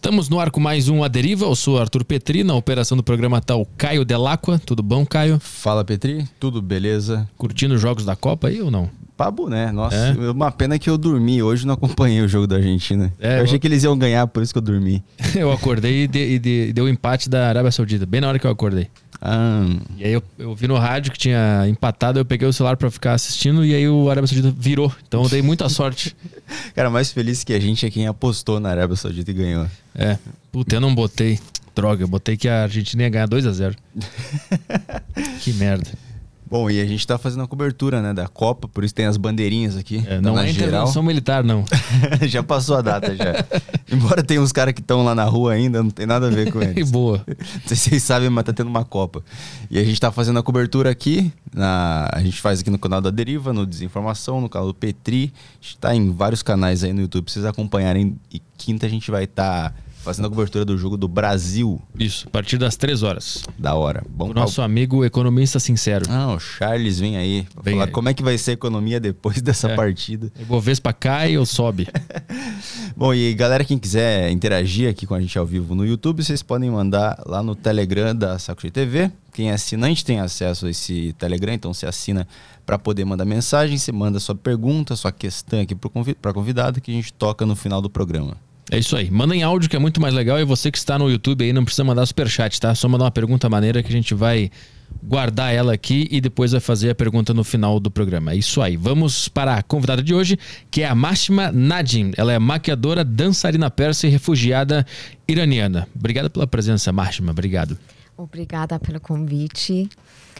Estamos no ar com mais um A Deriva. Eu sou Arthur Petri. Na operação do programa tá o Caio Delacqua. Tudo bom, Caio? Fala, Petri. Tudo beleza? Curtindo os jogos da Copa aí ou não? Pabo, né? Nossa, uma pena que eu dormi. Hoje não acompanhei o jogo da Argentina. Eu achei que eles iam ganhar, por isso que eu dormi. Eu acordei e deu empate da Arábia Saudita, bem na hora que eu acordei. E aí eu vi no rádio que tinha empatado, eu peguei o celular pra ficar assistindo e aí o Arábia Saudita virou. Então eu dei muita sorte. Cara, mais feliz que a gente é quem apostou na Arábia Saudita e ganhou. Puta, eu não botei. Droga, eu botei que a Argentina ia ganhar 2-0. Que merda. Bom, e a gente tá fazendo a cobertura, né, da Copa, por isso tem as bandeirinhas aqui. Não é intervenção militar, não. Já passou a data, já. Embora tenha uns caras que estão lá na rua ainda, não tem nada a ver com eles. Boa. Não sei se vocês sabem, mas tá tendo uma Copa. E a gente tá fazendo a cobertura aqui, a gente faz aqui no canal da Deriva, no Desinformação, no canal do Petri. A gente tá em vários canais aí no YouTube, pra vocês acompanharem. E quinta a gente vai estar fazendo a cobertura do jogo do Brasil. Isso, a partir das 3 horas. Da hora. Bom, o nosso amigo economista sincero. O Charles vem aí pra falar como é que vai ser a economia depois dessa partida. Ibovespa cai ou sobe? Bom, e galera, quem quiser interagir aqui com a gente ao vivo no YouTube, vocês podem mandar lá no Telegram da Saco Cheio TV. Quem é assinante tem acesso a esse Telegram, então você assina para poder mandar mensagem, você manda sua pergunta, sua questão aqui para convidado que a gente toca no final do programa. É isso aí. Manda em áudio que é muito mais legal. E você que está no YouTube aí não precisa mandar superchat, tá? Só mandar uma pergunta maneira que a gente vai guardar ela aqui e depois vai fazer a pergunta no final do programa. É isso aí. Vamos para a convidada de hoje, que é a Mashima Nadim. Ela é maquiadora, dançarina persa e refugiada iraniana. Obrigado pela presença, Mashima. Obrigado. Obrigada pelo convite.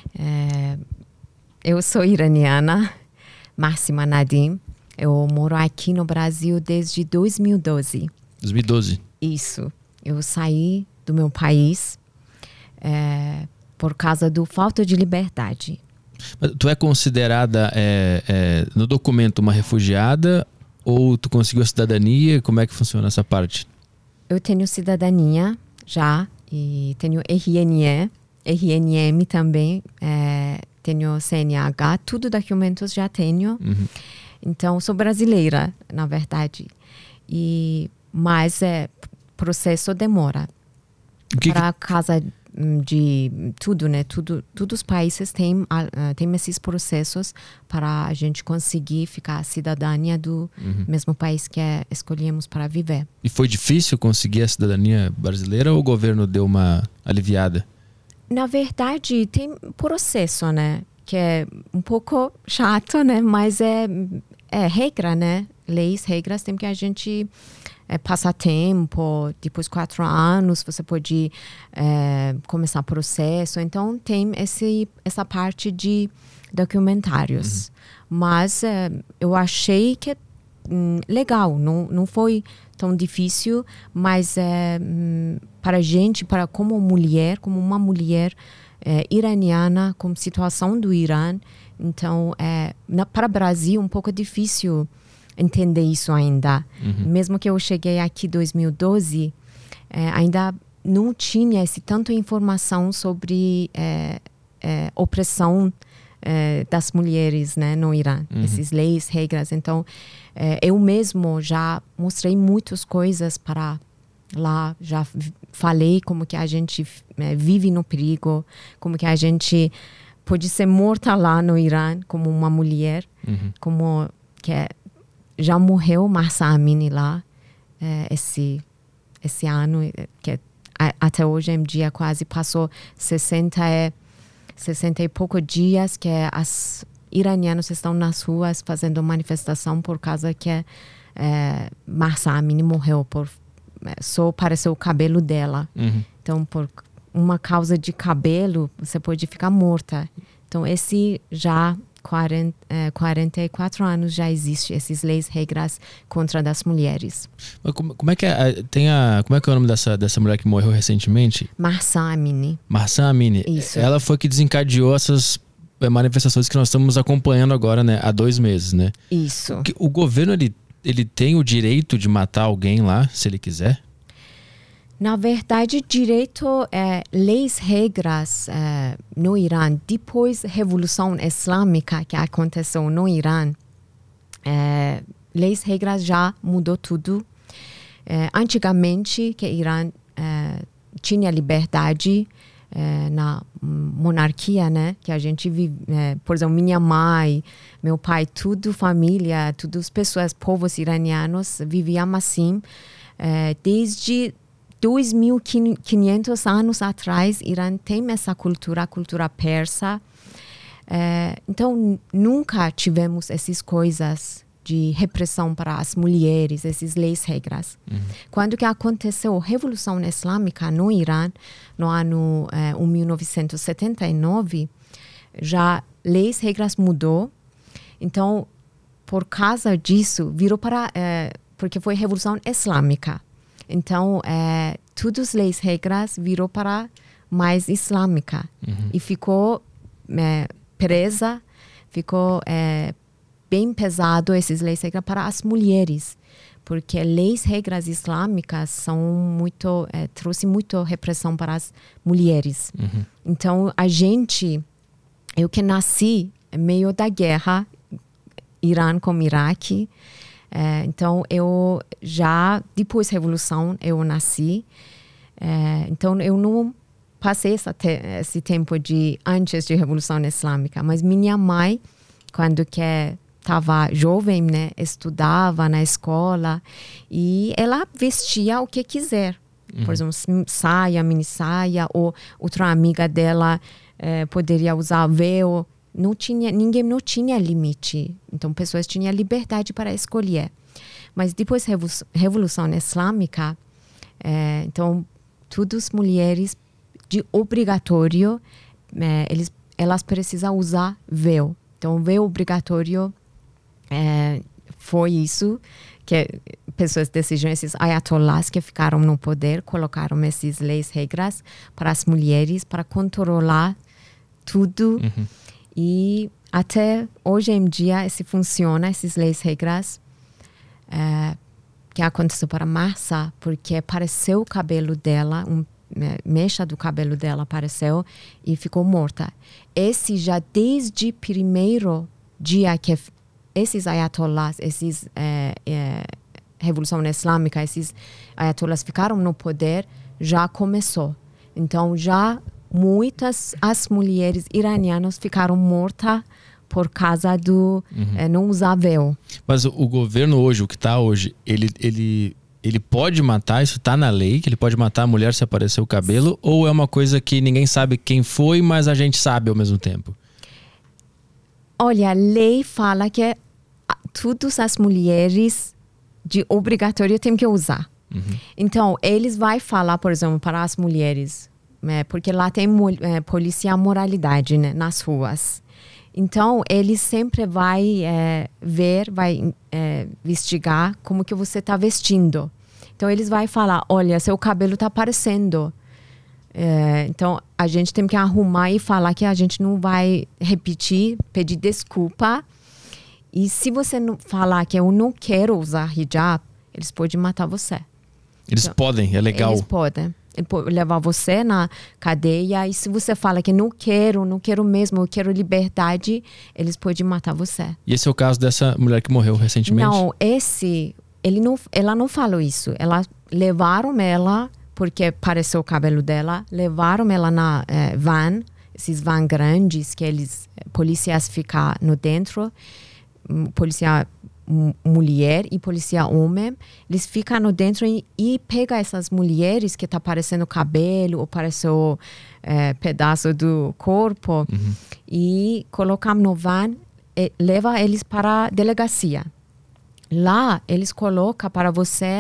Eu sou iraniana, Mashima Nadim. Eu moro aqui no Brasil desde 2012. 2012? Isso. Eu saí do meu país por causa da falta de liberdade. Mas tu é considerada no documento uma refugiada ou tu conseguiu a cidadania? Como é que funciona essa parte? Eu tenho cidadania já e tenho RNM também, tenho CNH, tudo documentos já tenho. Uhum. Então, sou brasileira, na verdade. Mas processo demora. Para casa de tudo, né? Todos os países têm esses processos para a gente conseguir ficar cidadania do mesmo país que escolhemos para viver. E foi difícil conseguir a cidadania brasileira ou o governo deu uma aliviada? Na verdade, tem processo, né? Que é um pouco chato, né? Mas é regra, né? Leis, regras, tem que a gente passar tempo, depois 4 anos você pode começar processo. Então, tem essa parte de documentários. Mas eu achei que legal, não foi tão difícil, mas para a gente, como uma mulher iraniana, com situação do Irã. Então, para o Brasil, um pouco difícil entender isso ainda. Mesmo que eu cheguei aqui em 2012, ainda não tinha tanta informação sobre opressão das mulheres, né, no Irã. Essas leis, regras. Então, eu mesmo já mostrei muitas coisas para lá, já falei como que a gente vive no perigo, como que a gente pode ser morta lá no Irã como uma mulher, como que já morreu Mahsa Amini lá esse ano, que até hoje em dia quase passou 60 e poucos dias que as iranianos estão nas ruas fazendo manifestação por causa que Mahsa Amini morreu só apareceu o cabelo dela. Então, por uma causa de cabelo, você pode ficar morta. Então, esse já 44 anos já existe essas leis, regras contra das mulheres. Mas como é que como é que é o nome dessa mulher que morreu recentemente? Mahsa Amini. Mahsa Amini. Isso. Ela foi que desencadeou essas manifestações que nós estamos acompanhando agora, né? Há 2 meses, né? Isso. O governo, ele tem o direito de matar alguém lá, se ele quiser? Na verdade, direito, leis, regras no Irã, depois da Revolução Islâmica que aconteceu no Irã, leis, regras já mudou tudo. Antigamente, que Irã tinha liberdade na monarquia, né? Que a gente vive, por exemplo, minha mãe, meu pai, tudo família, todas as pessoas, povos iranianos viviam assim desde 2.500 anos atrás. Irã tem essa cultura, a cultura persa. Então, nunca tivemos essas coisas de repressão para as mulheres, essas leis, regras. Quando que aconteceu a Revolução Islâmica no Irã, no ano 1979, já leis, regras mudou. Então, por causa disso, virou para... porque foi Revolução Islâmica. Então, todas as leis, regras virou para mais islâmica. E ficou presa, ficou... bem pesado essas leis regras para as mulheres, porque leis regras islâmicas são muito trouxe muito repressão para as mulheres. Então eu que nasci no meio da guerra Irã com Iraque, então eu já depois da revolução eu nasci, então eu não passei esse tempo de antes de revolução islâmica, mas minha mãe quando que estava jovem, né, estudava na escola e ela vestia o que quiser. Por exemplo, saia, mini saia, ou outra amiga dela poderia usar véu. Ninguém não tinha limite. Então, pessoas tinham liberdade para escolher. Mas depois da Revolução Islâmica, então, todas as mulheres, de obrigatório, elas precisam usar véu. Então, véu obrigatório foi isso que pessoas decidiram, esses ayatollahs que ficaram no poder, colocaram essas leis, regras para as mulheres, para controlar tudo. E até hoje em dia, funciona, essas leis, regras, que aconteceu para Mahsa, porque apareceu o cabelo dela, mecha do cabelo dela apareceu e ficou morta. Esse já desde o primeiro dia que esses ayatollahs, esses Revolução Islâmica, esses ayatollahs ficaram no poder, já começou. Então, já muitas as mulheres iranianas ficaram mortas por causa do não usar véu. Mas o governo hoje, o que está hoje, ele pode matar, isso está na lei, que ele pode matar a mulher se aparecer o cabelo, ou é uma coisa que ninguém sabe quem foi, mas a gente sabe ao mesmo tempo? Olha, a lei fala que todas as mulheres de obrigatório têm que usar. Então, eles vão falar, por exemplo, para as mulheres, porque lá tem polícia moralidade, né, nas ruas. Então, eles sempre vai investigar como que você está vestindo. Então, eles vão falar, olha, seu cabelo está aparecendo. Então, a gente tem que arrumar e falar que a gente não vai repetir, pedir desculpa. E se você não falar que eu não quero usar hijab, eles podem matar você. Eles então, podem, é legal. Eles podem. Ele pode levar você na cadeia. E se você fala que não quero mesmo, eu quero liberdade, eles podem matar você. E esse é o caso dessa mulher que morreu recentemente? Não, ela não falou isso. Levaram ela, porque apareceu o cabelo dela, levaram ela na van, esses van grandes que policiais ficam no dentro, polícia mulher e polícia homem, eles ficam no dentro e pegam essas mulheres que tá aparecendo cabelo ou apareceu pedaço do corpo e colocam no van e leva eles para a delegacia. Lá eles colocam para você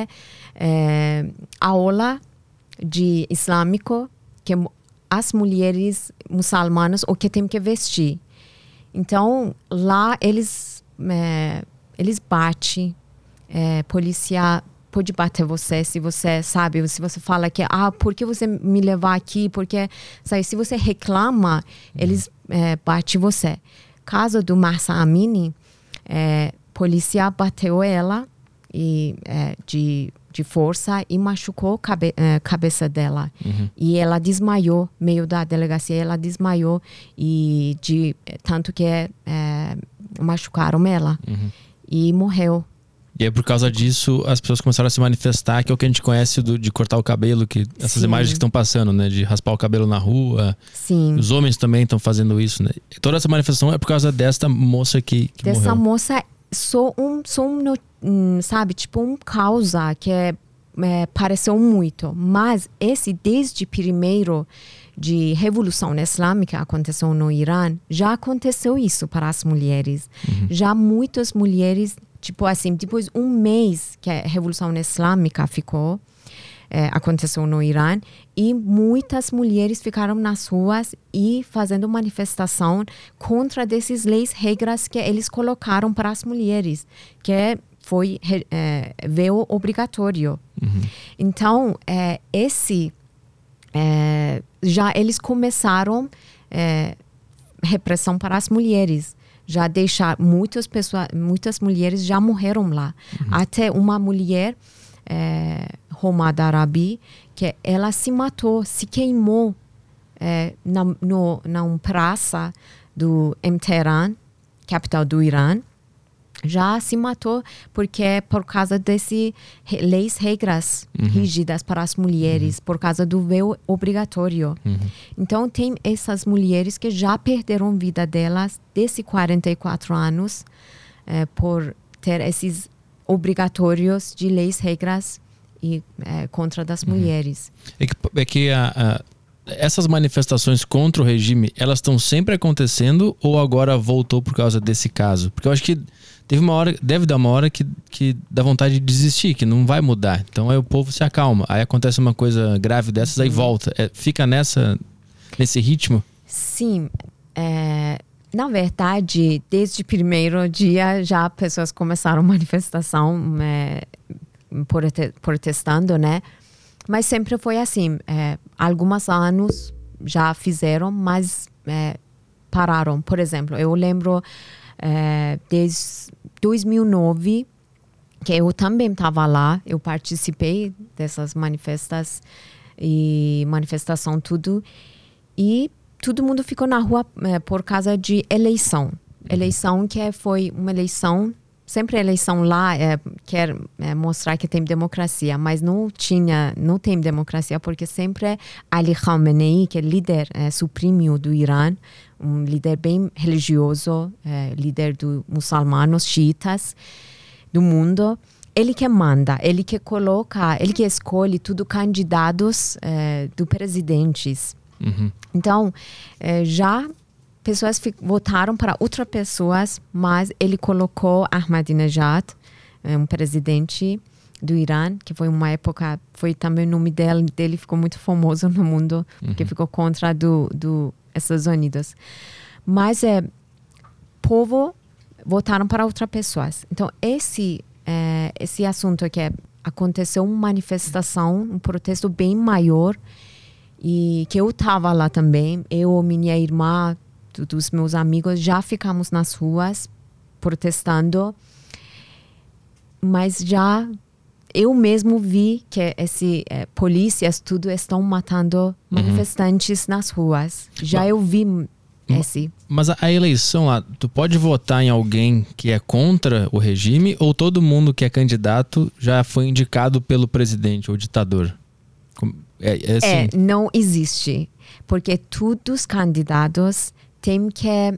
aula de islâmico que as mulheres muçulmanas o que tem que vestir. Então lá eles batem, polícia pode bater você se você sabe, se você fala que por que você me levar aqui, porque sabe, se você reclama, eles batem você. Caso do Mahsa Amini, polícia bateu ela e de força e machucou a cabeça dela. E ela desmaiou, meio da delegacia, ela desmaiou e tanto que machucaram ela. E morreu. E aí, por causa disso, as pessoas começaram a se manifestar, que é o que a gente conhece de cortar o cabelo, que essas imagens que estão passando, né? De raspar o cabelo na rua. Sim. Os homens também estão fazendo isso, né? Toda essa manifestação é por causa desta moça que morreu. Dessa moça, sabe, tipo causa que pareceu muito. Mas desde primeiro de Revolução Islâmica aconteceu no Irã, já aconteceu isso para as mulheres. Já muitas mulheres, tipo assim, depois um mês que a Revolução Islâmica aconteceu no Irã, e muitas mulheres ficaram nas ruas e fazendo manifestação contra dessas leis, regras que eles colocaram para as mulheres, que foi véu obrigatório. Então, já eles começaram repressão para as mulheres. Já muitas mulheres já morreram lá. Até uma mulher, Homad Arabi, que ela se matou, se queimou na praça do Teherã, capital do Irã. Já se matou porque por causa dessas leis, regras rígidas para as mulheres, por causa do véu obrigatório. Então, tem essas mulheres que já perderam a vida delas desde 44 anos por ter esses obrigatórios de leis, regras e contra das mulheres. É que essas manifestações contra o regime, elas estão sempre acontecendo ou agora voltou por causa desse caso? Porque eu acho que deve dar uma hora que dá vontade de desistir, que não vai mudar. Então aí o povo se acalma. Aí acontece uma coisa grave dessas, aí volta. Fica nesse ritmo? Sim. Na verdade, desde o primeiro dia já pessoas começaram manifestação protestando, né? Mas sempre foi assim. Alguns anos já fizeram, mas pararam. Por exemplo, eu lembro desde 2009, que eu também estava lá, eu participei dessas manifestação tudo, e todo mundo ficou na rua por causa de eleição que foi uma eleição, sempre eleição lá quer mostrar que tem democracia, mas não tem democracia, porque sempre Ali Khamenei, que é líder supremo do Irã, um líder bem religioso, líder dos muçulmanos, xiitas do mundo, ele que manda, ele que coloca, ele que escolhe tudo candidatos do presidentes. Então, já pessoas votaram para outras pessoas, mas ele colocou Ahmadinejad, um presidente do Irã, que foi uma época, foi também o nome dele ficou muito famoso no mundo, que ficou contra do Estados Unidos. Mas povo votaram para outras pessoas. Então, esse assunto que aconteceu uma manifestação, um protesto bem maior, e que eu estava lá também, eu, minha irmã, dos meus amigos, já ficamos nas ruas protestando, mas já eu mesmo vi que polícias tudo estão matando manifestantes nas ruas. Já eu vi esse. Mas a eleição lá, tu pode votar em alguém que é contra o regime ou todo mundo que é candidato já foi indicado pelo presidente ou ditador? Assim? Não existe, porque todos os candidatos têm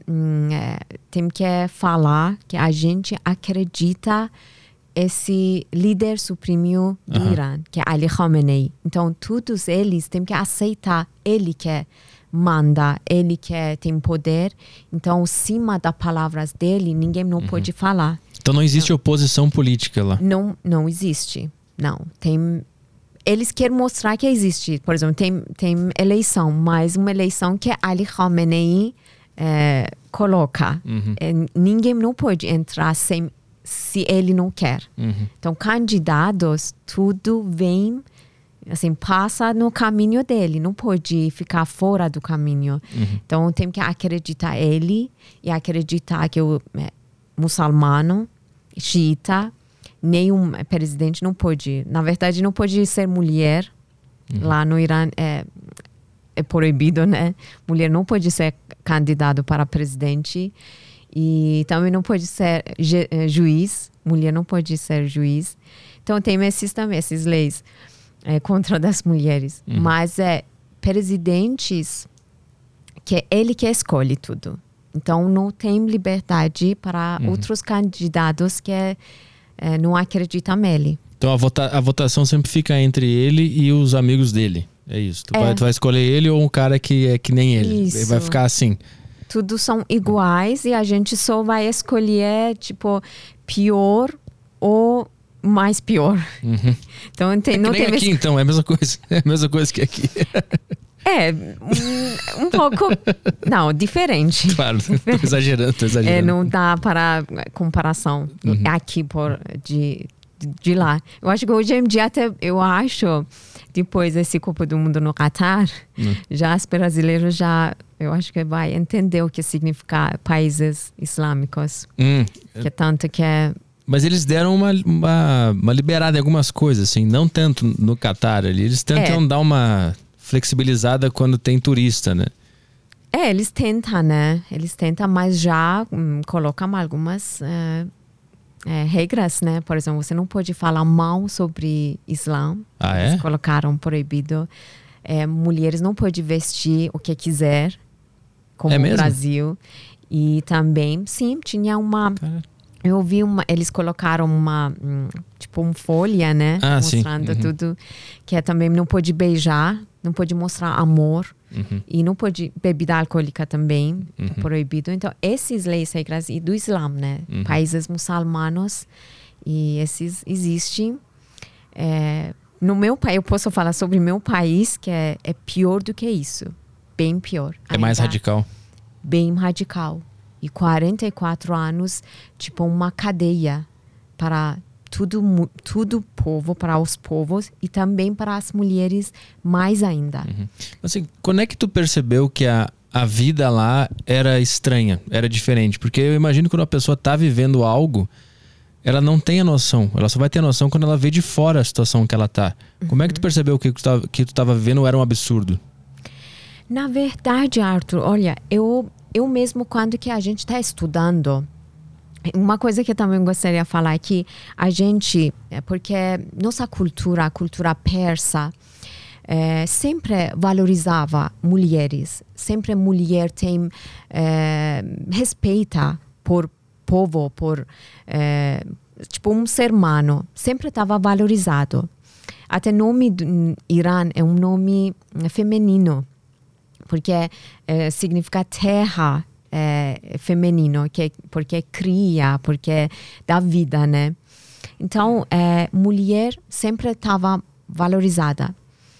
que falar que a gente acredita esse líder supremo do Irã, que é Ali Khamenei. Então, todos eles têm que aceitar ele que manda, ele que tem poder. Então, cima das palavras dele, ninguém não pode falar. Então, não existe oposição política lá? Não existe. Não. Eles querem mostrar que existe. Por exemplo, tem eleição, mas uma eleição que Ali Khamenei coloca. Ninguém não pode entrar se ele não quer. Então, candidatos, tudo vem, assim, passa no caminho dele, não pode ficar fora do caminho. Então, tem que acreditar ele e acreditar que o muçulmano, xiita, nenhum presidente não pode, na verdade, não pode ser mulher. Lá no Irã é proibido, né? Mulher não pode ser candidato para presidente. E também não pode ser juiz. Mulher não pode ser juiz. Então tem essas leis contra das mulheres. Mas presidentes que ele que escolhe tudo. Então não tem liberdade para outros candidatos que não acreditam nele. Então a votação sempre fica entre ele e os amigos dele. É isso. Tu vai escolher ele ou um cara que é que nem ele. Isso. Vai ficar assim. Tudo são iguais e a gente só vai escolher, tipo, pior ou mais pior. Então não tem aqui, então, é a mesma coisa. É a mesma coisa que aqui. Um pouco... Não, diferente. Claro, tô exagerando. Não dá para comparação aqui de lá. Eu acho que hoje em dia até, depois desse Copa do Mundo no Catar, já os brasileiros eu acho que vai entender o que significa países islâmicos. Que tanto que Mas eles deram uma liberada em algumas coisas, assim, não tanto no Catar ali. Eles tentam dar uma flexibilizada quando tem turista, né? Eles tentam, né? Mas já colocam algumas regras, né? Por exemplo, você não pode falar mal sobre Islã. Eles colocaram proibido. Mulheres não podem vestir o que quiser, como no Brasil. E também, sim, tinha uma... Eu vi eles colocaram tipo uma folha, né? Mostrando tudo. Que também não pode beijar, não pode mostrar amor. E não pode bebida alcoólica também, é proibido. Então, essas leis regras do Islã, né? Países muçulmanos, e esses existem. No meu país, eu posso falar sobre meu país, que é pior do que isso. Bem pior. É mais radical. Bem radical. E 44 anos, tipo uma cadeia para tudo povo, para os povos e também para as mulheres mais ainda. Assim, quando é que tu percebeu que a vida lá era estranha, era diferente? Porque eu imagino que quando a pessoa está vivendo algo, ela não tem a noção. Ela só vai ter a noção quando ela vê de fora a situação que ela está. Como é que tu percebeu que tu estava vivendo era um absurdo? Na verdade, Arthur, olha, eu mesmo quando que a gente está estudando, uma coisa que eu também gostaria de falar é que a gente, porque nossa cultura, a cultura persa, sempre valorizava mulheres. Sempre mulher tem respeita por povo, por tipo um ser humano. Sempre estava valorizado. Até o nome do Irã é um nome feminino. Porque significa terra feminino, porque cria, porque dá vida, né? Então, mulher sempre estava valorizada.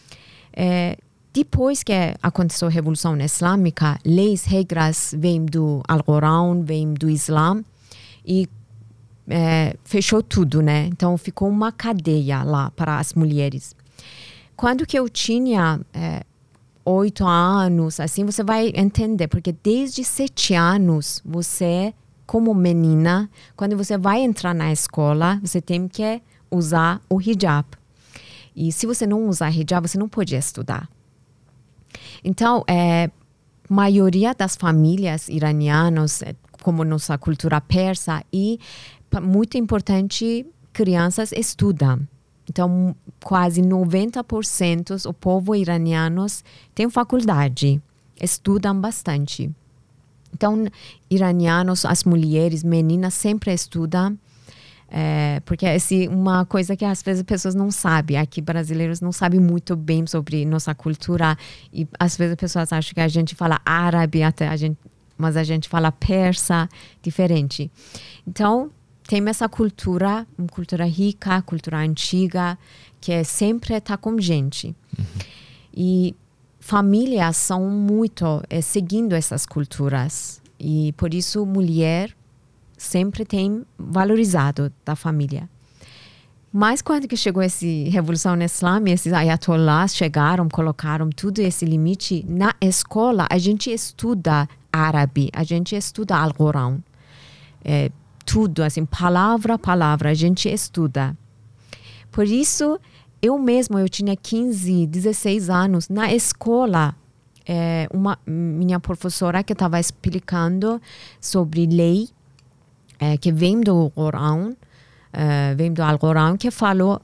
Depois que aconteceu a Revolução Islâmica, leis, regras vêm do Alcorão, vêm do Islã e fechou tudo, né? Então, ficou uma cadeia lá para as mulheres. Quando que eu tinha 8 anos, assim, você vai entender, porque desde 7 anos, você, como menina, quando você vai entrar na escola, você tem que usar o hijab. E se você não usar hijab, você não pode estudar. Então, maioria das famílias iranianas, como nossa cultura persa, e muito importante, crianças estudam. Então, quase 90% do povo iraniano tem faculdade, estudam bastante. Então, iranianos, as mulheres, meninas sempre estudam, porque é uma coisa que às vezes as pessoas não sabem. Aqui, brasileiros não sabem muito bem sobre nossa cultura e às vezes as pessoas acham que a gente fala árabe, mas a gente fala persa, diferente. Então, tem essa cultura, uma cultura rica, cultura antiga, que sempre está com gente. E famílias são muito seguindo essas culturas. E por isso, mulher sempre tem valorizado da família. Mas quando que chegou essa Revolução Islâmica, esses ayatollahs chegaram, colocaram tudo esse limite. Na escola, a gente estuda árabe, a gente estuda Alcorão. Tudo, assim, palavra a palavra, a gente estuda. Por isso, eu tinha 15, 16 anos, na escola, minha professora que estava explicando sobre lei que vem do Corão, vem do Alcorão, que falou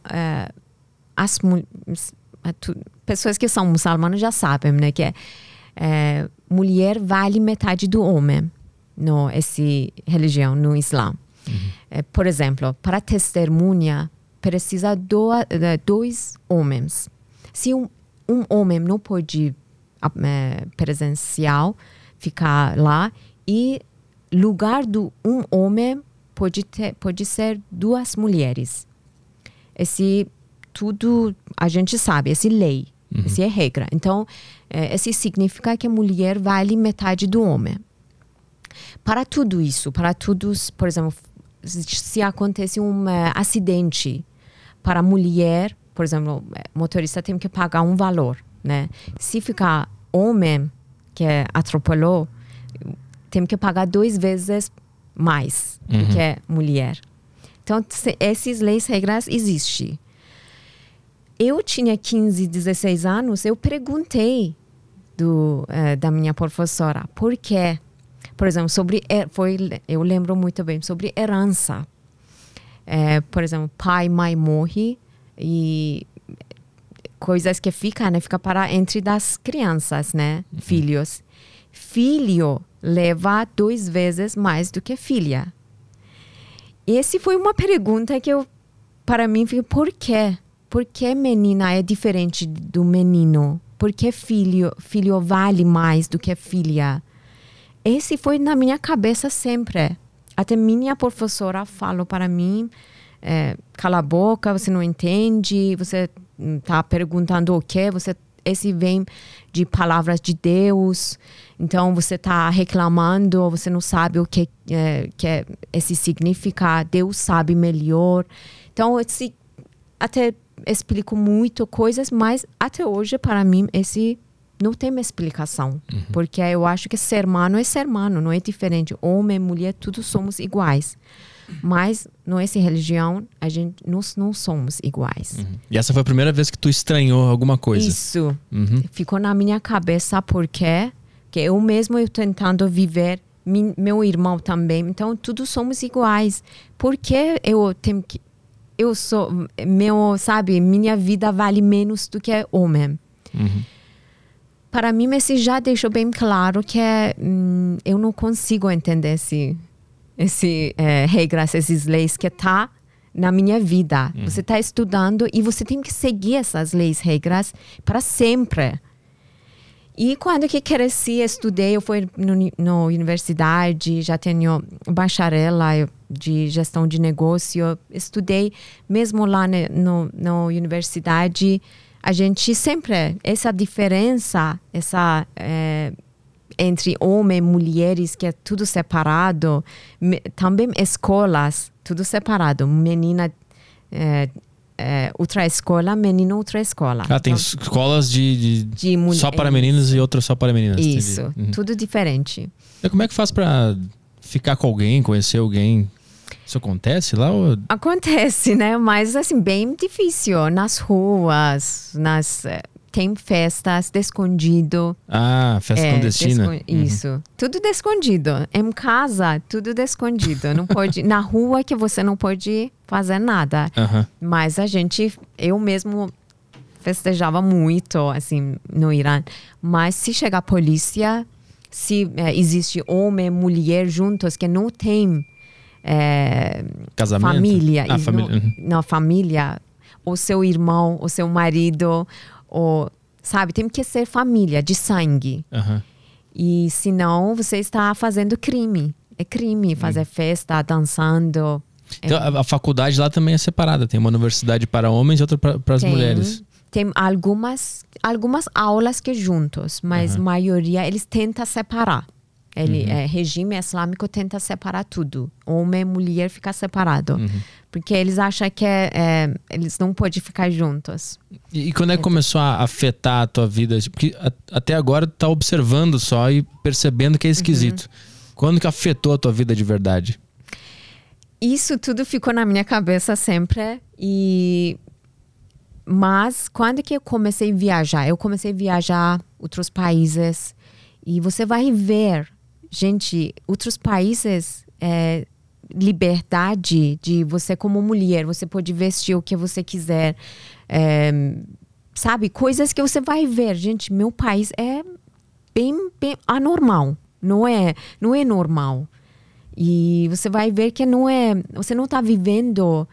pessoas que são muçulmanas já sabem, né, que mulher vale metade do homem essa religião, no Islã. Por exemplo, para testemunha precisa dois homens. Se um homem não pode presencial ficar lá, e lugar do homem pode ser duas mulheres. Esse tudo a gente sabe, essa lei, essa é regra. Então, isso significa que a mulher vale metade do homem. Para tudo isso, por exemplo, se acontece um acidente, para a mulher, por exemplo, o motorista tem que pagar um valor, né? Se ficar homem que atropelou, tem que pagar 2 vezes mais do que mulher. Então, essas leis, regras existem. Eu tinha 15, 16 anos, eu perguntei da minha professora por quê. Por exemplo, eu lembro muito bem sobre herança. Por exemplo, pai, mãe morre e coisas que fica para entre das crianças, né? Filhos. Filho leva 2 vezes mais do que filha. Essa foi uma pergunta que para mim, por quê? Por que menina é diferente do menino? Por que filho vale mais do que filha? Esse foi na minha cabeça sempre. Até minha professora falou para mim, cala a boca, você não entende, você está perguntando o quê? Esse vem de palavras de Deus, então você está reclamando, você não sabe o que esse significa, Deus sabe melhor. Então, até explico muito coisas, mas até hoje, para mim, esse não tem uma explicação. Porque eu acho que ser humano é ser humano, não é diferente. Homem, mulher, todos somos iguais. Mas, nessa religião, nós não somos iguais. E essa foi a primeira vez que tu estranhou alguma coisa? Isso. Ficou na minha cabeça porque que eu mesmo tentando viver, meu irmão também. Então, todos somos iguais. Por que eu tenho que... minha vida vale menos do que homem. Para mim, esse já deixou bem claro que eu não consigo entender regras, essas leis que tá na minha vida. Você está estudando e você tem que seguir essas leis, regras para sempre. E quando que cresci, estudei, eu fui na universidade, já tenho bacharel de gestão de negócio, estudei mesmo lá na universidade. A gente sempre, essa diferença, entre homens e mulheres, que é tudo separado, também escolas, tudo separado. Menina, outra escola, menino, outra escola. Tem escolas de só para meninos e outras só para meninas. Isso, tudo diferente. E como é que faz para ficar com alguém, conhecer alguém? Isso acontece lá? Ou... Acontece, né? Mas assim, bem difícil. Nas ruas, tem festas escondido. Festa clandestina. Isso. Tudo escondido. Em casa, tudo escondido. Não pode, na rua que você não pode fazer nada. Mas eu mesmo festejava muito, assim, no Irã. Mas se chegar a polícia, se existe homem e mulher juntos que não tem casamento? Família. Família. Família. O seu irmão, o seu marido... sabe, tem que ser família, de sangue. E senão você está fazendo crime. É crime fazer festa, dançando. Então, a faculdade lá também é separada. Tem uma universidade para homens e outra para as mulheres. Tem algumas aulas que juntos, mas a maioria eles tentam separar. Regime islâmico tenta separar tudo. Homem e mulher fica separado. Porque eles acham que eles não podem ficar juntos. E quando é que começou a afetar a tua vida? Porque até agora tu tá observando só e percebendo que é esquisito. Quando que afetou a tua vida de verdade? Isso tudo ficou na minha cabeça sempre. Mas quando que eu comecei a viajar outros países. E você vai ver, gente, outros países, liberdade de você como mulher, você pode vestir o que você quiser. Sabe, coisas que você vai ver. Gente, meu país é bem anormal. Não é normal. E você vai ver que você não está vivendo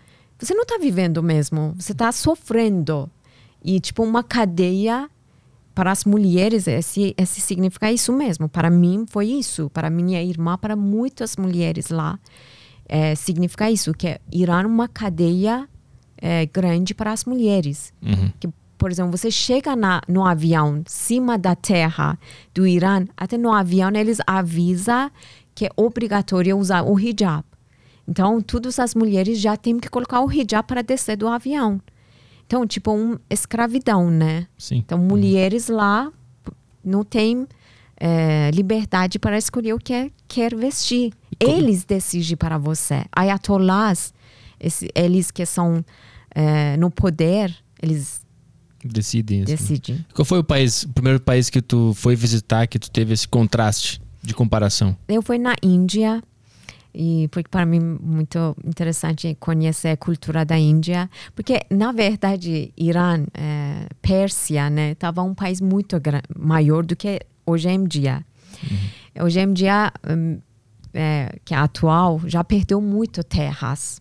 mesmo. Você está sofrendo. E tipo, uma cadeia para as mulheres, esse significa isso mesmo. Para mim foi isso. Para minha irmã, para muitas mulheres lá, significa isso. Que Irã é uma cadeia grande para as mulheres. Que, por exemplo, você chega no avião, cima da terra do Irã, até no avião eles avisam que é obrigatório usar o hijab. Então, todas as mulheres já têm que colocar o hijab para descer do avião. Então, tipo, escravidão, né? Sim. Então, mulheres lá não têm liberdade para escolher o que quer vestir. Eles decidem para você. Ayatollahs, eles que são no poder, eles decidem. Qual foi o primeiro país que tu foi visitar, que tu teve esse contraste de comparação? Eu fui na Índia, e porque para mim muito interessante conhecer a cultura da Índia, porque na verdade Irã, Pérsia, né, estava um país muito maior do que hoje em dia. Hoje em dia, que é atual, já perdeu muito terras,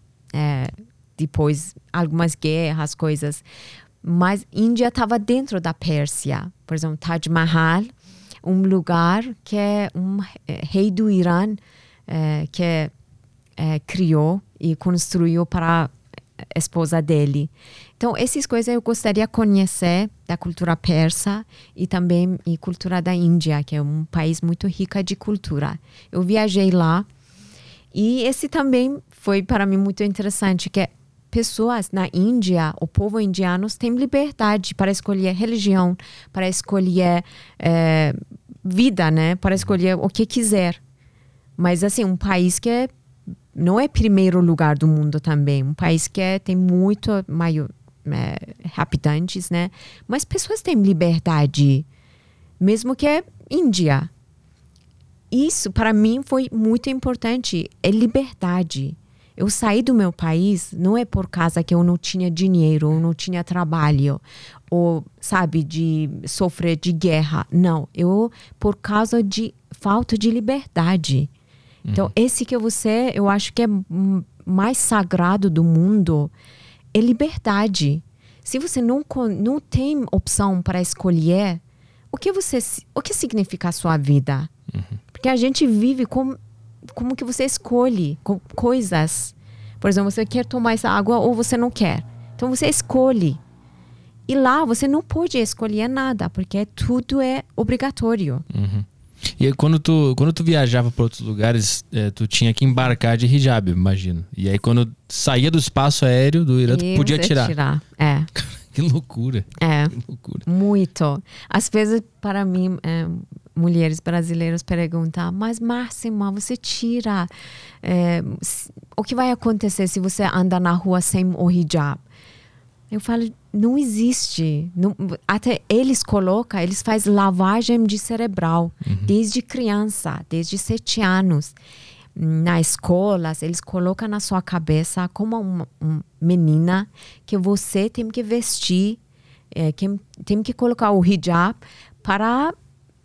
depois algumas guerras, coisas. Mas Índia estava dentro da Pérsia. Por exemplo, Taj Mahal, um lugar que é um rei do Irã que criou e construiu para a esposa dele. Então, essas coisas eu gostaria de conhecer da cultura persa e também a cultura da Índia, que é um país muito rico de cultura. Eu viajei lá e esse também foi para mim muito interessante, que pessoas na Índia, o povo indiano tem liberdade para escolher religião, para escolher vida, né? Para escolher o que quiser. Mas, assim, um país que não é primeiro lugar do mundo também. Um país que tem muito maior habitantes, né? Mas pessoas têm liberdade, mesmo que é Índia. Isso, para mim, foi muito importante. É liberdade. Eu saí do meu país não é por causa que eu não tinha dinheiro, ou não tinha trabalho, ou, sabe, de sofrer de guerra. Não, por causa de falta de liberdade. Então, esse que eu acho que é mais sagrado do mundo, é liberdade. Se você não tem opção para escolher, o que significa a sua vida? Porque a gente vive como que você escolhe coisas. Por exemplo, você quer tomar essa água ou você não quer. Então, você escolhe. E lá, você não pode escolher nada, porque tudo é obrigatório. E quando tu viajava para outros lugares, tu tinha que embarcar de hijab, imagino. E aí, quando saía do espaço aéreo do Irã, tu podia tirar. Que loucura. Que loucura. Muito. Às vezes, para mim, mulheres brasileiras perguntam, mas Máxima, você tira. O que vai acontecer se você anda na rua sem o hijab? Eu falo, não existe. Não, até eles fazem lavagem de cerebral desde criança, desde 7 anos. Na escola, eles colocam na sua cabeça como uma menina que você tem que vestir, tem que colocar o hijab para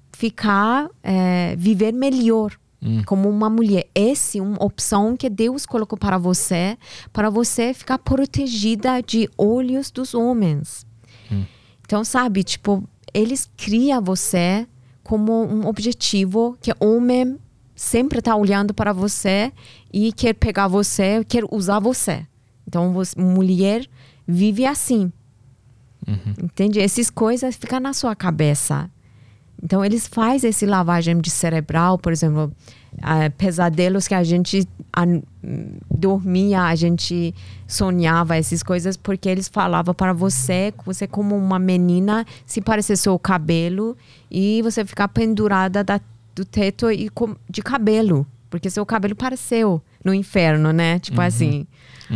viver melhor. Como uma mulher. Essa é uma opção que Deus colocou para você ficar protegida de olhos dos homens. Então, sabe, tipo, eles criam você como um objetivo que o homem sempre está olhando para você e quer pegar você, quer usar você. Então, mulher vive assim. Entende? Essas coisas ficam na sua cabeça. Então, eles fazem esse lavagem de cerebral, por exemplo, pesadelos que a gente dormia, a gente sonhava essas coisas, porque eles falavam para você como uma menina, se parecer seu cabelo, e você ficar pendurada do teto de cabelo, porque seu cabelo pareceu no inferno, né? Tipo assim.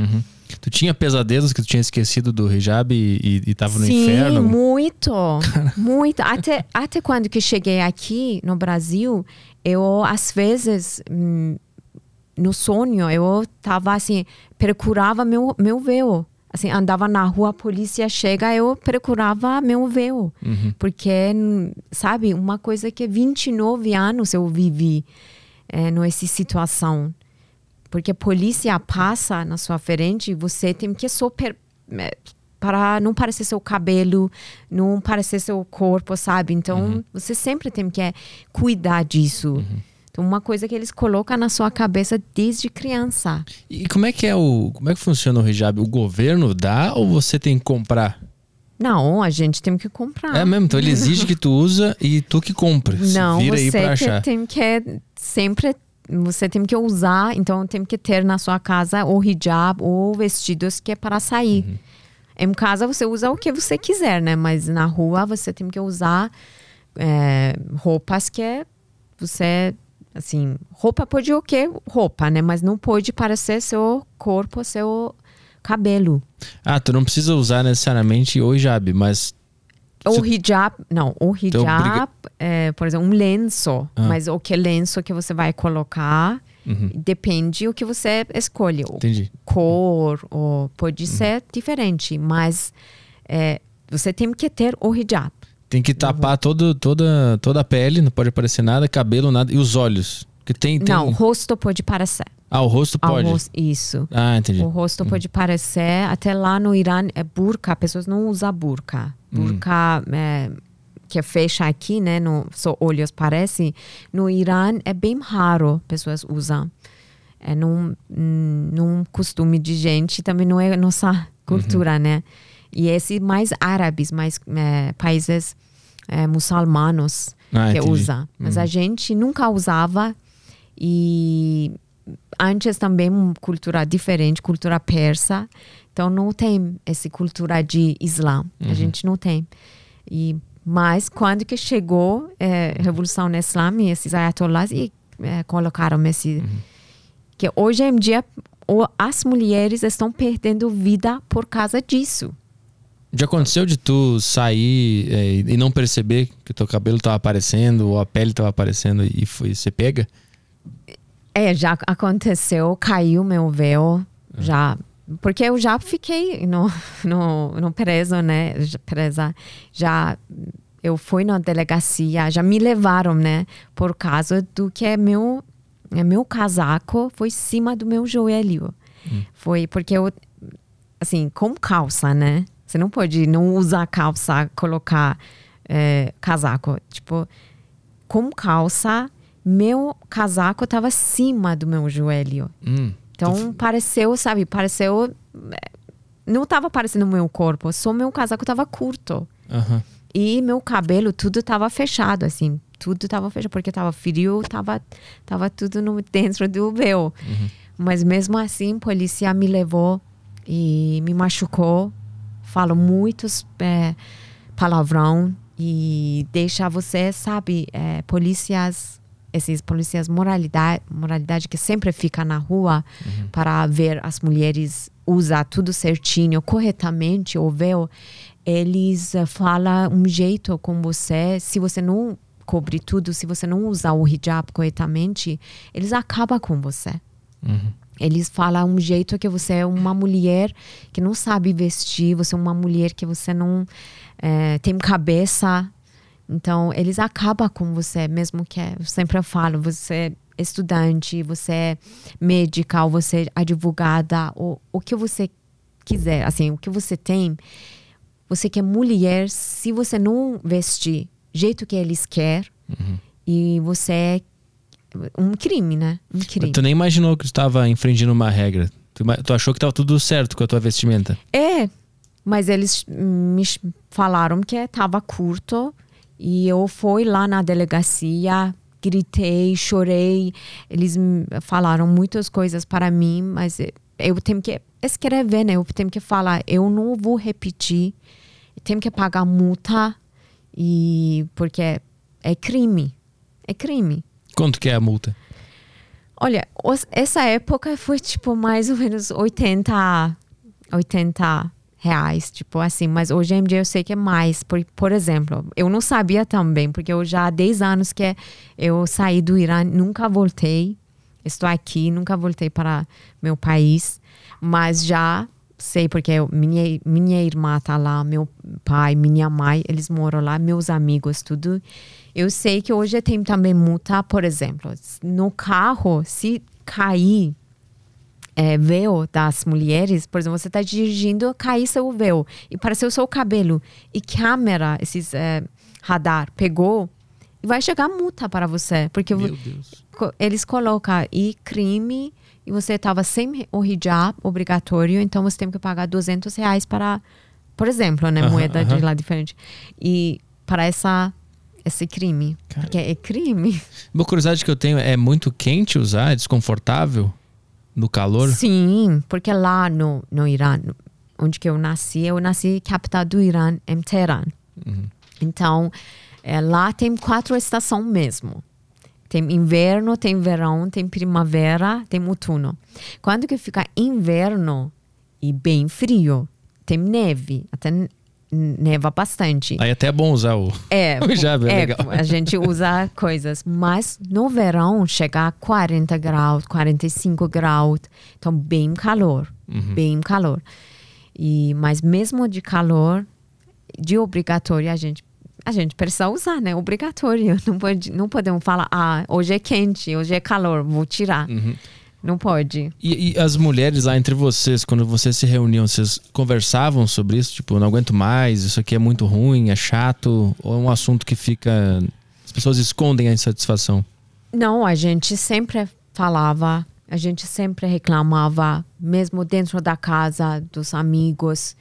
Tu tinha pesadelos que tu tinha esquecido do hijab e tava no Sim, inferno? Muito. Muito. Até quando que cheguei aqui no Brasil, eu às vezes no sonho eu tava assim, procurava meu véu. Assim, andava na rua, a polícia chega, eu procurava meu véu. Porque, sabe, uma coisa que 29 anos eu vivi nessa situação. Porque a polícia passa na sua frente, você tem que para não parecer seu cabelo, não parecer seu corpo, sabe? Então, você sempre tem que cuidar disso. Então, uma coisa que eles colocam na sua cabeça desde criança. E como é que funciona o hijab? O governo dá ou você tem que comprar? Não, a gente tem que comprar. É mesmo? Então ele exige que tu usa e tu que compres. Não, vira aí pra você achar. tem que sempre... Você tem que usar, então tem que ter na sua casa o hijab ou vestidos que é para sair. Em casa você usa o que você quiser, né? Mas na rua você tem que usar roupas que você... Assim, roupa pode o quê? Roupa, né? Mas não pode parecer seu corpo, seu cabelo. Ah, tu não precisa usar necessariamente o hijab, mas... O hijab, por exemplo, um lenço. Mas o que lenço que você vai colocar depende do que você escolhe. Entendi. Cor, ou pode ser diferente, mas você tem que ter o hijab. Tem que tapar toda a pele, não pode aparecer nada, cabelo, nada. E os olhos? Que tem... Não, o rosto pode parecer. Ah, o rosto pode? Isso. Ah, entendi. O rosto pode parecer. Até lá no Irã, burca, pessoas não usam burca. Burca que fecha aqui, né? Só olhos parecem. No Irã é bem raro pessoas usam. É num costume de gente, também não é nossa cultura, né? E esses mais árabes, mais países muçulmanos que usam. Mas a gente nunca usava. E antes também cultura diferente, cultura persa. Então não tem essa cultura de Islã. A gente não tem. Mas quando que chegou a Revolução Islâmica, esses ayatollahs colocaram esse... Que hoje em dia as mulheres estão perdendo vida por causa disso. Já aconteceu de tu sair e não perceber que o teu cabelo estava aparecendo ou a pele estava aparecendo e você pega? Já aconteceu, caiu meu véu, já, porque eu já fiquei no preso, né, presa, já eu fui na delegacia, já me levaram, né, por causa do que meu casaco foi em cima do meu joelho, foi porque eu, assim, com calça, né, você não pode não usar calça, colocar casaco, tipo, com calça, meu casaco estava acima do meu joelho. Então, pareceu, não estava parecendo o meu corpo, só meu casaco estava curto. E meu cabelo, tudo estava fechado, assim. Tudo estava fechado, porque estava frio, estava tudo dentro do véu. Mas mesmo assim, a polícia me levou e me machucou. Falo muitos palavrão e deixa você, sabe, esses polícias moralidade que sempre fica na rua para ver as mulheres usar tudo certinho, corretamente, o véu, eles falam um jeito com você, se você não cobre tudo, se você não usar o hijab corretamente, eles acabam com você. Eles falam um jeito que você é uma mulher que não sabe vestir, você é uma mulher que você não tem cabeça. Então, eles acabam com você, mesmo que eu sempre falo, você é estudante, você é médica, ou você é advogada, ou o que você quiser, assim, o que você tem, você que é mulher, se você não vestir jeito que eles querem, e você é um crime, né? Um crime. Tu nem imaginou que tu estava infringindo uma regra. Tu achou que estava tudo certo com a tua vestimenta. Mas eles me falaram que estava curto. E eu fui lá na delegacia, gritei, chorei. Eles falaram muitas coisas para mim, mas eu tenho que escrever, né? Eu tenho que falar, eu não vou repetir. Eu tenho que pagar multa, porque é crime. É crime. Quanto que é a multa? Olha, essa época foi tipo mais ou menos 80 80 reais, tipo assim, mas hoje em dia eu sei que é mais. Por exemplo, eu não sabia também, porque eu já há 10 anos que eu saí do Irã, nunca voltei, estou aqui, nunca voltei para meu país, mas já sei, porque minha irmã tá lá, meu pai, minha mãe, eles moram lá, meus amigos, tudo. Eu sei que hoje tem também multa, por exemplo, no carro, se cair véu das mulheres, por exemplo, você está dirigindo, cair seu véu e apareceu o seu cabelo e câmera, esses radar, pegou e vai chegar multa para você, porque eles colocam crime e você estava sem o hijab obrigatório, então você tem que pagar 200 reais para, por exemplo, né, moeda de lá diferente, e para esse crime, porque é crime. Uma curiosidade que eu tenho, é muito quente usar, é desconfortável? No calor? Sim, porque lá no Irã, onde que eu nasci capital do Irã, em Teherã. Então, lá tem 4 estações mesmo. Tem inverno, tem verão, tem primavera, tem outono. Quando que fica inverno e bem frio, tem neve, até neva bastante. Aí até é bom usar o hijab, é legal. A gente usa coisas, mas no verão chega a 40 graus, 45 graus, então bem calor, bem calor. Mas mesmo de calor, de obrigatório, a gente precisa usar, né? Obrigatório, não podemos falar, hoje é quente, hoje é calor, vou tirar. Não pode. E as mulheres lá entre vocês, quando vocês se reuniam, vocês conversavam sobre isso? Tipo, não aguento mais, isso aqui é muito ruim, é chato? Ou é um assunto que fica... As pessoas escondem a insatisfação? Não, a gente sempre falava, a gente sempre reclamava, mesmo dentro da casa, dos amigos.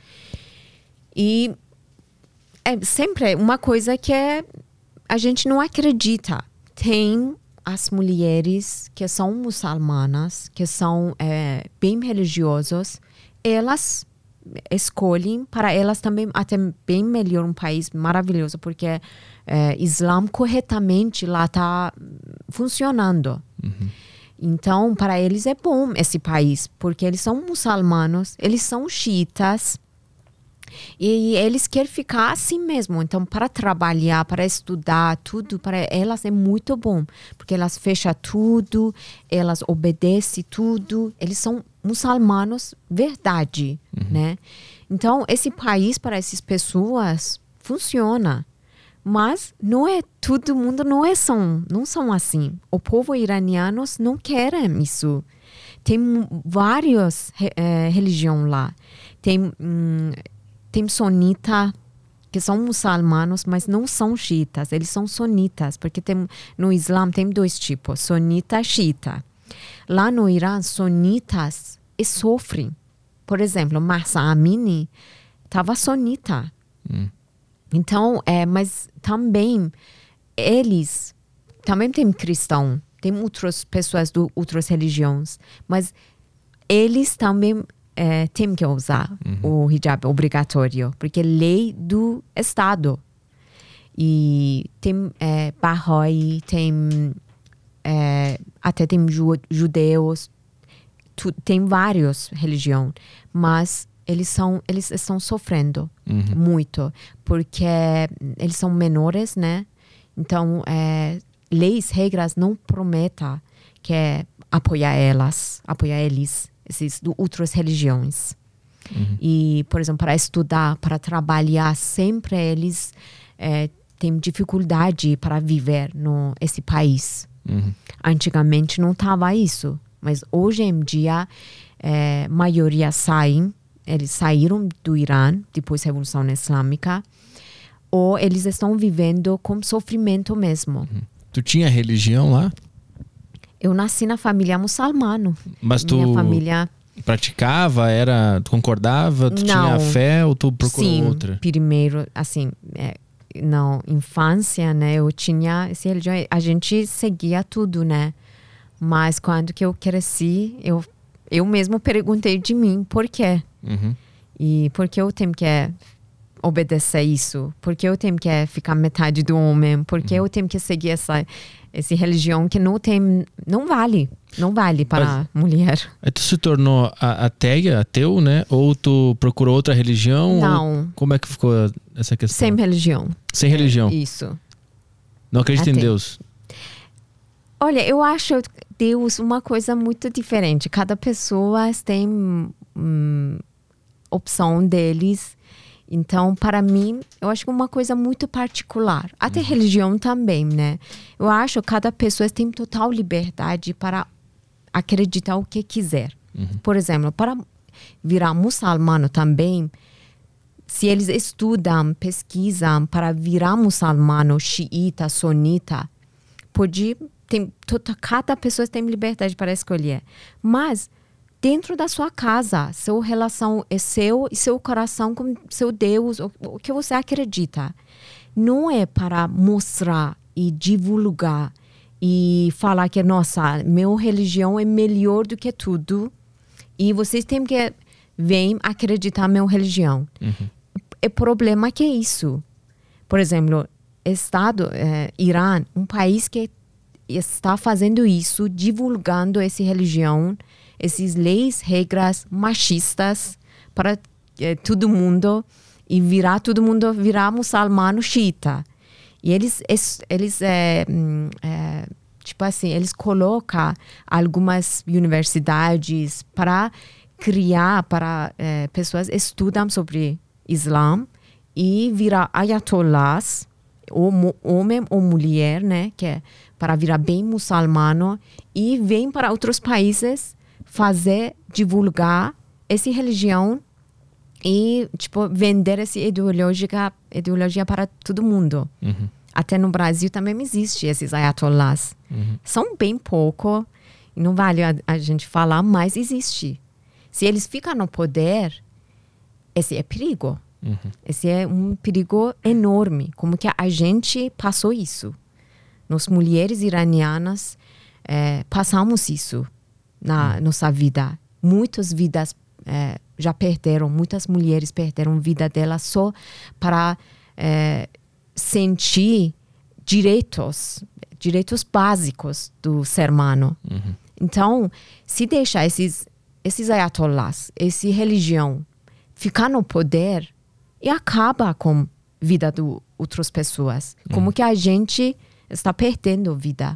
E é sempre uma coisa que a gente não acredita. Tem as mulheres que são muçulmanas, que são bem religiosas, elas escolhem para elas também até bem melhor, um país maravilhoso, porque Islã corretamente lá está funcionando. Então, para eles é bom esse país, porque eles são muçulmanos, eles são xiitas, e eles querem ficar assim mesmo. Então, para trabalhar, para estudar, tudo, para elas é muito bom. Porque elas fecham tudo, elas obedecem tudo. Eles são muçulmanos, verdade, né? Então, esse país, para essas pessoas, funciona. Mas não é todo mundo, não são assim. O povo iraniano não quer isso. Tem várias religiões lá. Tem sunita, que são muçulmanos, mas não são xiitas. Eles são sunitas, porque no Islã tem 2 tipos, sunita e xiita. Lá no Irã, sunitas sofrem. Por exemplo, Mahsa Amini estava sunita. Então, mas também eles também tem cristão, tem outras pessoas de outras religiões, mas eles também têm que usar o hijab obrigatório, porque é lei do Estado. E tem Bahá'í, tem até tem judeus, tem várias religiões, mas eles estão sofrendo muito, porque eles são menores, né? Então, leis, regras não prometem que apoiar eles, esses de outras religiões. E, por exemplo, para estudar, para trabalhar, sempre eles têm dificuldade para viver nesse país. Antigamente não estava isso, mas hoje em dia a maioria eles saíram do Irã depois da Revolução Islâmica, ou eles estão vivendo com sofrimento mesmo. Tu tinha religião lá? Eu nasci na família muçulmana. Mas tu Minha família praticava? Tu concordava? Tu tinha fé ou tu procurou outra? Sim, primeiro, assim, na infância, né, eu tinha essa religião, a gente seguia tudo, né? Mas quando que eu cresci, eu mesmo perguntei de mim por quê. E por que eu tenho que obedecer isso? Por que eu tenho que ficar metade do homem? Por que eu tenho que seguir essa religião que não vale para a mulher? Aí tu se tornou ateu, né? Ou tu procurou outra religião? Não. Como é que ficou essa questão? Sem religião. Sem religião? Isso. Não acredita em Deus? Olha, eu acho Deus uma coisa muito diferente. Cada pessoa tem opção deles. Então, para mim, eu acho que é uma coisa muito particular. Até religião também, né? Eu acho que cada pessoa tem total liberdade para acreditar o que quiser. Por exemplo, para virar muçulmano também, se eles estudam, pesquisam para virar muçulmano, xiita, sunita, cada pessoa tem liberdade para escolher. Mas dentro da sua casa, sua relação é seu e seu coração com seu Deus, o que você acredita. Não é para mostrar e divulgar e falar que, nossa, minha religião é melhor do que tudo e vocês têm que vir acreditar na minha religião. O problema que é isso. Por exemplo, Irã, um país que está fazendo isso, divulgando essa religião, essas leis, regras machistas para todo mundo e todo mundo virar muçulmano xiita. E eles tipo assim, eles colocam algumas universidades para criar, para pessoas estudam sobre Islã e virar ayatollahs, ou homem ou mulher, né, que é para virar bem muçulmano e vem para outros países divulgar essa religião e, tipo, vender essa ideologia para todo mundo. Até no Brasil também existe esses ayatollahs. São bem pouco, não vale a gente falar, mas existe. Se eles ficam no poder, esse é perigo. Esse é um perigo enorme. Como que a gente passou isso? Nós, mulheres iranianas, passamos isso na nossa vida. Muitas vidas já perderam, muitas mulheres perderam a vida delas só para sentir direitos básicos do ser humano. Então, se deixar esses ayatollahs, essa religião, ficar no poder, e acaba com a vida de outras pessoas. Como que a gente está perdendo vida.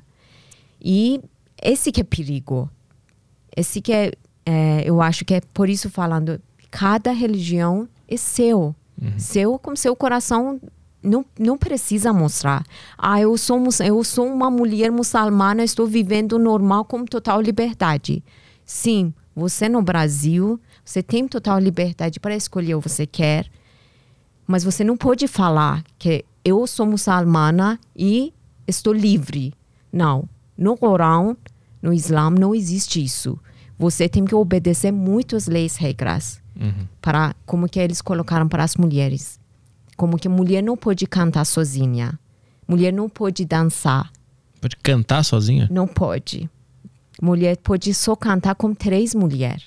E esse que é perigo. Esse que eu acho que é por isso falando, cada religião é seu. Seu com seu coração, não precisa mostrar. Eu sou uma mulher muçulmana, estou vivendo normal com total liberdade. Sim, você no Brasil, você tem total liberdade para escolher o que você quer, mas você não pode falar que eu sou muçulmana e estou livre. Não. No Corão, no Islã, não existe isso. Você tem que obedecer muitas leis, regras. Para, como que eles colocaram para as mulheres. Como que a mulher não pode cantar sozinha. Mulher não pode dançar. Pode cantar sozinha? Não pode. Mulher pode só cantar com 3 mulheres.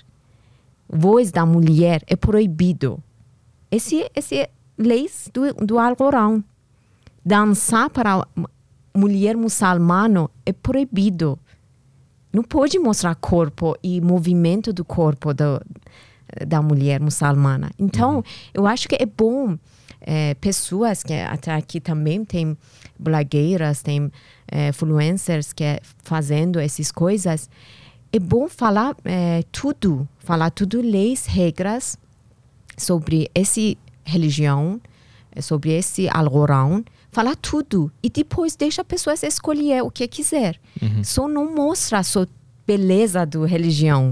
Voz da mulher é proibido. Esse leis do Alcorão. Dançar para mulher muçulmana é proibido. Não pode mostrar corpo e movimento do corpo da mulher muçulmana. Então, eu acho que é bom pessoas que até aqui também tem blogueiras, tem influencers que fazendo essas coisas. É bom falar tudo, leis, regras sobre essa religião, sobre esse Alcorão, falar tudo e depois deixa a pessoa escolher o que quiser. Só não mostra só beleza da religião.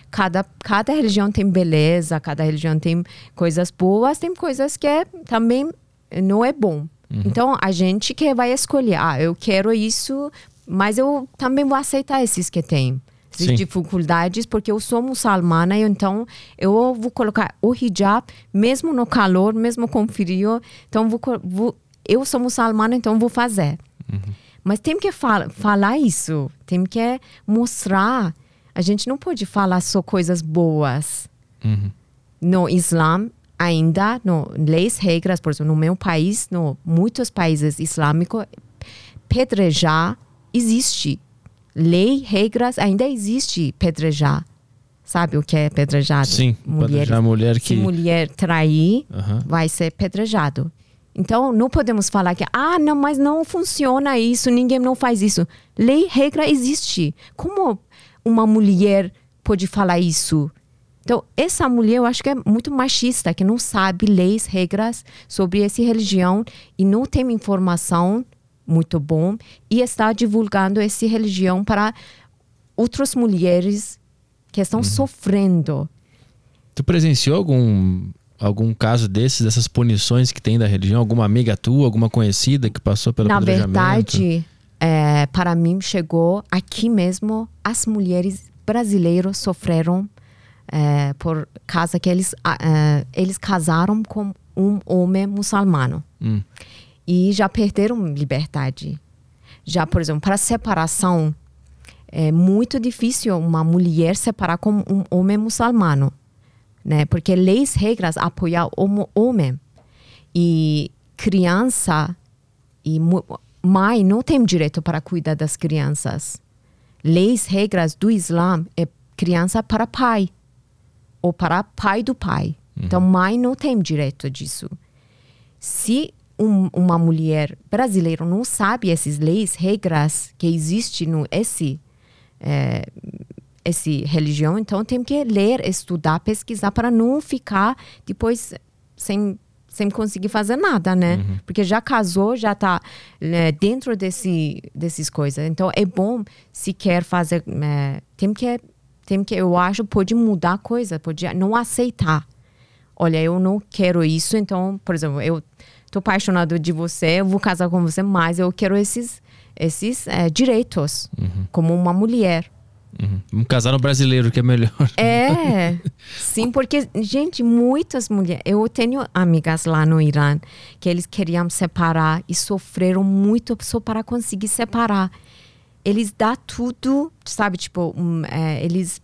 Cada religião tem beleza, cada religião tem coisas boas, tem coisas que também não é bom. Então, a gente que vai escolher, eu quero isso, mas eu também vou aceitar esses que tem. Essas dificuldades, porque eu sou muçulmana, então eu vou colocar o hijab, mesmo no calor, mesmo com frio. Então, eu sou muçulmana, então vou fazer. Mas tem que falar isso, tem que mostrar. A gente não pode falar só coisas boas. No Islã, ainda, leis, regras, por exemplo, no meu país, muitos países islâmicos, pedrejar existe. Lei, regras, ainda existe pedrejar. Sabe o que é pedrejado? Sim, pedrejar mulher que... Se mulher trair, vai ser pedrejado. Então, não podemos falar que, não, mas não funciona isso, ninguém não faz isso. Lei, regra existe. Como uma mulher pode falar isso? Então, essa mulher, eu acho que é muito machista, que não sabe leis, regras sobre essa religião e não tem informação muito bom e está divulgando essa religião para outras mulheres que estão sofrendo. Tu presenciou algum caso dessas punições que tem da religião? Alguma amiga tua, alguma conhecida que passou pelo apedrejamento? Na verdade, para mim chegou aqui mesmo, as mulheres brasileiras sofreram por causa que eles casaram com um homem muçulmano. E já perderam liberdade. Já, por exemplo, para separação, é muito difícil uma mulher separar com um homem muçulmano, né? Porque leis, regras apoiam o homem. E criança e mãe não tem direito para cuidar das crianças. Leis, regras do Islã é criança para pai ou para pai do pai. Então, mãe não tem direito disso. Se uma mulher brasileira não sabe essas leis, regras que existem essa religião, então tem que ler, estudar, pesquisar para não ficar depois sem conseguir fazer nada, né? Porque já casou, já está dentro dessas coisas. Então é bom, se quer fazer, tem que eu acho, pode mudar a coisa, pode não aceitar. Olha, eu não quero isso, então, por exemplo, eu estou apaixonado de você, eu vou casar com você, mas eu quero esses direitos, como uma mulher. Vamos casar no brasileiro, que é melhor. Sim, porque, gente, muitas mulheres... Eu tenho amigas lá no Irã que eles queriam separar e sofreram muito só para conseguir separar. Eles dão tudo, sabe, tipo, eles...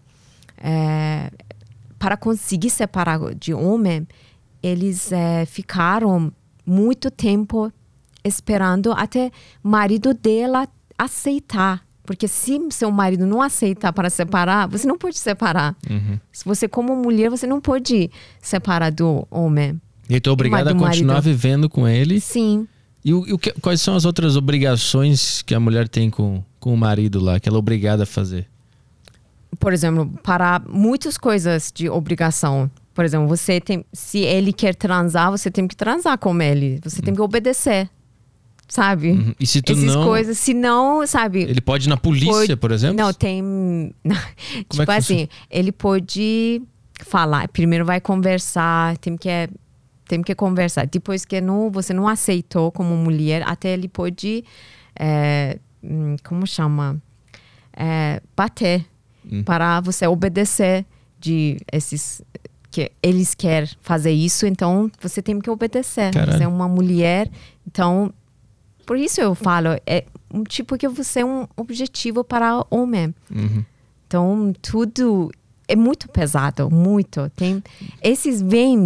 para conseguir separar de homem, eles ficaram muito tempo esperando até o marido dela aceitar. Porque se seu marido não aceitar para separar, você não pode separar. Se você, como mulher, você não pode separar do homem. E tu é obrigada a continuar vivendo com ele? Sim. E quais são as outras obrigações que a mulher tem com o marido lá, que ela é obrigada a fazer? Por exemplo, para muitas coisas de obrigação. Por exemplo, se ele quer transar, você tem que transar com ele. Você tem que obedecer. Sabe? E se tu essas não... coisas, se não, sabe? Ele pode ir na polícia, por exemplo? Não, tem... tipo assim, ele pode falar. Primeiro vai conversar, tem que conversar. Depois que você não aceitou como mulher, até ele pode... como chama? Bater. Para você obedecer de esses... que eles querem fazer isso, então você tem que obedecer. Caralho. Você é uma mulher, então... Por isso eu falo, é um tipo que você é um objetivo para homem. Então, tudo é muito pesado, muito. Esses vêm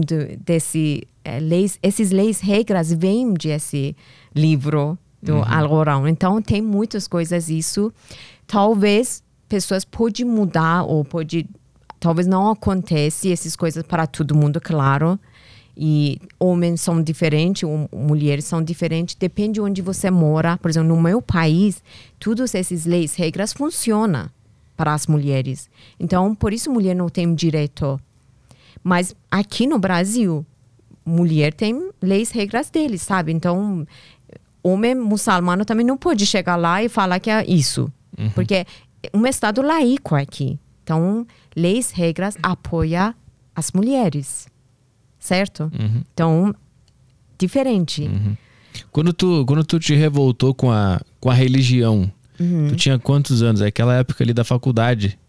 esses leis, regras vêm desse livro do Alcorão. Então, tem muitas coisas isso. Talvez pessoas podem mudar ou talvez não aconteça essas coisas para todo mundo, claro. E homens são diferentes, mulheres são diferentes, depende de onde você mora. Por exemplo, no meu país, todas essas leis, regras funcionam para as mulheres. Então, por isso mulher não tem direito. Mas aqui no Brasil, mulher tem leis, regras deles, sabe? Então, homem muçulmano também não pode chegar lá e falar que é isso. Porque é um estado laico aqui. Então, leis, regras apoiam as mulheres. Certo? Então, diferente. Quando tu te revoltou com a religião, tu tinha quantos anos? Aquela época ali da faculdade?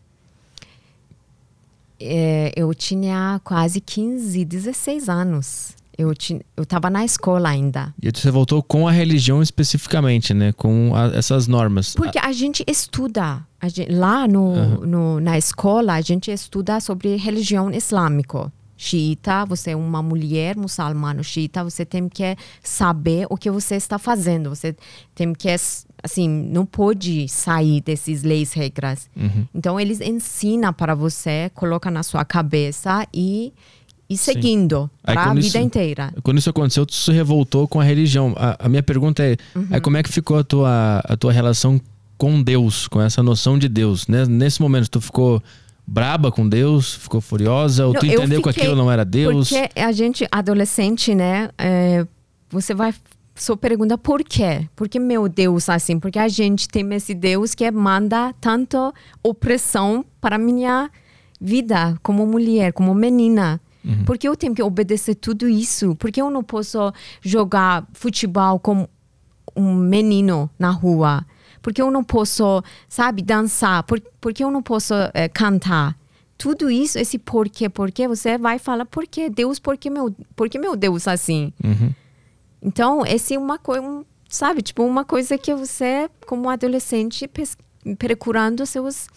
Eu tinha quase 15, 16 anos. Eu estava na escola ainda. E tu se revoltou com a religião especificamente, né? Com essas normas. Porque a gente estuda. Lá na escola, a gente estuda sobre religião islâmica. xiita, você é uma mulher muçulmana xiita, você tem que saber o que você está fazendo. Você tem que, assim, não pode sair dessas leis, regras. Então, eles ensinam para você, colocam na sua cabeça e seguindo para a vida inteira. Quando isso aconteceu, tu se revoltou com a religião. A minha pergunta é, aí como é que ficou a tua relação com Deus, com essa noção de Deus? Né? Nesse momento, tu ficou braba com Deus? Ficou furiosa? Ou tu entendeu que aquilo não era Deus? Porque a gente, adolescente, né? Você vai só pergunta por quê? Por que meu Deus assim? Porque a gente tem esse Deus que manda tanto opressão para a minha vida como mulher, como menina. Por que eu tenho que obedecer tudo isso? Por que eu não posso jogar futebol com um menino na rua? Por que eu não posso, sabe, dançar? Por que eu não posso cantar? Tudo isso, esse porquê, você vai falar porquê, Deus, por que meu Deus assim? Então, esse é uma coisa, sabe, tipo, uma coisa que você, como adolescente, procurando seus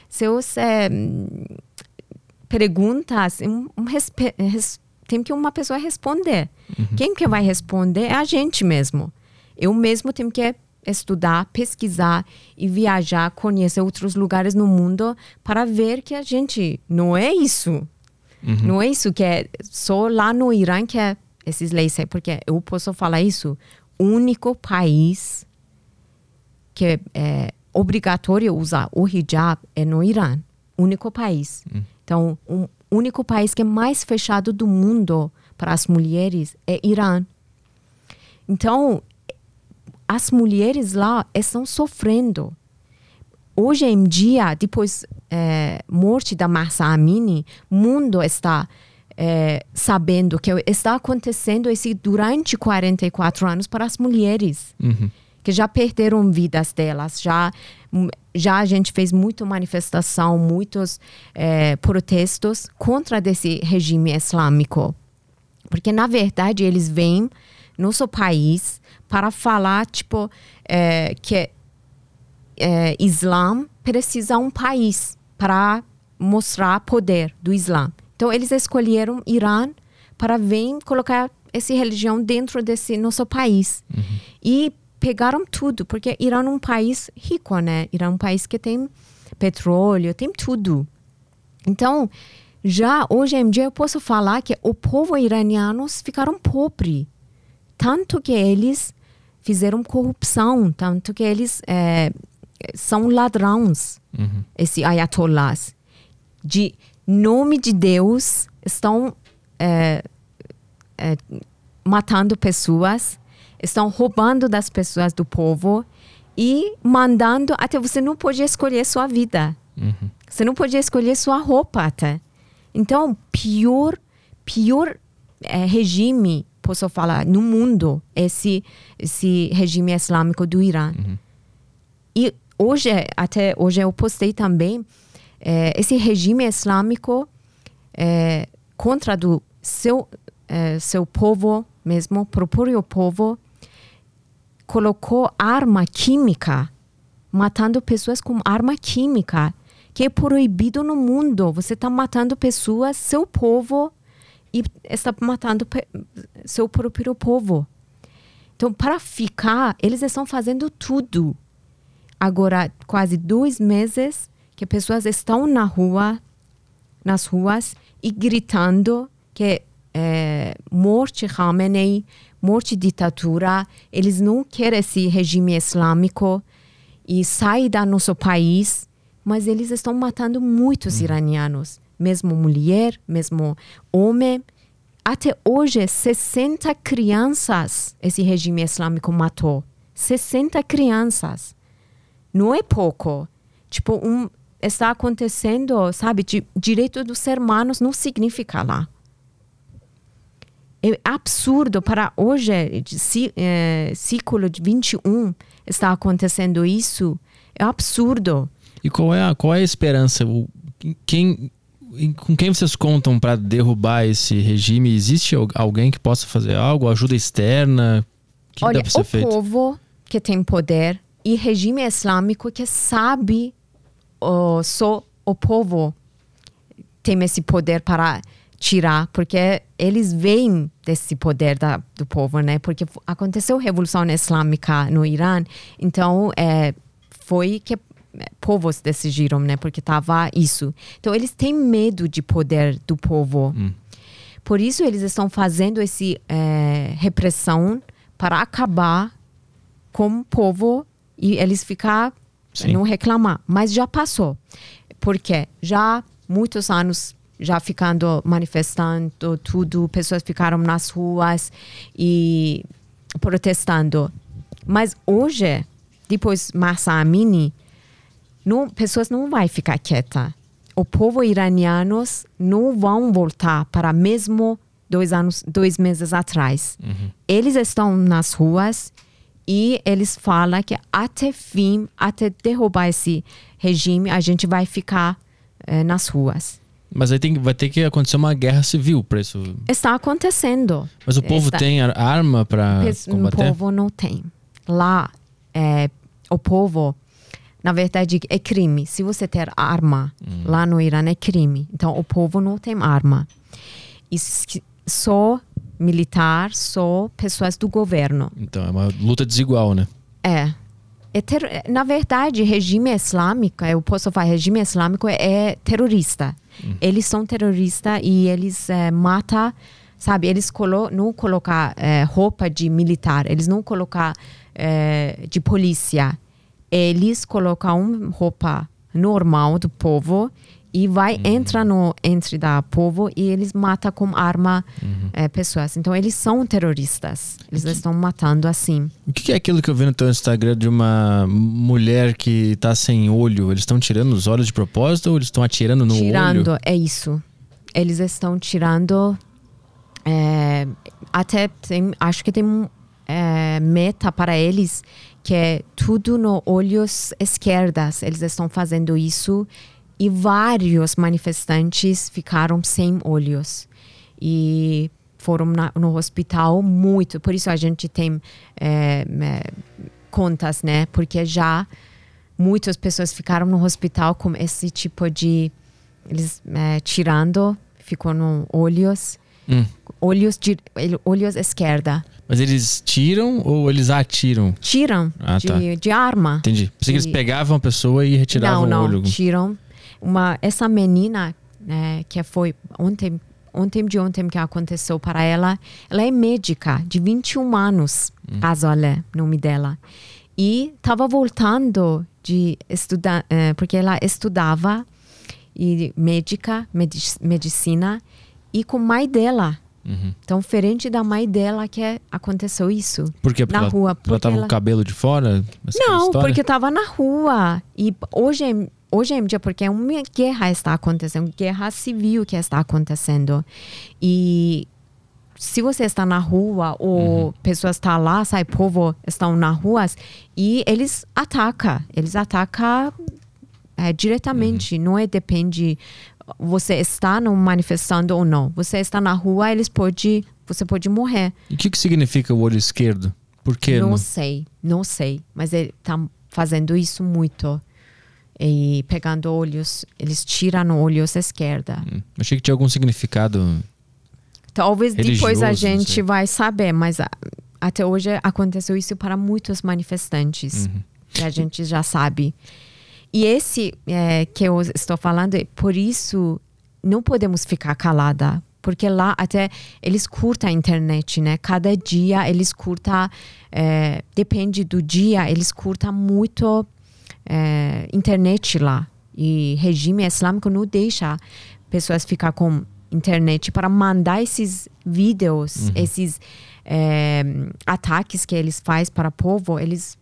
perguntas, tem que uma pessoa responder. Quem que vai responder é a gente mesmo. Eu mesmo tenho que estudar, pesquisar e viajar, conhecer outros lugares no mundo para ver que a gente não é isso. Não é isso que é só lá no Irã que é esses leis. Porque eu posso falar isso, o único país que é obrigatório usar o hijab é no Irã. Único país. Então, o único país que é mais fechado do mundo para as mulheres é Irã. Então, as mulheres lá estão sofrendo. Hoje em dia, depois morte da Mahsa Amini, o mundo está sabendo que está acontecendo isso durante 44 anos para as mulheres. Que já perderam vidas delas, já a gente fez muita manifestação, muitos protestos contra desse regime islâmico. Porque, na verdade, eles vêm no nosso país para falar, tipo, que Islã precisa um país para mostrar poder do Islã. Então, eles escolheram Irã para vir colocar essa religião dentro desse nosso país. E pegaram tudo, porque Irã é um país rico, né? Irã é um país que tem petróleo, tem tudo. Então, já hoje em dia eu posso falar que o povo iraniano ficaram pobres. Tanto que eles fizeram corrupção, tanto que eles são ladrões, esses ayatollahs. De nome de Deus, estão matando pessoas, estão roubando das pessoas do povo e mandando, até você não pode escolher sua vida. Você não pode escolher sua roupa até. Então, pior regime, posso falar, no mundo, esse regime islâmico do Irã. E até hoje eu postei também, esse regime islâmico contra do seu povo mesmo, próprio povo, colocou arma química, matando pessoas com arma química, que é proibido no mundo. Você está matando pessoas, seu povo, e está matando seu próprio povo. Então, para ficar, eles estão fazendo tudo. Agora, quase 2 meses que pessoas estão nas ruas, e gritando que morte Khamenei, morte ditadura, eles não querem esse regime islâmico e sair do nosso país, mas eles estão matando muitos iranianos, mesmo mulher, mesmo homem. Até hoje, 60 crianças esse regime islâmico matou. 60 crianças. Não é pouco. Tipo, está acontecendo, sabe, direito dos seres humanos não significa lá. É absurdo para hoje, século XXI, está acontecendo isso. É absurdo. E qual é a esperança? Com quem vocês contam para derrubar esse regime? Existe alguém que possa fazer algo? Ajuda externa? O que deve ser feito? O povo que tem poder e regime islâmico que sabe só o povo tem esse poder para tirar, porque eles veem desse poder do povo, né? Porque aconteceu a Revolução Islâmica no Irã, então foi que povos decidiram, né? Porque tava isso. Então eles têm medo de poder do povo. Por isso eles estão fazendo essa repressão para acabar com o povo e eles ficar não reclamar. Mas já passou. Porque já muitos anos já ficando manifestando tudo, pessoas ficaram nas ruas e protestando. Mas hoje, depois Mahsa Amini, pessoas não vão ficar quietas. O povo iraniano não vão voltar para mesmo 2 meses atrás. Eles estão nas ruas e eles falam que até derrubar esse regime, a gente vai ficar nas ruas. Mas aí vai ter que acontecer uma guerra civil para isso. Está acontecendo. Mas o povo tem arma para combater? O povo não tem. Lá, o povo, na verdade, é crime. Se você ter arma, lá no Irã é crime. Então, o povo não tem arma. E só militar, só pessoas do governo. Então, é uma luta desigual, né? Na verdade, regime islâmico, eu posso falar, regime islâmico é terrorista. Eles são terroristas e eles matam, sabe? Eles não colocam roupa de militar, eles não colocam de polícia. Eles colocam roupa normal do povo e entra entre da povo e eles matam com arma pessoas. Então eles são terroristas. Eles estão matando assim. O que é aquilo que eu vi no teu Instagram de uma mulher que tá sem olho? Eles estão tirando os olhos de propósito ou eles estão atirando no olho? Tirando, é isso. Eles estão tirando. Acho que tem meta para eles que é tudo no olhos esquerdas. Eles estão fazendo isso. E vários manifestantes ficaram sem olhos. E foram no hospital muito. Por isso a gente tem contas, né? Porque já muitas pessoas ficaram no hospital com esse tipo de... Eles tirando, ficou no olhos. Olhos esquerda. Mas eles tiram ou eles atiram? Tiram de arma. Entendi. Pensei que eles pegavam a pessoa e retiravam o olho. Não, tiram. Essa menina que foi ontem que aconteceu para ela é médica de 21 anos, Azolé, nome dela, e estava voltando de estudar, porque ela estudava medicina e com a mãe dela. Então, diferente da mãe dela que aconteceu isso. Por quê? Porque rua. Ela estava com o cabelo de fora? Não, porque estava na rua. E hoje em dia, porque uma guerra está acontecendo, guerra civil que está acontecendo. E se você está na rua, ou pessoas estão lá, povo estão nas ruas, e eles atacam diretamente. Não depende, você está manifestando ou não. Você está na rua, você pode morrer. E o que significa o olho esquerdo? Por quê? Não sei. Mas ele está fazendo isso muito. E pegando olhos, eles tiram olhos esquerda. Achei que tinha algum significado. Talvez depois a gente não vai saber, mas até hoje aconteceu isso para muitos manifestantes. Que a gente já sabe. E esse que eu estou falando, por isso não podemos ficar calada. Porque lá até eles curtam a internet, né? Cada dia eles curtam, depende do dia, eles curtam muito internet lá. E regime islâmico não deixa pessoas ficar com internet para mandar esses vídeos, esses ataques que eles fazem para o povo, eles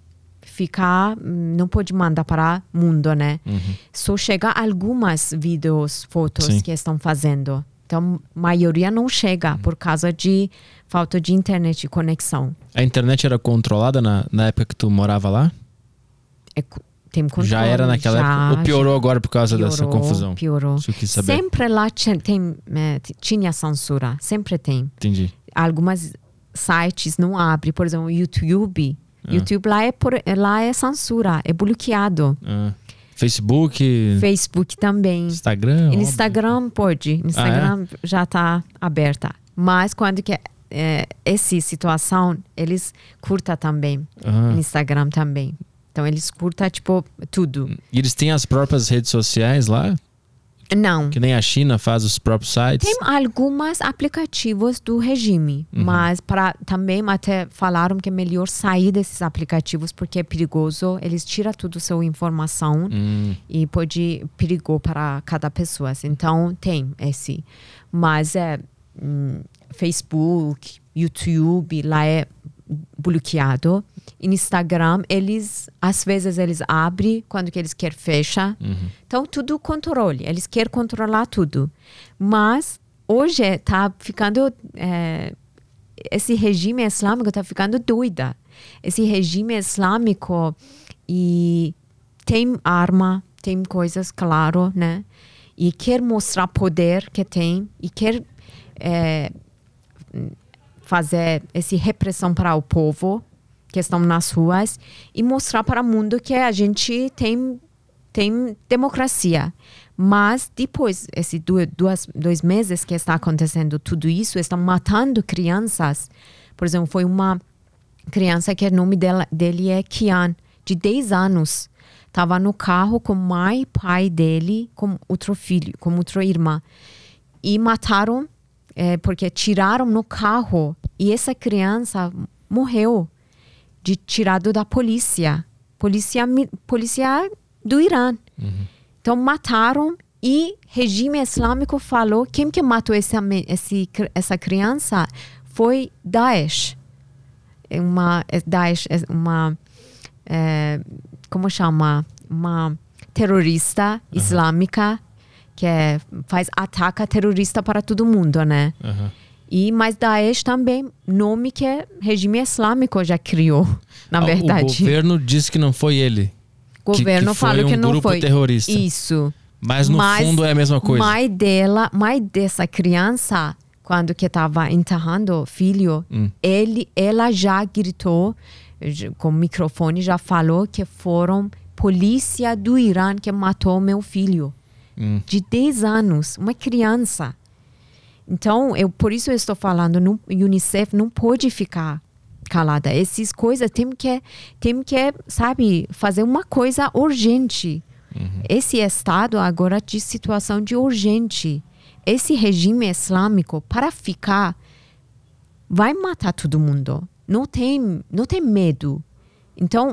não pode mandar para o mundo, né? Só chega algumas vídeos, fotos que estão fazendo. Então, a maioria não chega por causa de falta de internet e conexão. A internet era controlada na época que tu morava lá? Tem controle. Já era naquela época? Ou piorou agora por causa dessa confusão? Piorou. Isso eu quis saber. Sempre lá tinha censura. Sempre tem. Entendi. Algumas sites não abrem. Por exemplo, YouTube. YouTube lá é censura. É bloqueado. Facebook? Facebook também. Instagram? Instagram pode. Instagram já está aberta. Mas quando que essa situação, eles curtam também. No Instagram também. Então, eles curtam, tipo, tudo. E eles têm as próprias redes sociais lá? Não. Que nem a China faz os próprios sites? Tem alguns aplicativos do regime, mas também até falaram que é melhor sair desses aplicativos porque é perigoso. Eles tiram toda a sua informação e pode perigo para cada pessoa. Então, tem esse. Mas Facebook, YouTube, lá é bloqueado. Instagram, às vezes eles abrem quando que eles querem fechar. Então, tudo controle. Eles querem controlar tudo. Mas, hoje, está ficando... esse regime islâmico está ficando doida. Esse regime islâmico e tem arma, tem coisas, claro, né? E quer mostrar poder que tem e quer fazer essa repressão para o povo que estão nas ruas e mostrar para o mundo que a gente tem democracia. Mas depois, esses 2 meses que está acontecendo tudo isso, estão matando crianças. Por exemplo, foi uma criança que o nome dele é Kian, de 10 anos. Estava no carro com mãe e pai dele, com outro filho, com outra irmã. E mataram, porque tiraram no carro. E essa criança morreu. Tirado da polícia do Irã. Então mataram e o regime islâmico falou quem que matou essa criança foi Daesh. Daesh é como chama? Uma terrorista islâmica que faz ataque terrorista para todo mundo, né? Mas Daesh também, nome que regime islâmico já criou, na verdade. O governo disse que não foi ele. O governo falou que não foi. Terrorista. Isso. Mas no fundo é a mesma coisa. Mãe dessa criança, quando que estava enterrando o filho, ela já gritou, com o microfone, já falou que foram polícia do Irã que matou meu filho. De 10 anos, uma criança. Então, por isso eu estou falando, o UNICEF não pode ficar calada. Essas coisas tem que, sabe, fazer uma coisa urgente. Esse estado agora de situação de urgente. Esse regime islâmico, para ficar, vai matar todo mundo. Não tem medo. Então,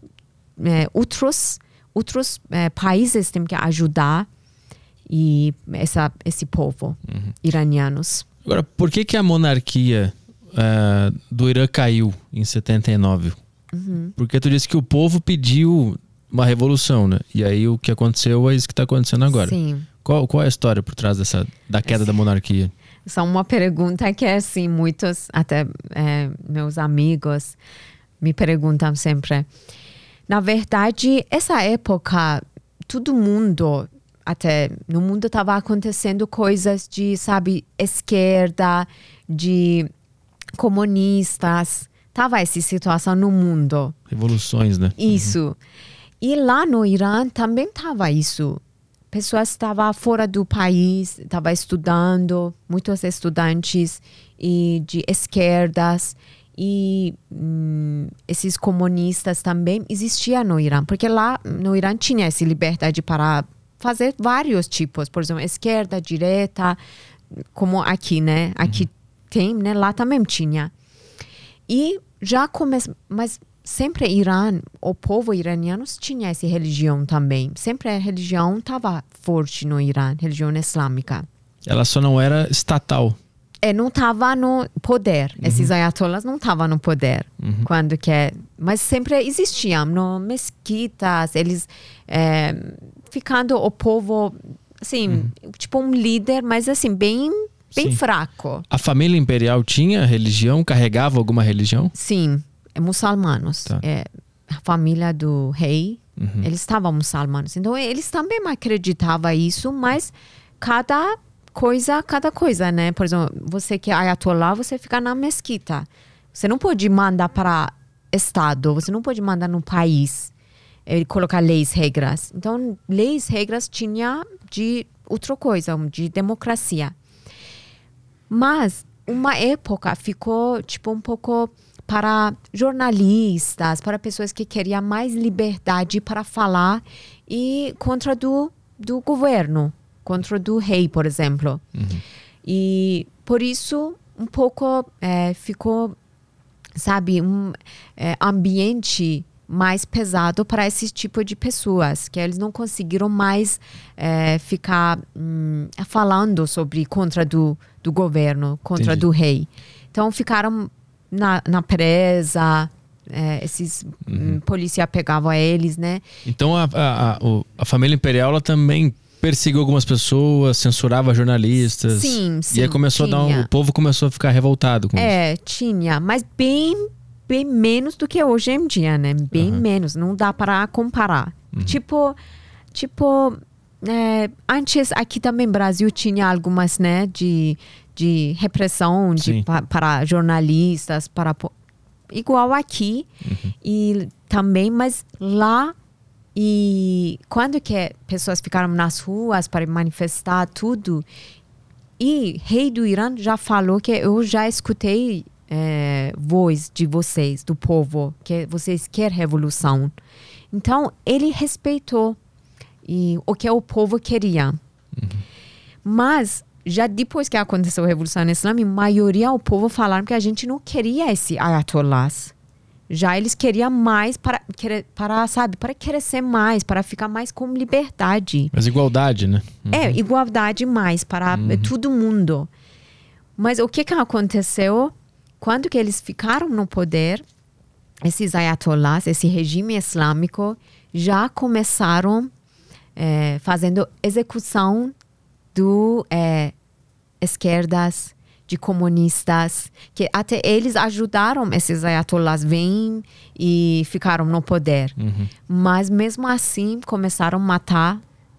outros países têm que ajudar e esse povo iranianos. Agora, por que a monarquia do Irã caiu em 79? Porque tu disse que o povo pediu uma revolução, né? E aí o que aconteceu é isso que está acontecendo agora. Sim. Qual é a história por trás da queda da monarquia? Essa é uma pergunta que assim, muitos, até meus amigos me perguntam sempre. Na verdade, essa época, todo mundo, até no mundo estava acontecendo coisas de, sabe, esquerda, de comunistas. Tava essa situação no mundo. Revoluções, né? Isso. E lá no Irã também tava isso. Pessoas estavam fora do país, estavam estudando, muitos estudantes e de esquerdas. E esses comunistas também existiam no Irã. Porque lá no Irã tinha essa liberdade para fazer vários tipos, por exemplo, esquerda, direita, como aqui, né? Aqui tem, né? Lá também tinha. E já mas sempre Irã, o povo iraniano tinha essa religião também. Sempre a religião estava forte no Irã, religião islâmica. Ela só não era estatal. Não estava no poder. Esses ayatollahs não estavam no poder. Mas sempre existiam no mesquitas, eles ficando o povo assim, tipo um líder, mas assim, bem fraco. A família imperial tinha religião? Carregava alguma religião? Sim, muçulmanos. Tá. A família do rei, eles estavam muçulmanos. Então, eles também acreditavam isso, mas cada coisa, né? Por exemplo, você que é ayatollah, você fica na mesquita. Você não pode mandar para estado, você não pode mandar no país. colocar leis, regras. Então, leis, regras tinha de outra coisa, de democracia. Mas uma época ficou tipo um pouco para jornalistas, para pessoas que queriam mais liberdade para falar e contra do governo, contra do rei, por exemplo. E por isso um pouco ficou, sabe, ambiente mais pesado para esse tipo de pessoas, que eles não conseguiram mais ficar falando sobre contra do governo, contra Entendi. do rei. Então ficaram na presa, esses polícia pegavam eles, né? Então a família imperial ela também perseguiu algumas pessoas, censurava jornalistas. Sim, E aí começou o povo começou a ficar revoltado com isso. Tinha, mas bem menos do que hoje em dia, né? Bem menos, não dá para comparar. Tipo, antes aqui também no Brasil tinha algumas, né, de repressão para jornalistas, igual aqui. E também, mas lá, e quando que pessoas ficaram nas ruas para manifestar tudo, e rei do Irã já falou que eu já escutei voz de vocês, do povo, que vocês querem revolução. Então, ele respeitou o que o povo queria. Mas, já depois que aconteceu a Revolução Islâmica, a maioria do povo falaram que a gente não queria esse ayatollahs. Já eles queriam mais para crescer mais, para ficar mais com liberdade. Mas igualdade, né? Igualdade mais para todo mundo. Mas o que aconteceu? Quando que eles ficaram no poder, esses ayatollahs, esse regime islâmico, já começaram fazendo execução do esquerdas, de comunistas, que até eles ajudaram esses ayatollahs vêm e ficaram no poder. Mas mesmo assim começaram a matar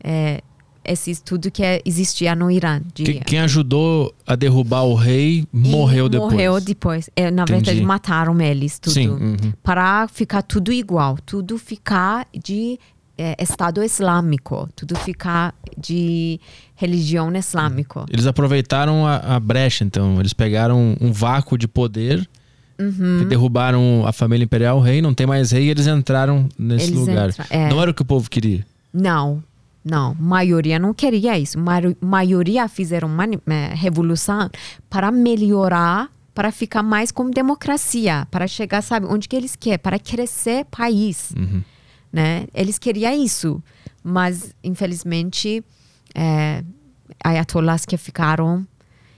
tudo que existia no Irã. Quem ajudou a derrubar o rei morreu depois. Morreu depois. Na verdade, mataram eles tudo. Sim. Para ficar tudo igual. Tudo ficar de Estado Islâmico. Tudo ficar de religião islâmica. Eles aproveitaram a brecha, então. Eles pegaram um vácuo de poder e derrubaram a família imperial, o rei. Não tem mais rei e eles entraram nesse lugar. Não era o que o povo queria? Não, maioria não queria isso. Maioria fizeram uma revolução para melhorar, para ficar mais como democracia, para chegar, sabe, onde que eles querem, para crescer país, né? Eles queriam isso, mas infelizmente ayatollahs que ficaram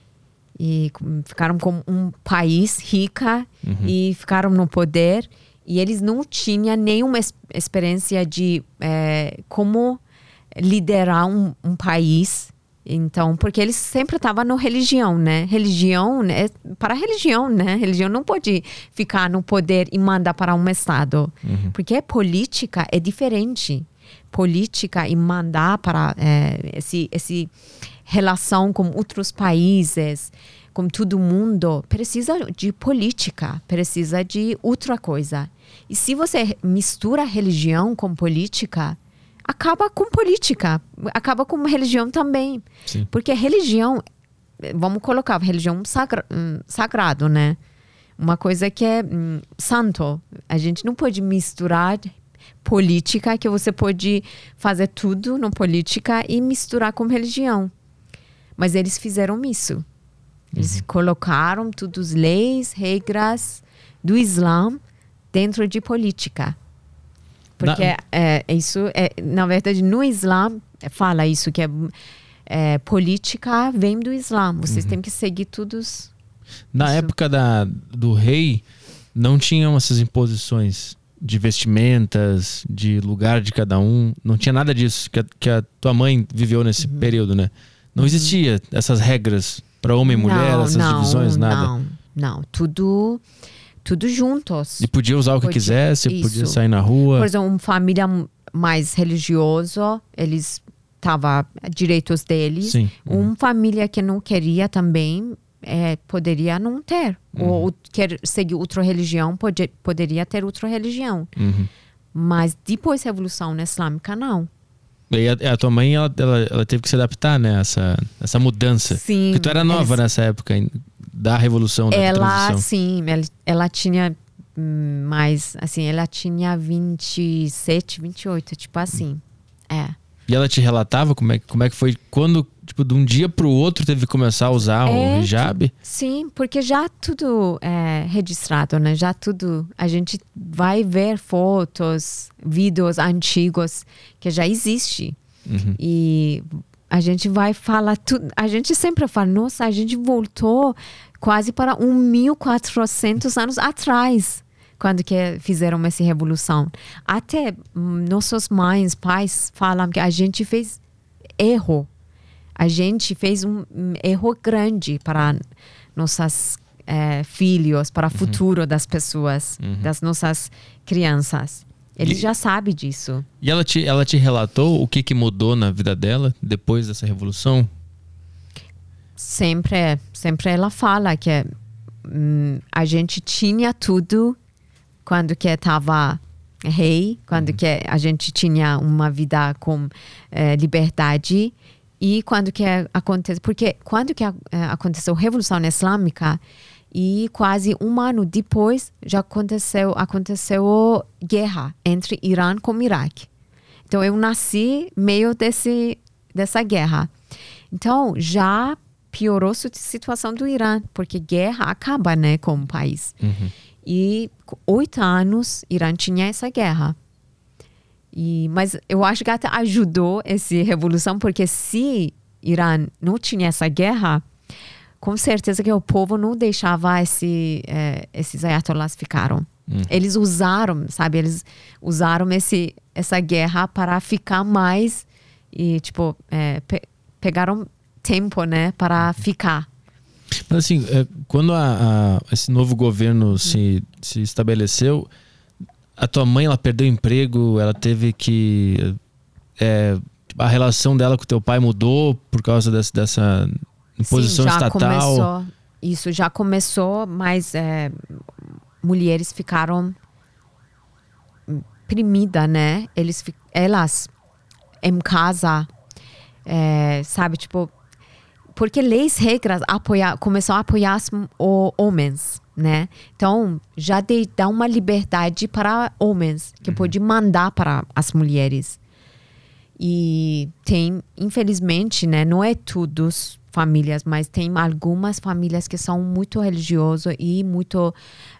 com um país rica e ficaram no poder e eles não tinham nenhuma experiência de como liderar um país. Então, porque eles sempre estavam na religião, né? Religião, né? Para a religião, né? Religião não pode ficar no poder e mandar para um estado. Porque política é diferente. Política e mandar para esse relação com outros países, com todo mundo, precisa de política, precisa de outra coisa. E se você mistura religião com política, acaba com política, acaba com religião também. Sim. Porque religião, vamos colocar religião sagrado, né? Uma coisa que é santo. A gente não pode misturar política, que você pode fazer tudo na política e misturar com religião. Mas eles fizeram isso. Eles colocaram todas as leis, regras do Islã dentro de política. Porque isso na verdade, no Islã, fala isso, que política vem do Islã. Vocês têm que seguir todos. Na época do rei, não tinham essas imposições de vestimentas, de lugar de cada um. Não tinha nada disso que a tua mãe viveu nesse período, né? Não existia essas regras para homem e mulher, essas divisões, nada. Não. Tudo juntos. E podia usar o que quisesse, podia sair na rua. Por exemplo, uma família mais religiosa, eles estavam direitos deles. Sim. Uma família que não queria também poderia não ter. Ou quer seguir outra religião, poderia ter outra religião. Mas depois da Revolução Islâmica, não. E a tua mãe, ela teve que se adaptar, né? Essa mudança. Sim. Porque tu era nova nessa época da Revolução, da transição. Sim, ela tinha mais, assim, ela tinha 27, 28, tipo assim. E ela te relatava como é que foi quando, tipo, de um dia pro outro teve que começar a usar o hijab? Sim, porque já tudo é registrado, né? Já tudo, a gente vai ver fotos, vídeos antigos que já existe. E a gente vai falar tudo, a gente sempre fala, nossa, a gente voltou quase para 1.400 anos atrás, quando que fizeram essa revolução. Até nossos mães, pais falam que a gente fez erro. A gente fez um erro grande para nossos filhos, para o futuro das pessoas, das nossas crianças. Eles já sabem disso. E ela te relatou o que mudou na vida dela depois dessa revolução? Sempre ela fala que a gente tinha tudo quando que estava rei, quando que a gente tinha uma vida com liberdade, e quando que aconteceu, porque quando que aconteceu a Revolução Islâmica, e quase um ano depois já aconteceu guerra entre Irã e Iraque. Então eu nasci meio dessa guerra. Então já piorou a situação do Irã, porque guerra acaba, né, com o país. E 8 anos Irã tinha essa guerra. Mas eu acho que até ajudou essa revolução, porque se Irã não tinha essa guerra, com certeza que o povo não deixava esses ayatollahs ficaram. Eles usaram, sabe? Eles usaram essa guerra para ficar mais e, tipo, pegaram tempo, né, para ficar. Mas assim, quando esse novo governo se estabeleceu, a tua mãe, ela perdeu o emprego, ela teve que... a relação dela com o teu pai mudou por causa dessa imposição estatal? Isso já começou, mas mulheres ficaram oprimidas, né? Elas em casa, sabe, tipo... Porque leis, regras começou a apoiar os homens, né? Então, já dá uma liberdade para homens, que pode mandar para as mulheres. E tem, infelizmente, né? Não é todas famílias, mas tem algumas famílias que são muito religiosas e muito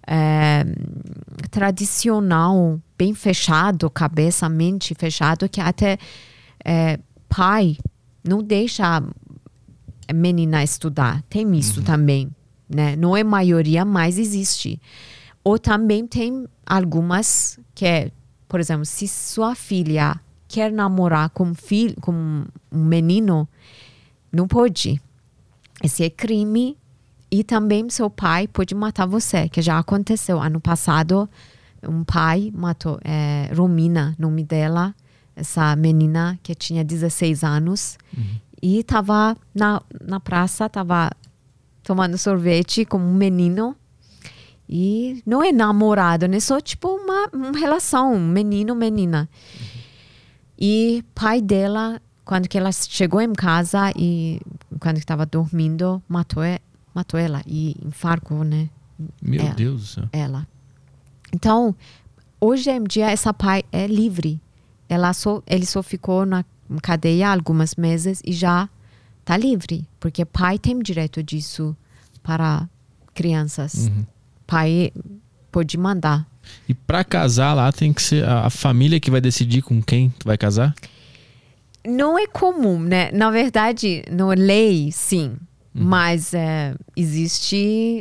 tradicional, bem fechado, cabeça, mente fechado, que até pai não deixa a menina estudar. Tem isso também, né? Não é maioria, mas existe. Ou também tem algumas que, por exemplo, se sua filha quer namorar com um menino, não pode. Esse é crime. E também seu pai pode matar você, que já aconteceu. Ano passado, um pai matou Romina, nome dela, essa menina que tinha 16 anos. E estava na praça, estava tomando sorvete com um menino. E não é namorado, né? Só tipo uma relação, menino, menina. E pai dela, quando que ela chegou em casa e quando estava dormindo, matou ela e infartou, né? Meu Deus do céu. Ela. Então, hoje em dia, essa pai é livre. Ele só ficou na cadeia alguns meses e já está livre. Porque pai tem direito disso para crianças. Pai pode mandar. E para casar lá tem que ser a família que vai decidir com quem tu vai casar? Não é comum, né? Na verdade, na lei, sim. Mas existe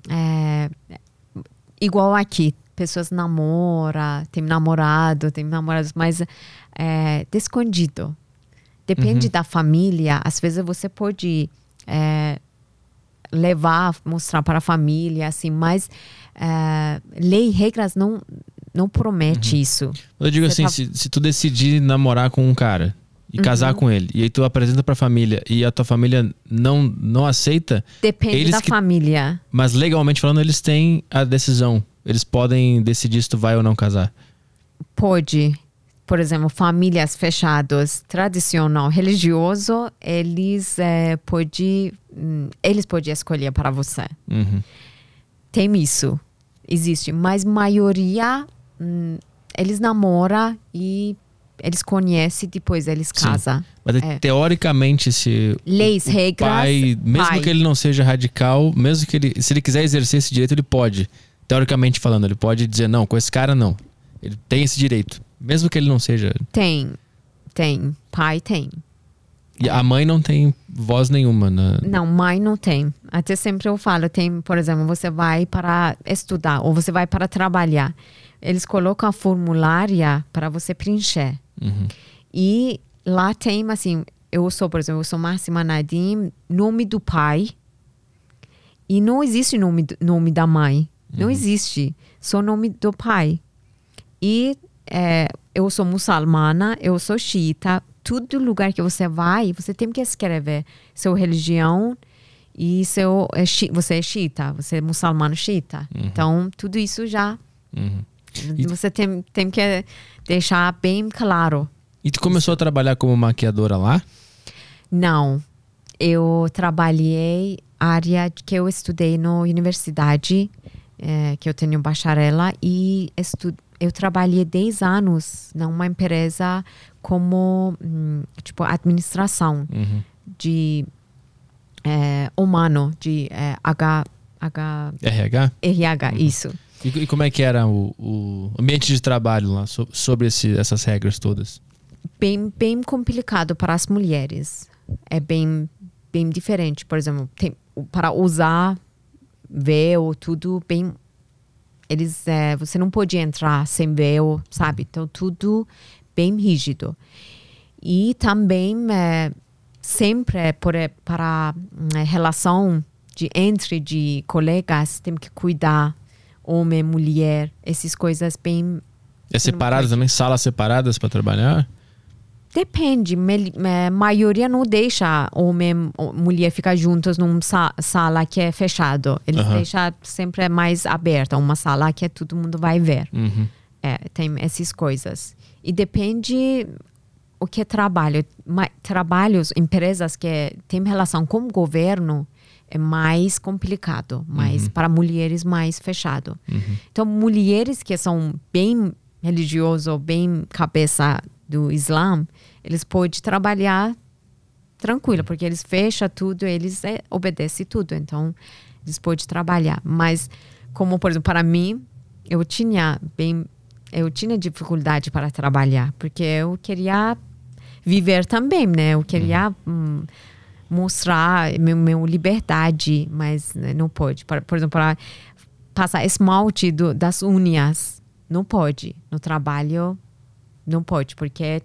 igual aqui. Pessoas namoram, tem namorados, mas escondido. Depende da família. Às vezes você pode mostrar para a família, assim, mas lei e regras não promete isso. Eu digo você assim, se tu decidir namorar com um cara e casar com ele, e aí tu apresenta pra família e a tua família não aceita... Depende da família. Mas legalmente falando, eles têm a decisão. Eles podem decidir se tu vai ou não casar. pode, por exemplo, famílias fechadas, tradicional, religioso, eles podem escolher para você. Tem isso, existe. Mas maioria, eles namoram e eles conhecem, depois eles casam. Mas teoricamente, se leis, o regras, pai, mesmo que ele não seja radical, mesmo que se ele quiser exercer esse direito, ele pode. Teoricamente falando, ele pode dizer, não, com esse cara não. Ele tem esse direito. Mesmo que ele não seja... Tem. Pai tem. E a mãe não tem voz nenhuma, né? Não, mãe não tem. Até sempre eu falo, tem, por exemplo, você vai para estudar ou você vai para trabalhar. Eles colocam a formulária para você preencher. E lá tem, assim, por exemplo, eu sou Máxima Nadim, nome do pai. E não existe nome da mãe. Não existe. Só nome do pai. E eu sou muçulmana, eu sou xiita. Todo lugar que você vai, você tem que escrever sua religião e você é xiita, você é muçulmano xiita. Então, tudo isso já... Você tem que deixar bem claro. E tu começou a trabalhar como maquiadora lá? Não. Eu trabalhei área que eu estudei na universidade, que eu tenho bacharela, e eu trabalhei 10 anos numa empresa como tipo administração de humano, de RH? RH, isso. E como é que era o ambiente de trabalho lá, sobre essas regras todas? Bem complicado para as mulheres. É bem diferente. Por exemplo, para usar véu, tudo bem... você não pode entrar sem véu, sabe? Então, tudo bem rígido. E também, sempre para relação entre colegas, tem que cuidar, homem, mulher, essas coisas bem... separado também? Salas separadas para trabalhar? Depende. Maioria não deixa homem e mulher ficar juntos numa sala que é fechado. Eles deixam sempre mais aberta. Uma sala que todo mundo vai ver. Tem essas coisas. E depende o que é trabalho. Trabalhos, empresas que têm relação com o governo é mais complicado. Mas para mulheres mais fechado. Então, mulheres que são bem religiosas, bem cabeça do Islã, eles podem trabalhar tranquilo, porque eles fecham tudo, eles obedecem tudo, então eles podem trabalhar. Mas, como por exemplo, para mim, eu tinha dificuldade para trabalhar, porque eu queria viver também, né? Eu queria mostrar minha liberdade, mas não pode. Por exemplo, para passar esmalte das unhas, não pode. No trabalho, não pode, porque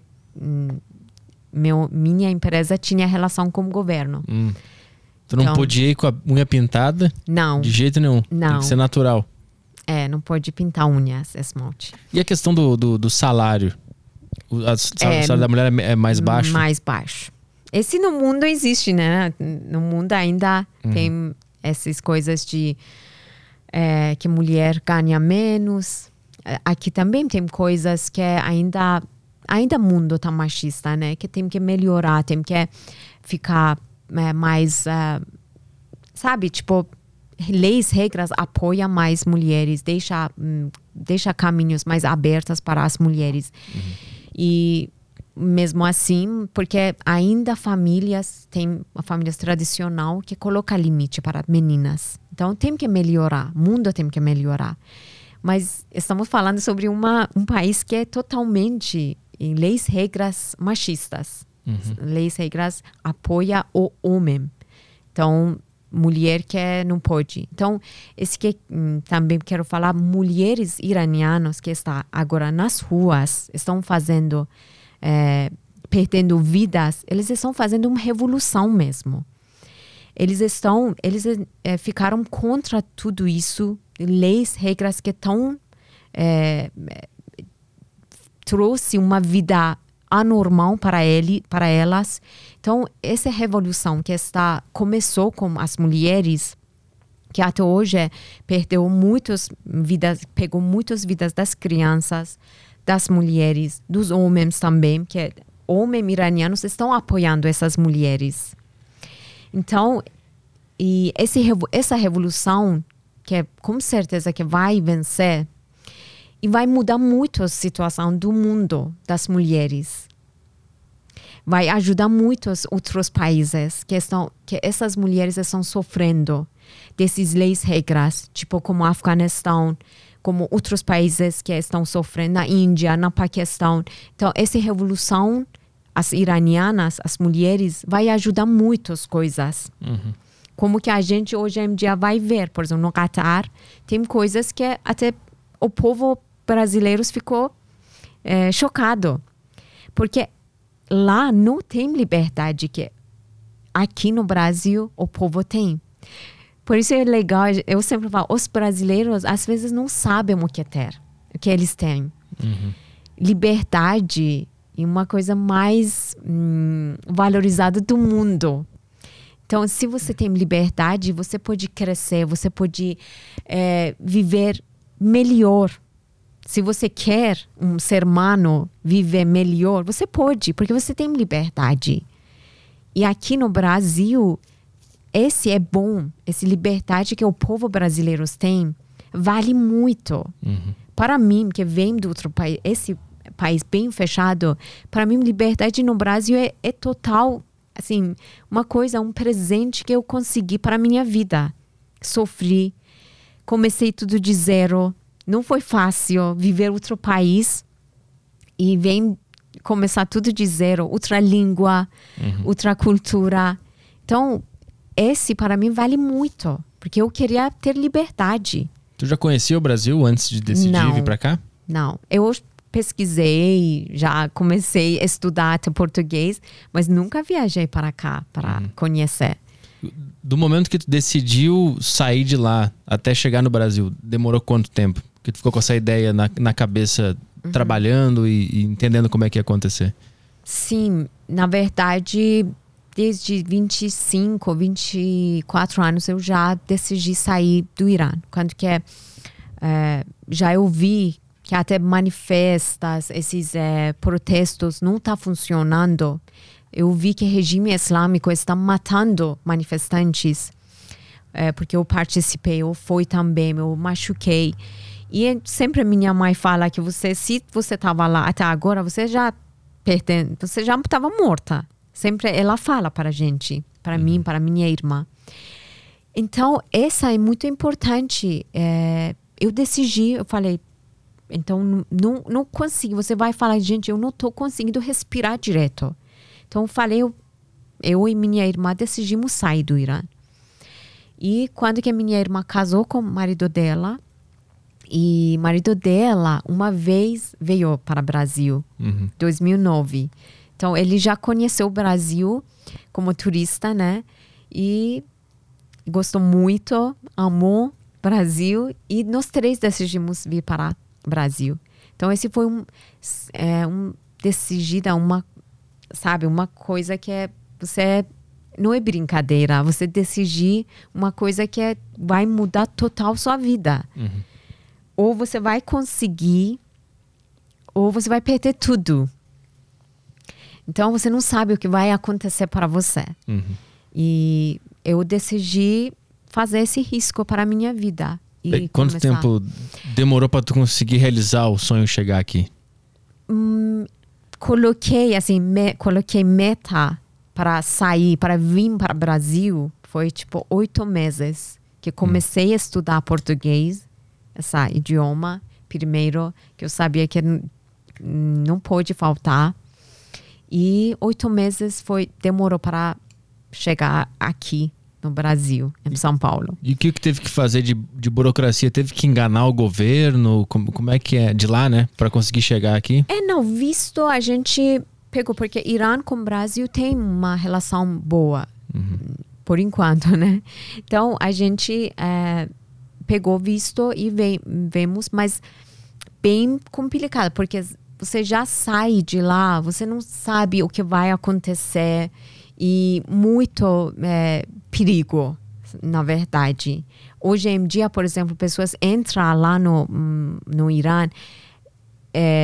minha empresa tinha relação com o governo. Tu não podia ir com a unha pintada? Não. De jeito nenhum? Não. Tem que ser natural? Não pode pintar unhas, esmalte. E a questão do salário? O salário da mulher é mais baixo? Mais baixo. Esse no mundo existe, né? No mundo ainda tem essas coisas de que mulher ganha menos. Aqui também tem coisas que ainda o mundo tá machista, né? Que tem que melhorar, tem que ficar mais, sabe? Tipo, leis, regras apoiam mais mulheres, deixa caminhos mais abertos para as mulheres. E mesmo assim, porque ainda famílias tradicional que coloca limite para meninas. Então tem que melhorar, o mundo tem que melhorar. Mas estamos falando sobre um país que é totalmente em leis, regras machistas. Leis, regras apoia o homem. Então, mulher que não pode. Então, esse que também quero falar, mulheres iranianas que estão agora nas ruas, estão fazendo, perdendo vidas, eles estão fazendo uma revolução mesmo. Eles ficaram contra tudo isso, leis, regras que estão trouxe uma vida anormal para elas. Então, essa revolução que começou com as mulheres, que até hoje pegou muitas vidas das crianças, das mulheres, dos homens também, que homens iranianos estão apoiando essas mulheres. Então, e essa revolução, que com certeza que vai vencer, e vai mudar muito a situação do mundo das mulheres. Vai ajudar muito os outros países que essas mulheres estão sofrendo dessas leis regras, tipo como o Afeganistão, como outros países que estão sofrendo, na Índia, no Paquistão. Então, essa revolução, as iranianas, as mulheres, vai ajudar muitas coisas. Como que a gente hoje em dia vai ver, por exemplo, no Catar, tem coisas que até o povo brasileiro ficou chocado. Porque lá não tem liberdade que aqui no Brasil o povo tem. Por isso é legal, eu sempre falo, os brasileiros às vezes não sabem o que eles têm. Liberdade é uma coisa mais valorizada do mundo. Então, se você tem liberdade, você pode crescer, você pode viver melhor. Se você quer um ser humano viver melhor, você pode, porque você tem liberdade. E aqui no Brasil, esse é bom, essa liberdade que o povo brasileiro tem, vale muito. Para mim, que vem de outro país, esse país bem fechado, para mim, liberdade no Brasil é total, assim, uma coisa, um presente que eu consegui para a minha vida. Sofri, comecei tudo de zero, não foi fácil viver outro país e vem começar tudo de zero, outra língua, outra cultura. Então, esse para mim vale muito, porque eu queria ter liberdade. Tu já conhecia o Brasil antes de decidir vir para cá? Não, eu pesquisei, já comecei a estudar até português, mas nunca viajei para cá para conhecer. Do momento que tu decidiu sair de lá até chegar no Brasil, demorou quanto tempo? Que tu ficou com essa ideia na cabeça, trabalhando e entendendo como é que ia acontecer? Sim, na verdade, desde 25, 24 anos eu já decidi sair do Irã. Quando que já eu vi que até manifestas, esses protestos não estão funcionando. Eu vi que o regime islâmico está matando manifestantes. Porque eu participei, eu fui também, eu machuquei. E sempre minha mãe fala que se você estava lá até agora, você já estava morta. Sempre ela fala para a gente, para mim, para minha irmã. Então, essa é muito importante. Eu decidi, eu falei, então não consigo. Você vai falar, gente, eu não estou conseguindo respirar direto. Então, eu falei, eu e minha irmã decidimos sair do Irã. E quando que minha irmã casou com o marido dela, e o marido dela, uma vez, veio para o Brasil, 2009. Então, ele já conheceu o Brasil como turista, né? E gostou muito, amou o Brasil. E nós três decidimos vir para o Brasil. Então, esse foi uma coisa que não é brincadeira. Você decidir uma coisa que vai mudar total sua vida. Ou você vai conseguir, ou você vai perder tudo. Então, você não sabe o que vai acontecer para você. E eu decidi fazer esse risco para a minha vida. E quanto tempo demorou para tu conseguir realizar o sonho chegar aqui? Coloquei meta para sair, para vir para o Brasil. Foi 8 meses que comecei a estudar português, esse idioma, primeiro, que eu sabia que não pode faltar. E 8 meses demorou para chegar aqui no Brasil, em São Paulo. E o que teve que fazer de burocracia? Teve que enganar o governo? Como é que é de lá, né? Para conseguir chegar aqui? Visto a gente pegou, porque Irã com o Brasil tem uma relação boa, por enquanto, né? Então, a gente pegou visto e vemos, mas bem complicado, porque você já sai de lá, você não sabe o que vai acontecer e muito perigo, na verdade. Hoje em dia, por exemplo, pessoas entram lá no Irã,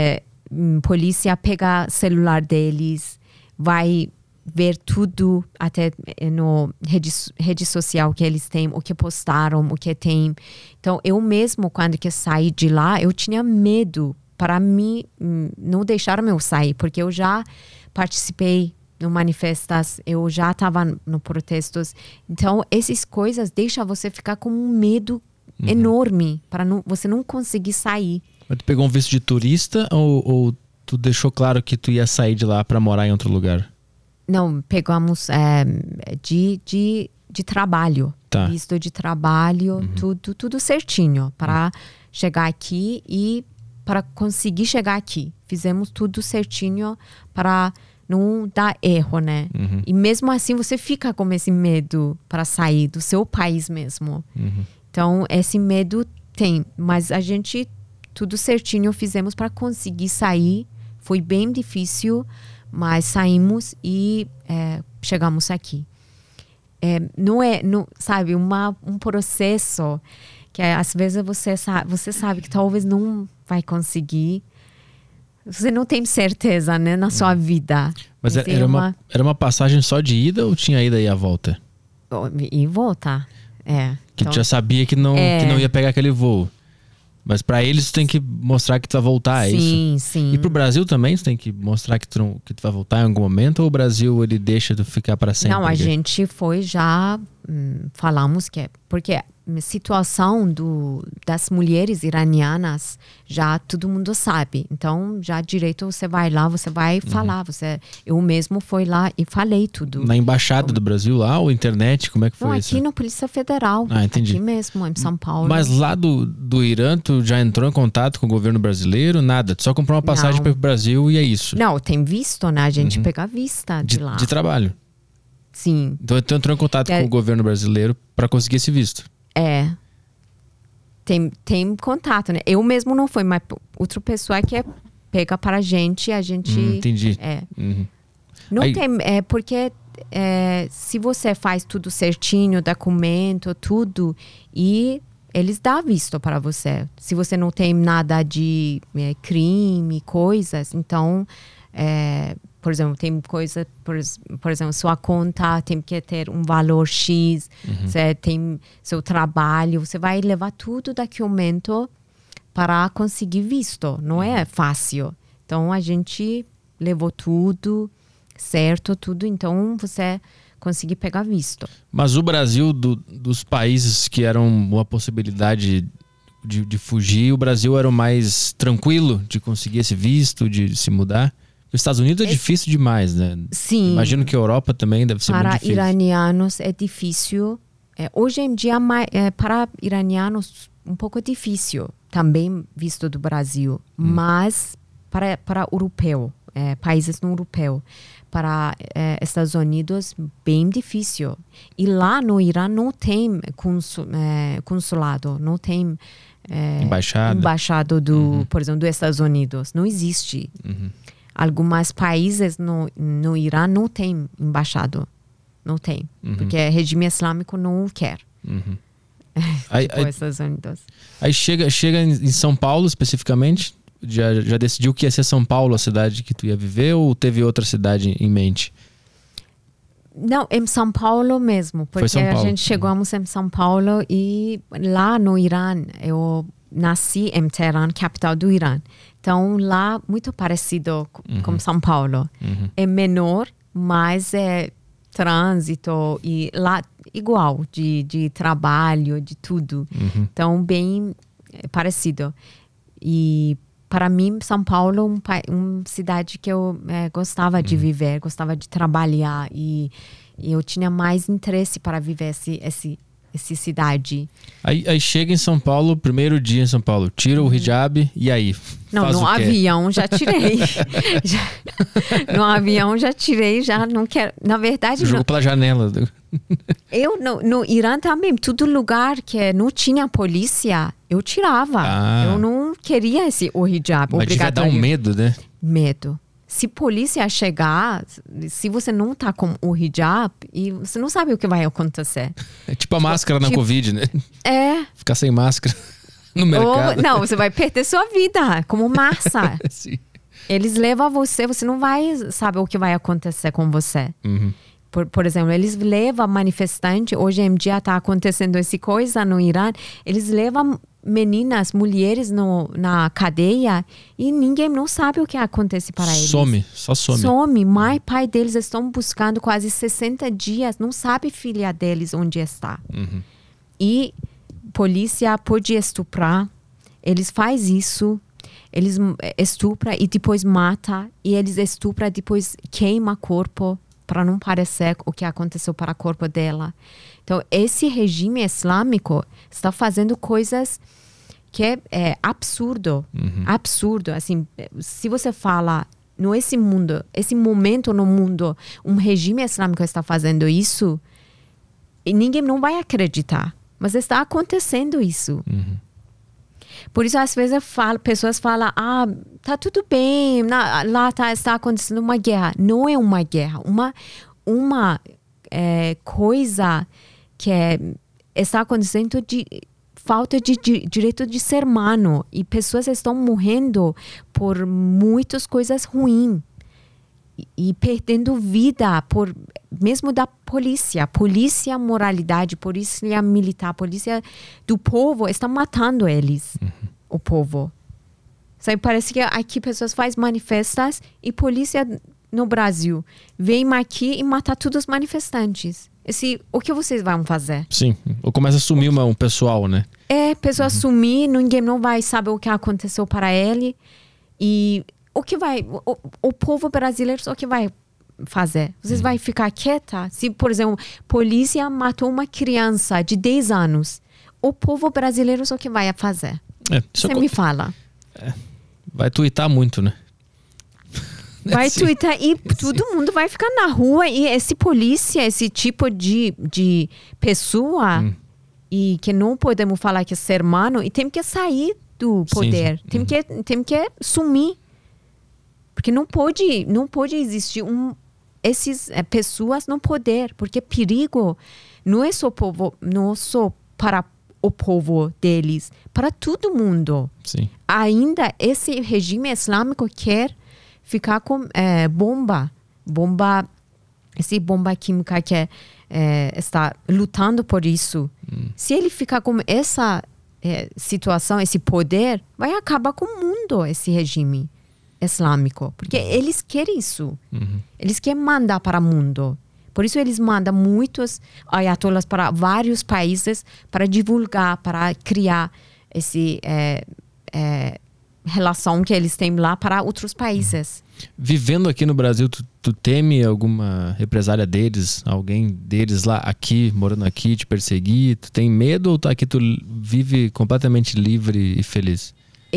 polícia pega celular deles, vai ver tudo, até no rede social que eles têm, o que postaram, o que tem. Então, eu mesmo, quando que saí de lá, eu tinha medo para mim não deixar eu sair, porque eu já participei no manifestas, eu já estava no protestos. Então, essas coisas deixam você ficar com um medo enorme para você não conseguir sair. Mas tu pegou um visto de turista ou tu deixou claro que tu ia sair de lá para morar em outro lugar? Não, pegamos de trabalho. Tá. Visto de trabalho, tudo certinho para chegar aqui e para conseguir chegar aqui. Fizemos tudo certinho para não dar erro, né? E mesmo assim você fica com esse medo para sair do seu país mesmo. Então, esse medo tem. Mas a gente, tudo certinho fizemos para conseguir sair. Foi bem difícil, mas saímos e chegamos aqui. Sabe, um processo que às vezes você sabe que talvez não vai conseguir. Você não tem certeza, né, na sua vida. Mas era uma passagem só de ida ou tinha ida e a volta? E volta, Que tu já sabia que não ia pegar aquele voo. Mas para eles tu tem que mostrar que tu vai voltar, é isso? Sim. E pro Brasil também tu tem que mostrar que tu vai voltar em algum momento, ou o Brasil ele deixa tu ficar para sempre? Não, a gente foi já, falamos que porque a situação das mulheres iranianas já todo mundo sabe. Então já direito você vai lá, você vai falar. Eu mesmo fui lá e falei tudo. Na embaixada do Brasil lá, ou internet, como é que foi isso? Aqui na Polícia Federal, entendi. aqui mesmo, em São Paulo. Mas lá do Irã, tu já entrou em contato com o governo brasileiro? Nada, tu só comprou uma passagem para o Brasil e é isso? Não, tem visto, né? A gente pega a vista de lá. De trabalho? Sim. Então tu entrou em contato com o governo brasileiro para conseguir esse visto? Tem contato, né? Eu mesmo não fui, mas outra pessoa que pega para a gente entendi. Não tem, porque se você faz tudo certinho, documento, tudo, e eles dão visto para você. Se você não tem nada de crime, coisas, então, por exemplo, tem coisa, por exemplo, sua conta tem que ter um valor X, você tem seu trabalho, você vai levar tudo documento para conseguir visto. Não é fácil. Então, a gente levou tudo certo, tudo. Então, você conseguir pegar visto. Mas o Brasil, dos países que eram uma possibilidade de fugir, o Brasil era o mais tranquilo de conseguir esse visto, de se mudar? Os Estados Unidos é difícil demais, né? Sim. Imagino que a Europa também deve ser muito difícil. Para iranianos é difícil. Hoje em dia, para iranianos, um pouco difícil. Também visto do Brasil. Mas para europeu, países não europeus, para Estados Unidos, bem difícil. E lá no Irã não tem consulado, não tem embaixada por exemplo, dos Estados Unidos. Não existe. Alguns países no Irã não tem embaixada. Não tem. Porque o regime islâmico não quer. Estados Unidos. Aí chega em São Paulo, especificamente? Já decidiu que ia ser São Paulo a cidade que tu ia viver, ou teve outra cidade em mente? Não, em São Paulo mesmo. Porque a gente chegamos em São Paulo e lá no Irã, eu nasci em Teherã, capital do Irã. Então, lá, muito parecido com São Paulo. É menor, mas é trânsito e lá igual, de trabalho, de tudo. Então, bem parecido. E para mim, São Paulo é uma cidade que eu gostava de viver, gostava de trabalhar. E eu tinha mais interesse para viver essa cidade. Aí chega em São Paulo, primeiro dia em São Paulo, tira o hijab e aí? Não, no avião já tirei. No avião já tirei, já não quero. Na verdade, jogou pela janela. Eu no Irã também, todo lugar que não tinha polícia, eu tirava. Eu não queria o hijab. Mas devia dar um medo, né? Medo. Se polícia chegar, se você não tá com o hijab, e você não sabe o que vai acontecer. É tipo a máscara na Covid, né? Ficar sem máscara no mercado. Não, você vai perder sua vida como massa. Sim. Eles levam você não vai saber o que vai acontecer com você. Por exemplo, eles levam manifestante, hoje em dia está acontecendo essa coisa no Irã, eles levam meninas, mulheres na cadeia e ninguém não sabe o que acontece para eles. Só some. Some. Mãe e pai deles estão buscando quase 60 dias, não sabe filha deles onde está. E polícia pode estuprar, eles fazem isso, eles estupram e depois mata, e eles estupram depois queima o corpo para não parecer o que aconteceu para o corpo dela. Então, esse regime islâmico está fazendo coisas que é absurdo. Absurdo. Assim, se você fala, esse momento no mundo, um regime islâmico está fazendo isso, e ninguém não vai acreditar. Mas está acontecendo isso. Por isso, às vezes, pessoas falam, tá tudo bem, lá está acontecendo uma guerra. Não é uma guerra. Uma coisa que está acontecendo de falta de direito de ser humano. E pessoas estão morrendo por muitas coisas ruins. E perdendo vida mesmo da polícia. Polícia moralidade, polícia militar, polícia do povo está matando eles, o povo. Sabe, parece que aqui pessoas fazem manifestas e polícia no Brasil vem aqui e mata todos os manifestantes. O que vocês vão fazer? Sim, ou começa a sumir um pessoal, né? Pessoas sumir, ninguém não vai saber o que aconteceu para ele. E o que vai... O povo brasileiro, o que vai fazer? Vocês vão ficar quieta? Se, por exemplo, polícia matou uma criança de 10 anos, o povo brasileiro, o que vai fazer? Você me fala. Vai tuitar muito, né? Vai tuitar e todo mundo vai ficar na rua. E esse polícia, esse tipo de pessoa, e que não podemos falar que é ser humano, e tem que sair do poder. Sim. Tem que sumir. Porque não pode existir essas pessoas no poder, porque perigo não é só para o povo deles, para todo mundo. Sim. Ainda esse regime islâmico quer ficar com bomba química que está lutando por isso. Se ele ficar com essa situação, esse poder, vai acabar com o mundo, esse regime islâmico, porque eles querem isso. Eles querem mandar para o mundo. Por isso eles mandam muitos ayatollahs para vários países para divulgar, para criar essa relação que eles têm lá para outros países. Vivendo aqui no Brasil, tu teme alguma represália deles? Alguém deles lá, aqui, morando aqui, te perseguir? Tu tem medo ou aqui tu vive completamente livre e feliz?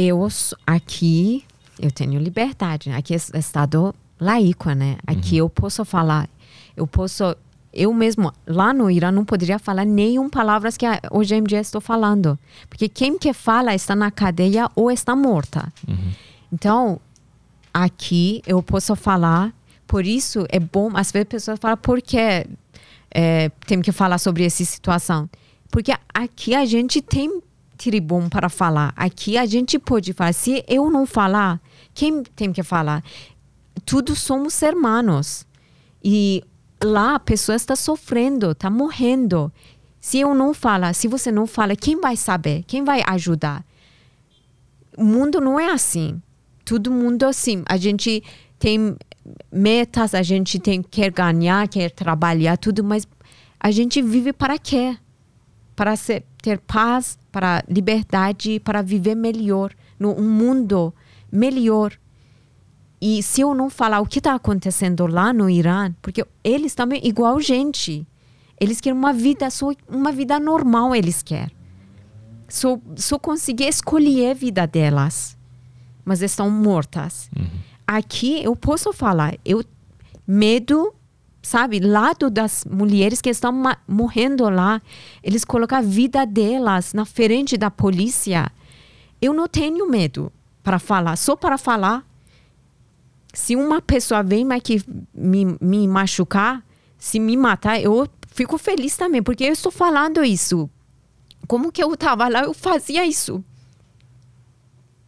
Eu tenho liberdade. Aqui é estado laico, né? Aqui eu posso falar, eu mesmo, lá no Irã, não poderia falar nenhuma palavra que hoje em dia estou falando. Porque quem que fala está na cadeia ou está morta. Então, aqui eu posso falar, por isso é bom, às vezes as pessoas falam, por que tem que falar sobre essa situação? Porque aqui a gente tem tribuna para falar. Aqui a gente pode falar. Se eu não falar, quem tem que falar? Todos somos irmãos. E lá a pessoa está sofrendo, está morrendo. Se eu não falar, se você não fala, quem vai saber? Quem vai ajudar? O mundo não é assim. Todo mundo assim. A gente tem metas, a gente quer ganhar, quer trabalhar, tudo, mas a gente vive para quê? Para ter paz, para liberdade, para viver melhor, num mundo melhor. E se eu não falar o que está acontecendo lá no Irã, porque eles também, igual gente, eles querem uma vida normal, eles querem. Só conseguir escolher a vida delas, mas estão mortas. Aqui eu posso falar, medo, sabe, lado das mulheres que estão morrendo lá, eles colocam a vida delas na frente da polícia. Eu não tenho medo para falar, só para falar. Se uma pessoa vem aqui me machucar, se me matar, eu fico feliz também, porque eu estou falando isso. Como que eu estava lá, eu fazia isso.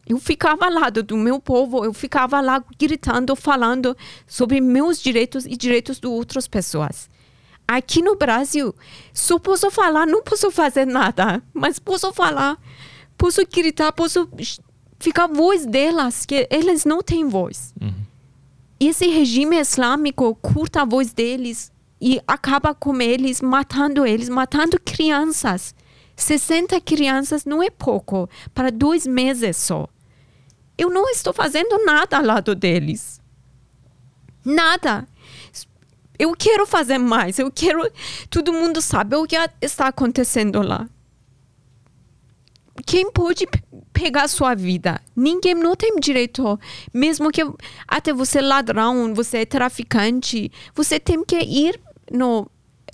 Eu ficava lá do meu povo, eu ficava lá gritando, falando sobre meus direitos e direitos de outras pessoas. Aqui no Brasil, só posso falar, não posso fazer nada, mas posso falar, posso gritar, posso ficar a voz delas, que eles não têm voz. Esse regime islâmico curta a voz deles e acaba com eles, matando crianças. 60 crianças não é pouco, para 2 meses só. Eu não estou fazendo nada ao lado deles. Nada. Eu quero fazer mais. Eu quero... Todo mundo sabe o que está acontecendo lá. Quem pode pegar sua vida? Ninguém não tem direito. Mesmo que até você é ladrão, você é traficante, você tem que ir no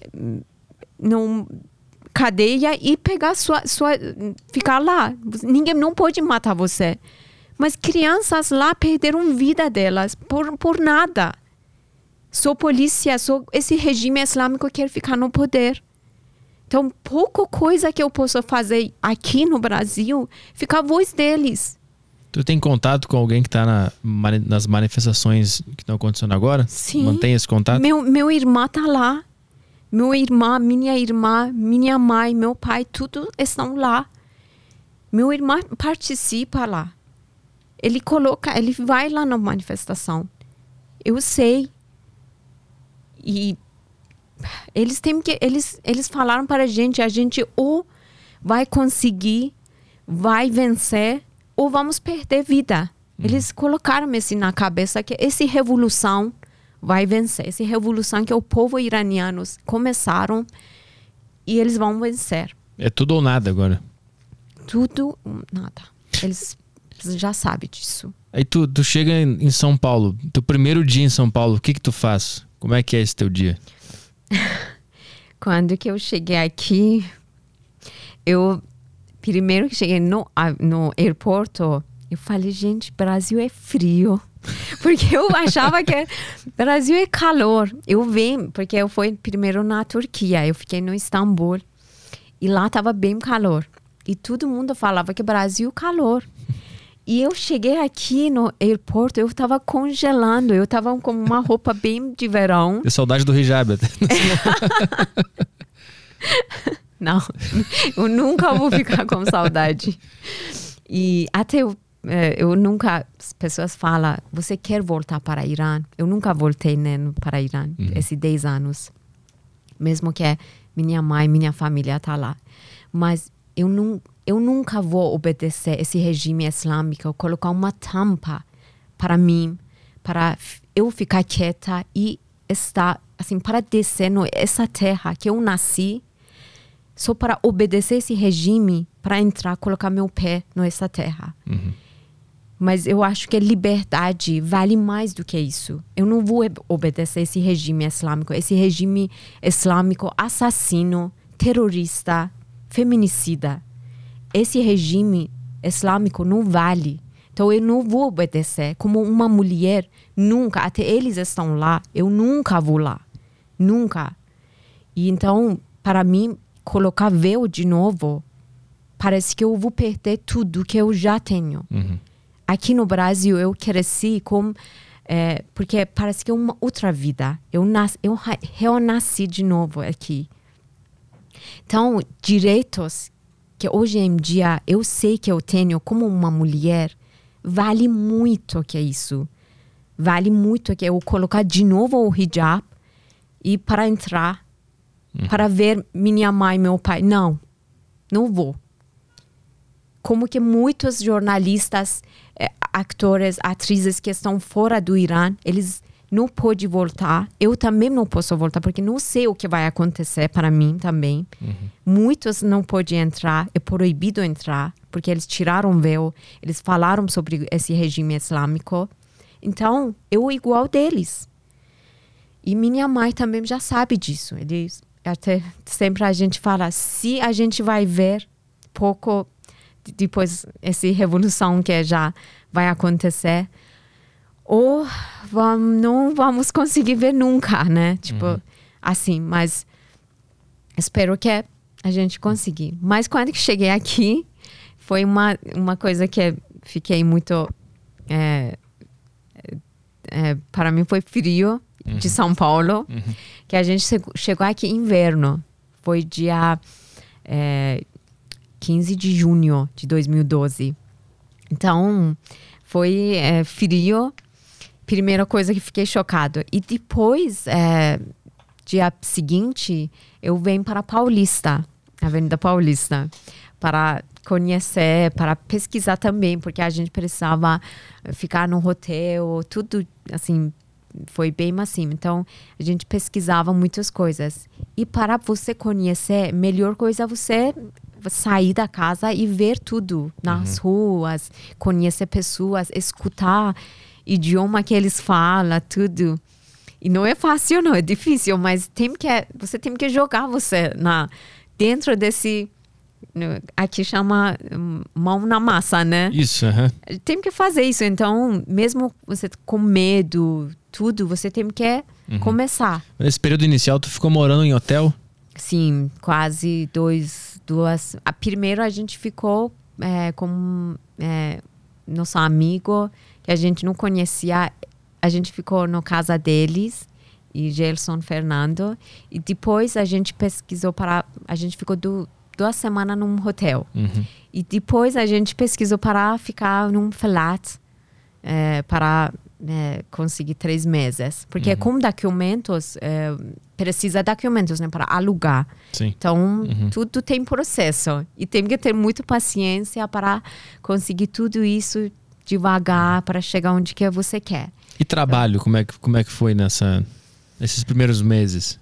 cadeia e pegar ficar lá. Ninguém não pode matar você. Mas crianças lá perderam vida delas por nada. Só polícia, só esse regime islâmico quer ficar no poder. Então, pouca coisa que eu posso fazer aqui no Brasil, fica a voz deles. Tu tem contato com alguém que está nas manifestações que estão acontecendo agora? Sim. Mantém esse contato? Meu irmão está lá. Minha irmã, minha mãe, meu pai, tudo estão lá. Meu irmão participa lá. Ele vai lá na manifestação. Eu sei. E eles falaram para a gente ou vai conseguir, vai vencer, ou vamos perder vida. Eles colocaram isso na cabeça, que essa revolução vai vencer. Essa revolução que o povo iraniano começaram e eles vão vencer. É tudo ou nada agora? Tudo ou nada. Eles já sabem disso. Aí tu chega em São Paulo, teu primeiro dia em São Paulo, o que tu faz? Como é que é esse teu dia? Quando que eu cheguei aqui, primeiro que cheguei no aeroporto, eu falei, gente, Brasil é frio. Porque eu achava que Brasil é calor. Porque eu fui primeiro na Turquia, eu fiquei no Istambul. E lá estava bem calor. E todo mundo falava que Brasil é calor. E eu cheguei aqui no aeroporto, eu estava congelando. Eu estava com uma roupa bem de verão. É saudade do hijab. Não, eu nunca vou ficar com saudade. E até eu nunca... As pessoas falam, você quer voltar para o Irã? Eu nunca voltei para o Irã, esses 10 anos. Mesmo que minha mãe, minha família está lá. Mas eu nunca vou obedecer esse regime islâmico, colocar uma tampa para mim, para eu ficar quieta e estar, assim, para descer nessa terra que eu nasci, só para obedecer esse regime, para entrar, colocar meu pé nessa terra. Mas eu acho que a liberdade vale mais do que isso. Eu não vou obedecer esse regime islâmico assassino, terrorista, feminicida. Esse regime islâmico não vale. Então eu não vou obedecer. Como uma mulher, nunca, até eles estão lá, eu nunca vou lá. Nunca. E então, para mim, colocar véu de novo, parece que eu vou perder tudo que eu já tenho. Aqui no Brasil, eu cresci com... porque parece que é uma outra vida. Eu renasci de novo aqui. Então, direitos que hoje em dia eu sei que eu tenho como uma mulher, vale muito que isso. Vale muito que eu colocar de novo o hijab e para entrar, para ver minha mãe e meu pai. Não vou. Como que muitos jornalistas, atores, atrizes que estão fora do Irã, eles não podem voltar. Eu também não posso voltar, porque não sei o que vai acontecer para mim também. Muitos não podem entrar, é proibido entrar, porque eles tiraram o véu, eles falaram sobre esse regime islâmico. Então, eu igual deles. E minha mãe também já sabe disso. Eles, até sempre a gente fala, se a gente vai ver pouco depois essa revolução que já vai acontecer, ou não vamos conseguir ver nunca, né? Tipo, assim, mas espero que a gente consiga. Mas quando cheguei aqui, foi uma coisa que fiquei muito... para mim foi frio de São Paulo, que a gente chegou aqui inverno. Foi dia 15 de junho de 2012. Então, foi frio. Primeira coisa que fiquei chocado. E depois, dia seguinte, eu venho para Paulista, Avenida Paulista, para conhecer, para pesquisar também, porque a gente precisava ficar no hotel, tudo assim, foi bem assim. Então, a gente pesquisava muitas coisas. E para você conhecer, melhor coisa é você sair da casa e ver tudo nas ruas, conhecer pessoas, escutar idioma que eles falam, tudo. E não é fácil, não, é difícil, mas você tem que jogar você dentro desse, aqui chama mão na massa, né? Isso, Tem que fazer isso, então, mesmo você com medo, tudo, você tem que começar. Nesse período inicial, tu ficou morando em hotel? Sim, quase duas. Primeiro a gente ficou com nosso amigo, que a gente não conhecia. A gente ficou na casa deles, e Gelson Fernando. E depois a gente pesquisou a gente ficou 2 semanas num hotel. E depois a gente pesquisou para ficar num flat, para conseguir 3 meses. Porque com documentos, precisa de documentos, né, para alugar. Sim. Então, tudo tem processo. E tem que ter muita paciência para conseguir tudo isso devagar, para chegar onde que você quer. E trabalho, como é que foi nesses primeiros meses?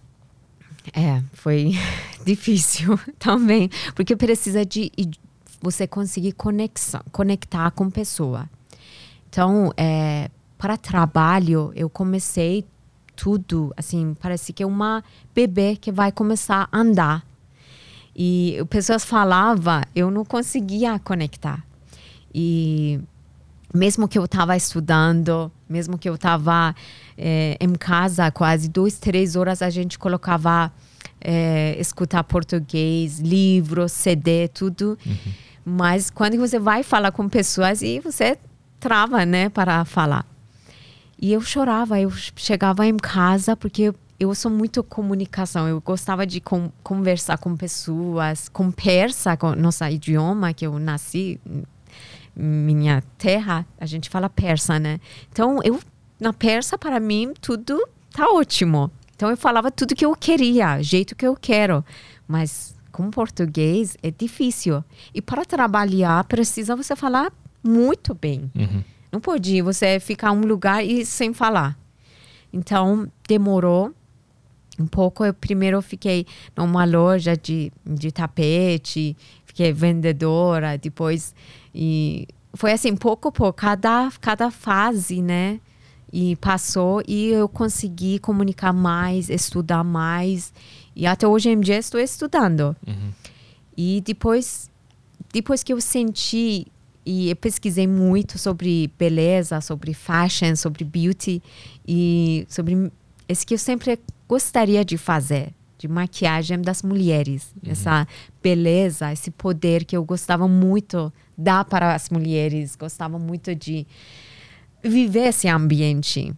Foi difícil também, porque precisa de você conseguir conectar com pessoa. Então, para trabalho, eu comecei tudo, assim, parece que é uma bebê que vai começar a andar. E pessoas falavam, eu não conseguia conectar. E mesmo que eu estava estudando, mesmo que eu estava em casa, quase 2, 3 horas, a gente colocava escutar português, livros, CD, tudo. Mas quando você vai falar com pessoas, e você trava, né, para falar. E eu chorava, eu chegava em casa, porque eu sou muito comunicação, eu gostava de conversar com pessoas, com persa, com nosso idioma, que eu nasci, minha terra, a gente fala persa, né? Então, na persa, para mim, tudo tá ótimo. Então, eu falava tudo que eu queria, jeito que eu quero. Mas, com português, é difícil. E para trabalhar, precisa você falar muito bem. Não pode você ficar em um lugar e sem falar. Então, demorou um pouco. Eu primeiro fiquei numa loja de tapete, fiquei vendedora, depois... E foi assim, pouco a pouco, cada fase, né? E passou e eu consegui comunicar mais, estudar mais. E até hoje em dia estou estudando. E depois que eu senti... E eu pesquisei muito sobre beleza, sobre fashion, sobre beauty. E sobre isso que eu sempre gostaria de fazer. De maquiagem das mulheres. Essa beleza, esse poder que eu gostava muito dar para as mulheres. Gostava muito de viver esse ambiente.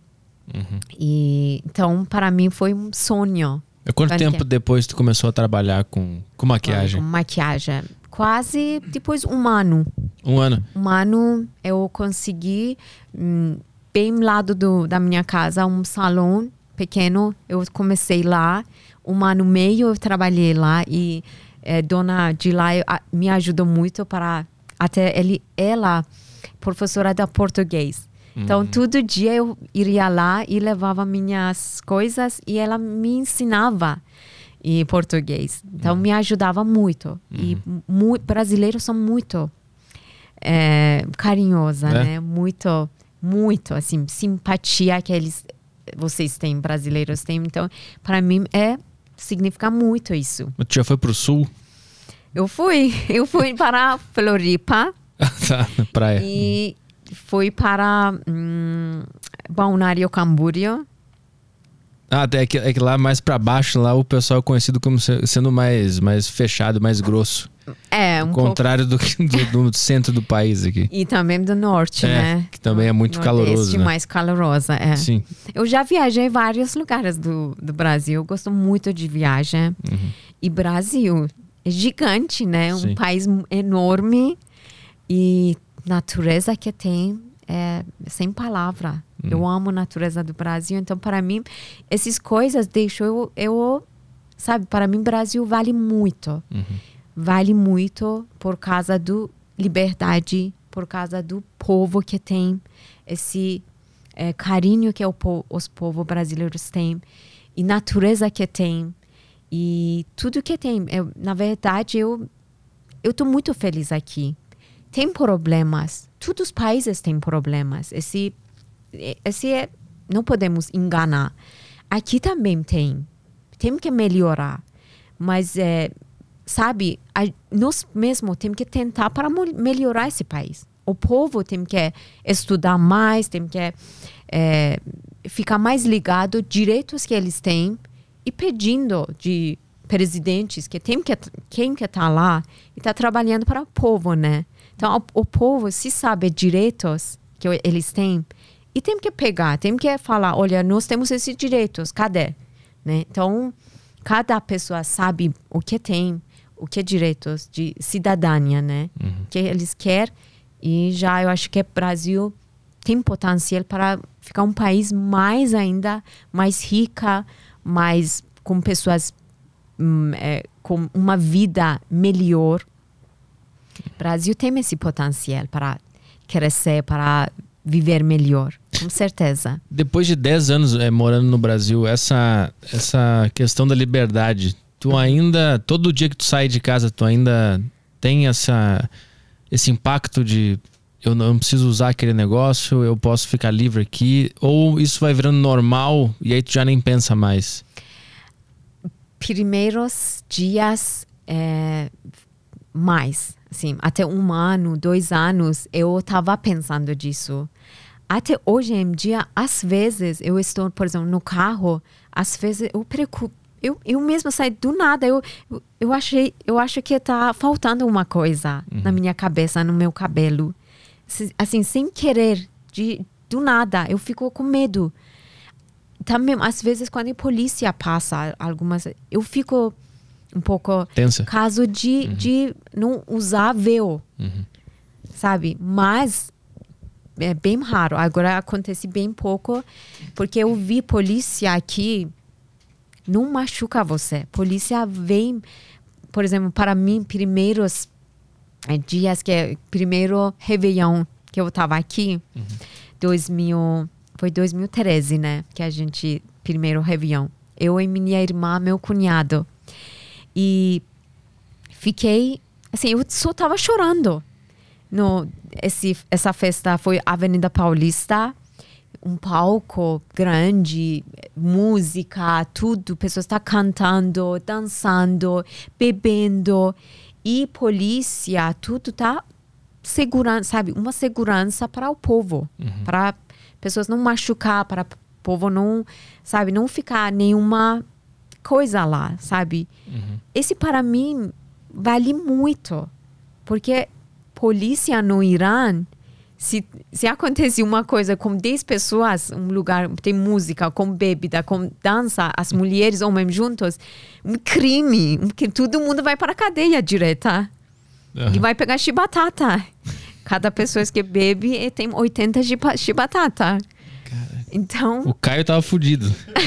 E, então, para mim, foi um sonho. E quanto tempo depois tu começou a trabalhar com maquiagem? Com maquiagem. Quase depois 1 ano. 1 ano? 1 ano eu consegui, bem ao lado da minha casa, um salão pequeno. Eu comecei lá. 1 ano e meio eu trabalhei lá e dona de lá me ajudou muito para até ela professora de português. Então todo dia eu iria lá e levava minhas coisas e ela me ensinava em português. Então me ajudava muito. E brasileiros são muito carinhosos, né? Muito, muito assim, simpatia que vocês têm, brasileiros têm. Então, para mim significa muito isso. Mas tu já foi pro sul? Eu fui para Floripa. Tá, na praia. E fui para Balneário Camboriú. É que lá mais pra baixo, lá o pessoal é conhecido como sendo mais fechado, mais grosso. É um contrário do centro do país aqui. E também do norte, né? Que também é muito caloroso, né? Mais calorosa, é. Sim. Eu já viajei em vários lugares do Brasil. Eu gosto muito de viagem. E Brasil é gigante, né? Sim. Um país enorme. E natureza que tem é sem palavra. Eu amo a natureza do Brasil. Então, para mim, essas coisas deixam eu sabe, para mim, Brasil vale muito. Vale muito por causa do liberdade, por causa do povo que tem, esse carinho que os povos brasileiros têm, e natureza que tem, e tudo que tem. Na verdade, eu estou muito feliz aqui. Tem problemas, todos os países têm problemas. Esse não podemos enganar. Aqui também tem. Temos que melhorar. Mas, sabe, nós mesmos temos que tentar para melhorar esse país. O povo tem que estudar mais, tem que ficar mais ligado aos direitos que eles têm e pedindo de presidentes que quem que está lá e está trabalhando para o povo, né? Então, o povo, se sabe direitos que eles têm, e tem que pegar, tem que falar, olha, nós temos esses direitos, cadê? Né? Então, cada pessoa sabe o que tem, o que é direitos de cidadania, né? Que eles querem, e já eu acho que o Brasil tem potencial para ficar um país mais ainda, mais rica, mais com pessoas com uma vida melhor. O Brasil tem esse potencial para crescer, para viver melhor, com certeza. Depois de 10 anos morando no Brasil, essa questão da liberdade, tu ainda, todo dia que tu sai de casa, tu ainda tem esse impacto de eu não preciso usar aquele negócio, eu posso ficar livre aqui, ou isso vai virando normal e aí tu já nem pensa mais? Primeiros dias mais, assim, até 1 ano, 2 anos, eu estava pensando disso. Até hoje em dia, às vezes, eu estou, por exemplo, no carro, às vezes eu preocupo, eu mesma saio do nada, eu acho que está faltando uma coisa na minha cabeça, no meu cabelo. Assim, sem querer, do nada, eu fico com medo. Também, às vezes, quando a polícia passa algumas, eu fico um pouco tensa. Caso de não usar véu, sabe? Mas é bem raro. Agora acontece bem pouco, porque eu vi polícia aqui não machuca você. Polícia vem, por exemplo, para mim, primeiros dias primeiro Réveillon que eu estava aqui, foi 2013, né? Que a gente, primeiro Réveillon. Eu e minha irmã, meu cunhado. E fiquei, assim, eu só estava chorando. Essa festa foi Avenida Paulista, um palco grande, música, tudo. Pessoas estão cantando, dançando, bebendo. E polícia, tudo está segurança, sabe? Uma segurança para o povo. Para pessoas não machucar, para o povo não, sabe? Não ficar nenhuma coisa lá, sabe? Esse para mim vale muito, porque polícia no Irã, se acontece uma coisa com 10 pessoas, um lugar tem música, com bebida, com dança, as mulheres, homens juntos, um crime, que todo mundo vai para a cadeia direta e vai pegar chibatata. Cada pessoa que bebe tem 80 chibatata. Então, o Caio tava fudido.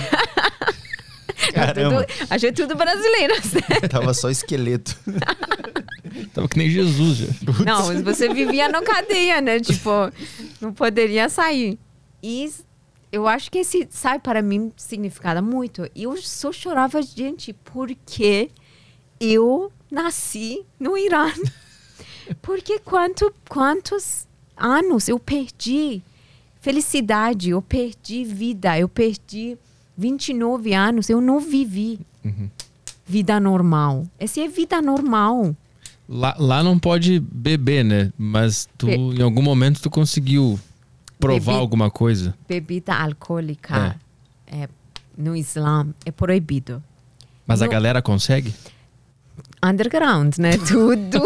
Caramba. Achei tudo brasileiro. Tava só esqueleto. Tava que nem Jesus já. Não, você vivia na cadeia, né? Tipo, não poderia sair. E eu acho que esse, sabe, para mim, significava muito. E eu só chorava, gente, porque eu nasci no Irã. Porque quantos anos eu perdi felicidade, eu perdi vida, eu perdi 29 anos, eu não vivi vida normal. Essa é vida normal. Lá não pode beber, né? Mas tu, em algum momento tu conseguiu provar alguma coisa? Bebida alcoólica no Islã é proibido. Mas a galera consegue? underground, né? Tudo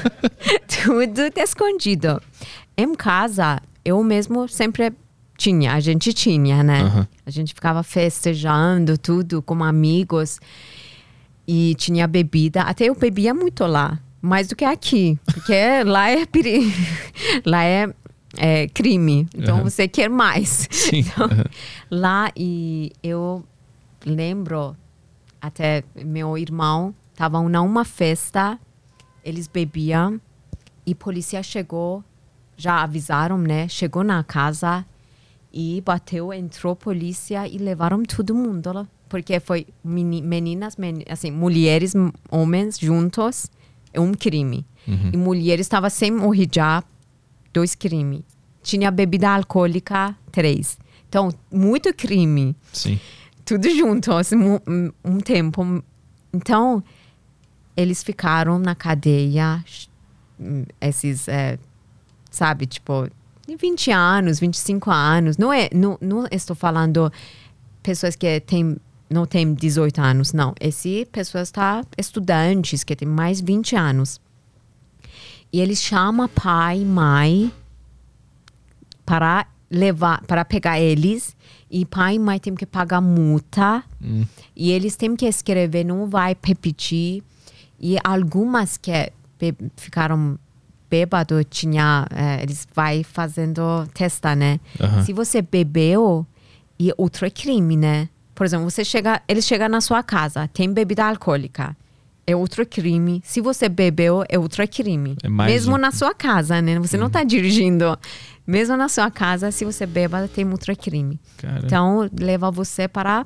escondido. Em casa, eu mesmo sempre a gente tinha, né? Uhum. A gente ficava festejando tudo com amigos e tinha bebida. Até eu bebia muito lá, mais do que aqui, porque lá é lá é crime. Então você quer mais. Sim. Então, lá e eu lembro até meu irmão estavam numa festa, eles bebiam e a polícia chegou, já avisaram, né? Chegou na casa e bateu, entrou polícia e levaram todo mundo lá. Porque foi meninas, assim, mulheres, homens juntos, é um crime. E mulheres estavam sem o hijab, 2 crimes. Tinha bebida alcoólica, 3. Então, muito crime. Sim. Tudo junto, assim, um tempo. Então, eles ficaram na cadeia, esses, sabe, tipo, 20 anos, 25 anos. Não estou falando pessoas que não têm 18 anos, não. Pessoas estudantes que têm mais 20 anos. E eles chamam pai e mãe para pegar eles. E pai e mãe têm que pagar multa. E eles têm que escrever, não vai repetir. E algumas que ficaram bêbado, eles vai fazendo testa, né? Se você bebeu, e outro é crime, né? Por exemplo, eles chegam na sua casa, tem bebida alcoólica, é outro crime. Se você bebeu, é outro crime. Mesmo na sua casa, né? Você não está dirigindo. Mesmo na sua casa, se você beba, tem outro crime. Caramba. Então, leva você para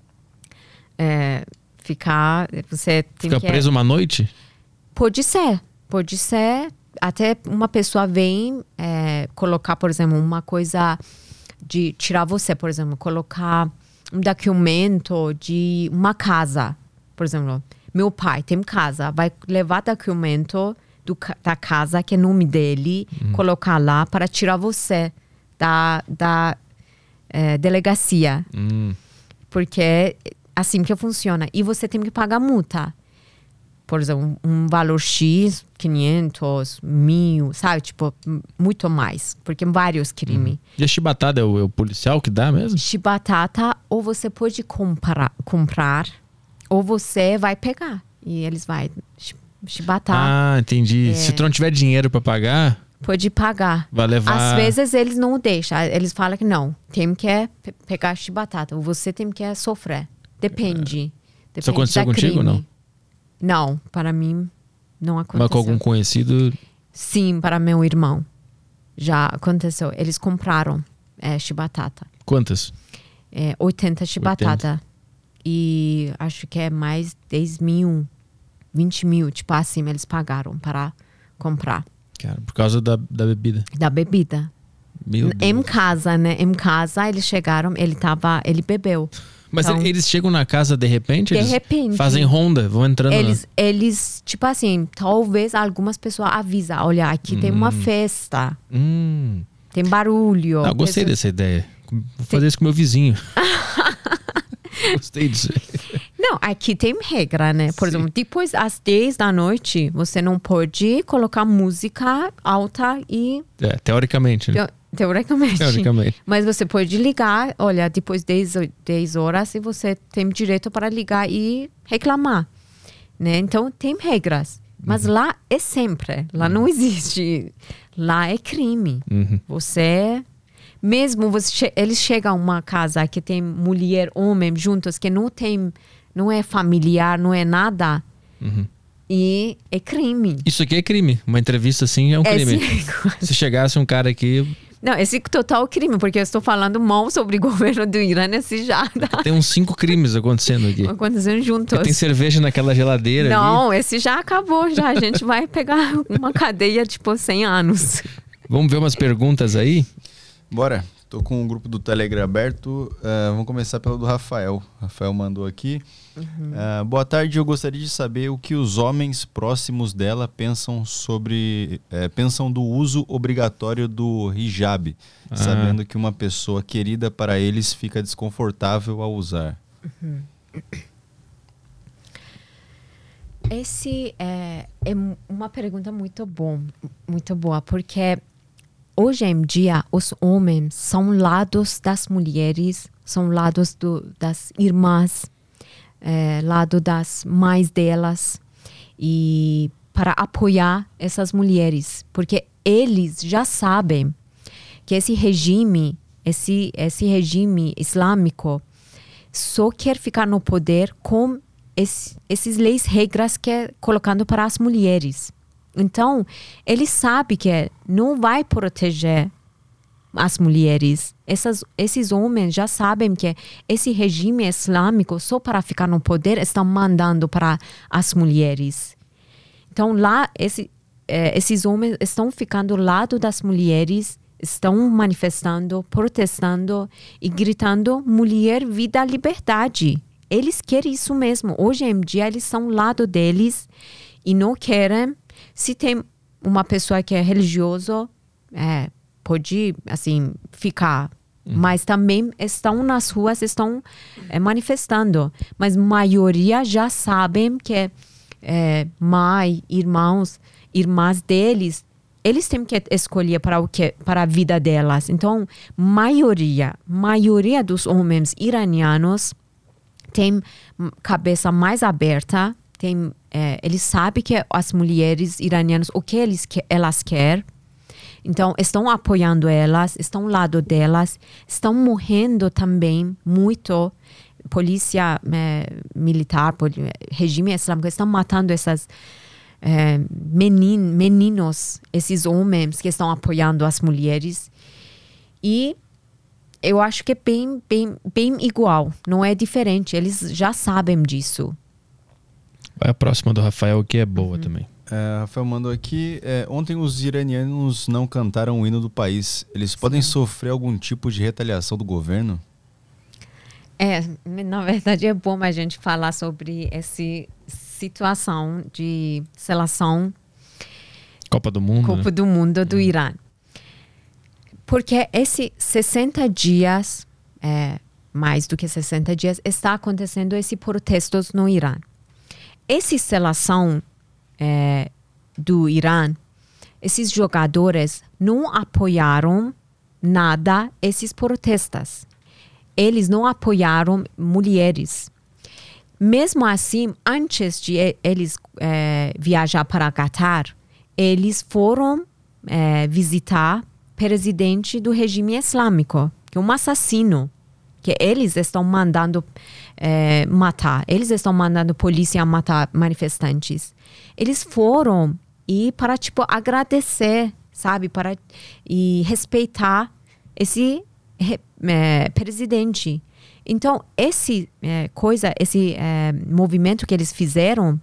ficar... Você tem Fica preso uma noite? Pode ser. Até uma pessoa vem colocar, por exemplo, uma coisa de tirar você, por exemplo, colocar um documento de uma casa. Por exemplo, meu pai tem casa, vai levar documento da casa, que é nome dele, colocar lá para tirar você da delegacia. Porque é assim que funciona. E você tem que pagar multa. Por exemplo, um valor X, 500, 1.000, sabe? Tipo, muito mais. Porque vários crimes. E a chibatada é o policial que dá mesmo? Chibatada, ou você pode comprar, ou você vai pegar. E eles vão chibatar. Ah, entendi. Se tu não tiver dinheiro para pagar... Pode pagar. Vai levar... Às vezes eles não deixam. Eles falam que não. Tem que pegar chibatada. Ou você tem que sofrer. Depende. Isso aconteceu contigo ou não? Não, para mim não aconteceu. Mas com algum conhecido? Sim, para meu irmão. Já aconteceu. Eles compraram chibatata. Quantas? 80 chibatata. E acho que é mais 10 mil, 20 mil. Tipo assim, eles pagaram para comprar. Cara, por causa da bebida. Da bebida. Meu Deus. Em casa, né? Em casa eles chegaram, ele bebeu. Mas então, eles chegam na casa de repente? De repente. Fazem ronda, vão entrando... Eles, tipo assim, talvez algumas pessoas avisam. Olha, aqui tem uma festa. Tem barulho. Não, gostei dessa ideia. Vou fazer isso com meu vizinho. Gostei disso. Não, aqui tem regra, né? Por exemplo, depois às 10 da noite, você não pode colocar música alta e... Teoricamente, né? Teoricamente. Mas você pode ligar, olha, depois de 10 horas, e você tem direito para ligar e reclamar, né? Então, tem regras. Mas lá é sempre. Lá não existe. Lá é crime. Mesmo eles chegam a uma casa que tem mulher, homem juntos, que não é familiar, não é nada. E é crime. Isso aqui é crime. Uma entrevista assim é um crime. Se chegasse um cara aqui... Não, esse total crime, porque eu estou falando mal sobre o governo do Irã, esse já dá. Tem uns 5 crimes acontecendo aqui. Acontecendo juntos. Tem cerveja naquela geladeira. Não, ali. Esse já acabou, já. A gente vai pegar uma cadeia, tipo, 100 anos. Vamos ver umas perguntas aí? Bora. Tô com o grupo do Telegram aberto. Vamos começar pelo do Rafael. Rafael mandou aqui. Boa tarde, eu gostaria de saber o que os homens próximos dela pensam do uso obrigatório do hijab, sabendo que uma pessoa querida para eles fica desconfortável ao usar. Esse é uma pergunta muito boa, porque hoje em dia os homens são lados das mulheres, são lados das irmãs, lado das mães delas, e para apoiar essas mulheres, porque eles já sabem que esse regime islâmico só quer ficar no poder com esses leis, regras que é colocando para as mulheres. Então, ele sabe que não vai proteger as mulheres. Esses homens já sabem que esse regime islâmico, só para ficar no poder, estão mandando para as mulheres. Então, lá, esses homens estão ficando ao lado das mulheres, estão manifestando, protestando e gritando: mulher, vida, liberdade. Eles querem isso mesmo. Hoje em dia, eles são ao lado deles e não querem. Se tem uma pessoa que é religiosa, pode, assim, ficar. Mas também estão nas ruas, estão manifestando. Mas a maioria já sabem que mãe, irmãs deles, eles têm que escolher para o que, para a vida delas. Então, maioria dos homens iranianos tem cabeça mais aberta, eles sabem que as mulheres iranianas, o que elas querem. Então, estão apoiando elas, estão ao lado delas, estão morrendo também muito. Polícia militar, regime islâmico, estão matando essas meninos, esses homens que estão apoiando as mulheres. E eu acho que é bem igual, não é diferente, eles já sabem disso. Vai a próxima do Rafael, que é boa também. Rafael mandou aqui, ontem os iranianos não cantaram o hino do país. Eles podem sofrer algum tipo de retaliação do governo? Na verdade é bom a gente falar sobre essa situação de seleção Copa do Mundo, do Mundo do Irã. Porque esses 60 dias, mais do que 60 dias, está acontecendo esses protestos no Irã. Essa seleção do Irã, esses jogadores não apoiaram nada esses protestos. Eles não apoiaram mulheres. Mesmo assim, antes de eles viajar para Qatar, eles foram visitar o presidente do regime islâmico, que é um assassino, que eles estão mandando matar. Eles estão mandando a polícia matar manifestantes. Eles foram para agradecer, sabe, e respeitar esse presidente. Então, esse movimento que eles fizeram,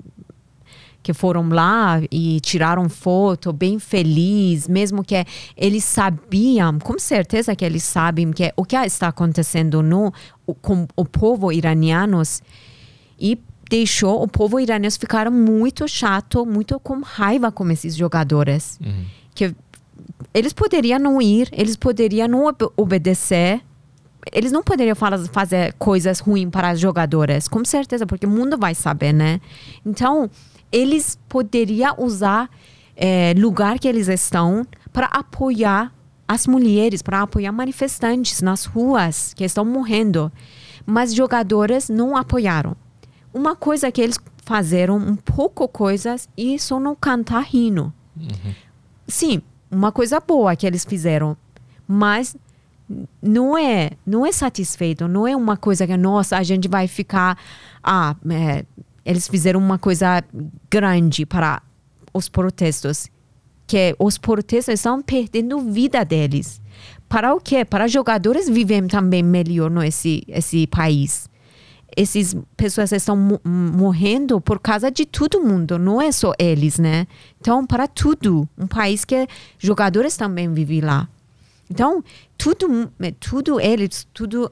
que foram lá e tiraram foto bem feliz, mesmo que eles sabiam, com certeza que eles sabem que o que está acontecendo com o povo iraniano, e deixou o povo iraniano ficar muito chato, muito com raiva com esses jogadores. Que eles poderiam não ir, eles poderiam não obedecer, eles não poderiam fazer coisas ruins para os jogadores, com certeza, porque o mundo vai saber, né? Então, eles poderiam usar lugar que eles estão para apoiar as mulheres, para apoiar manifestantes nas ruas que estão morrendo. Mas jogadores não apoiaram. Uma coisa que eles fizeram, um pouco coisas, e só não cantar hino. Sim, uma coisa boa que eles fizeram, mas não é satisfeito, não é uma coisa que, nossa, a gente vai ficar, eles fizeram uma coisa grande para os protestos, que os protestos estão perdendo a vida deles. Para o quê? Para jogadores viverem também melhor nesse país. Essas pessoas estão morrendo por causa de todo mundo, não é só eles, né? Então, para tudo, um país que jogadores também vivem lá. Então, tudo eles,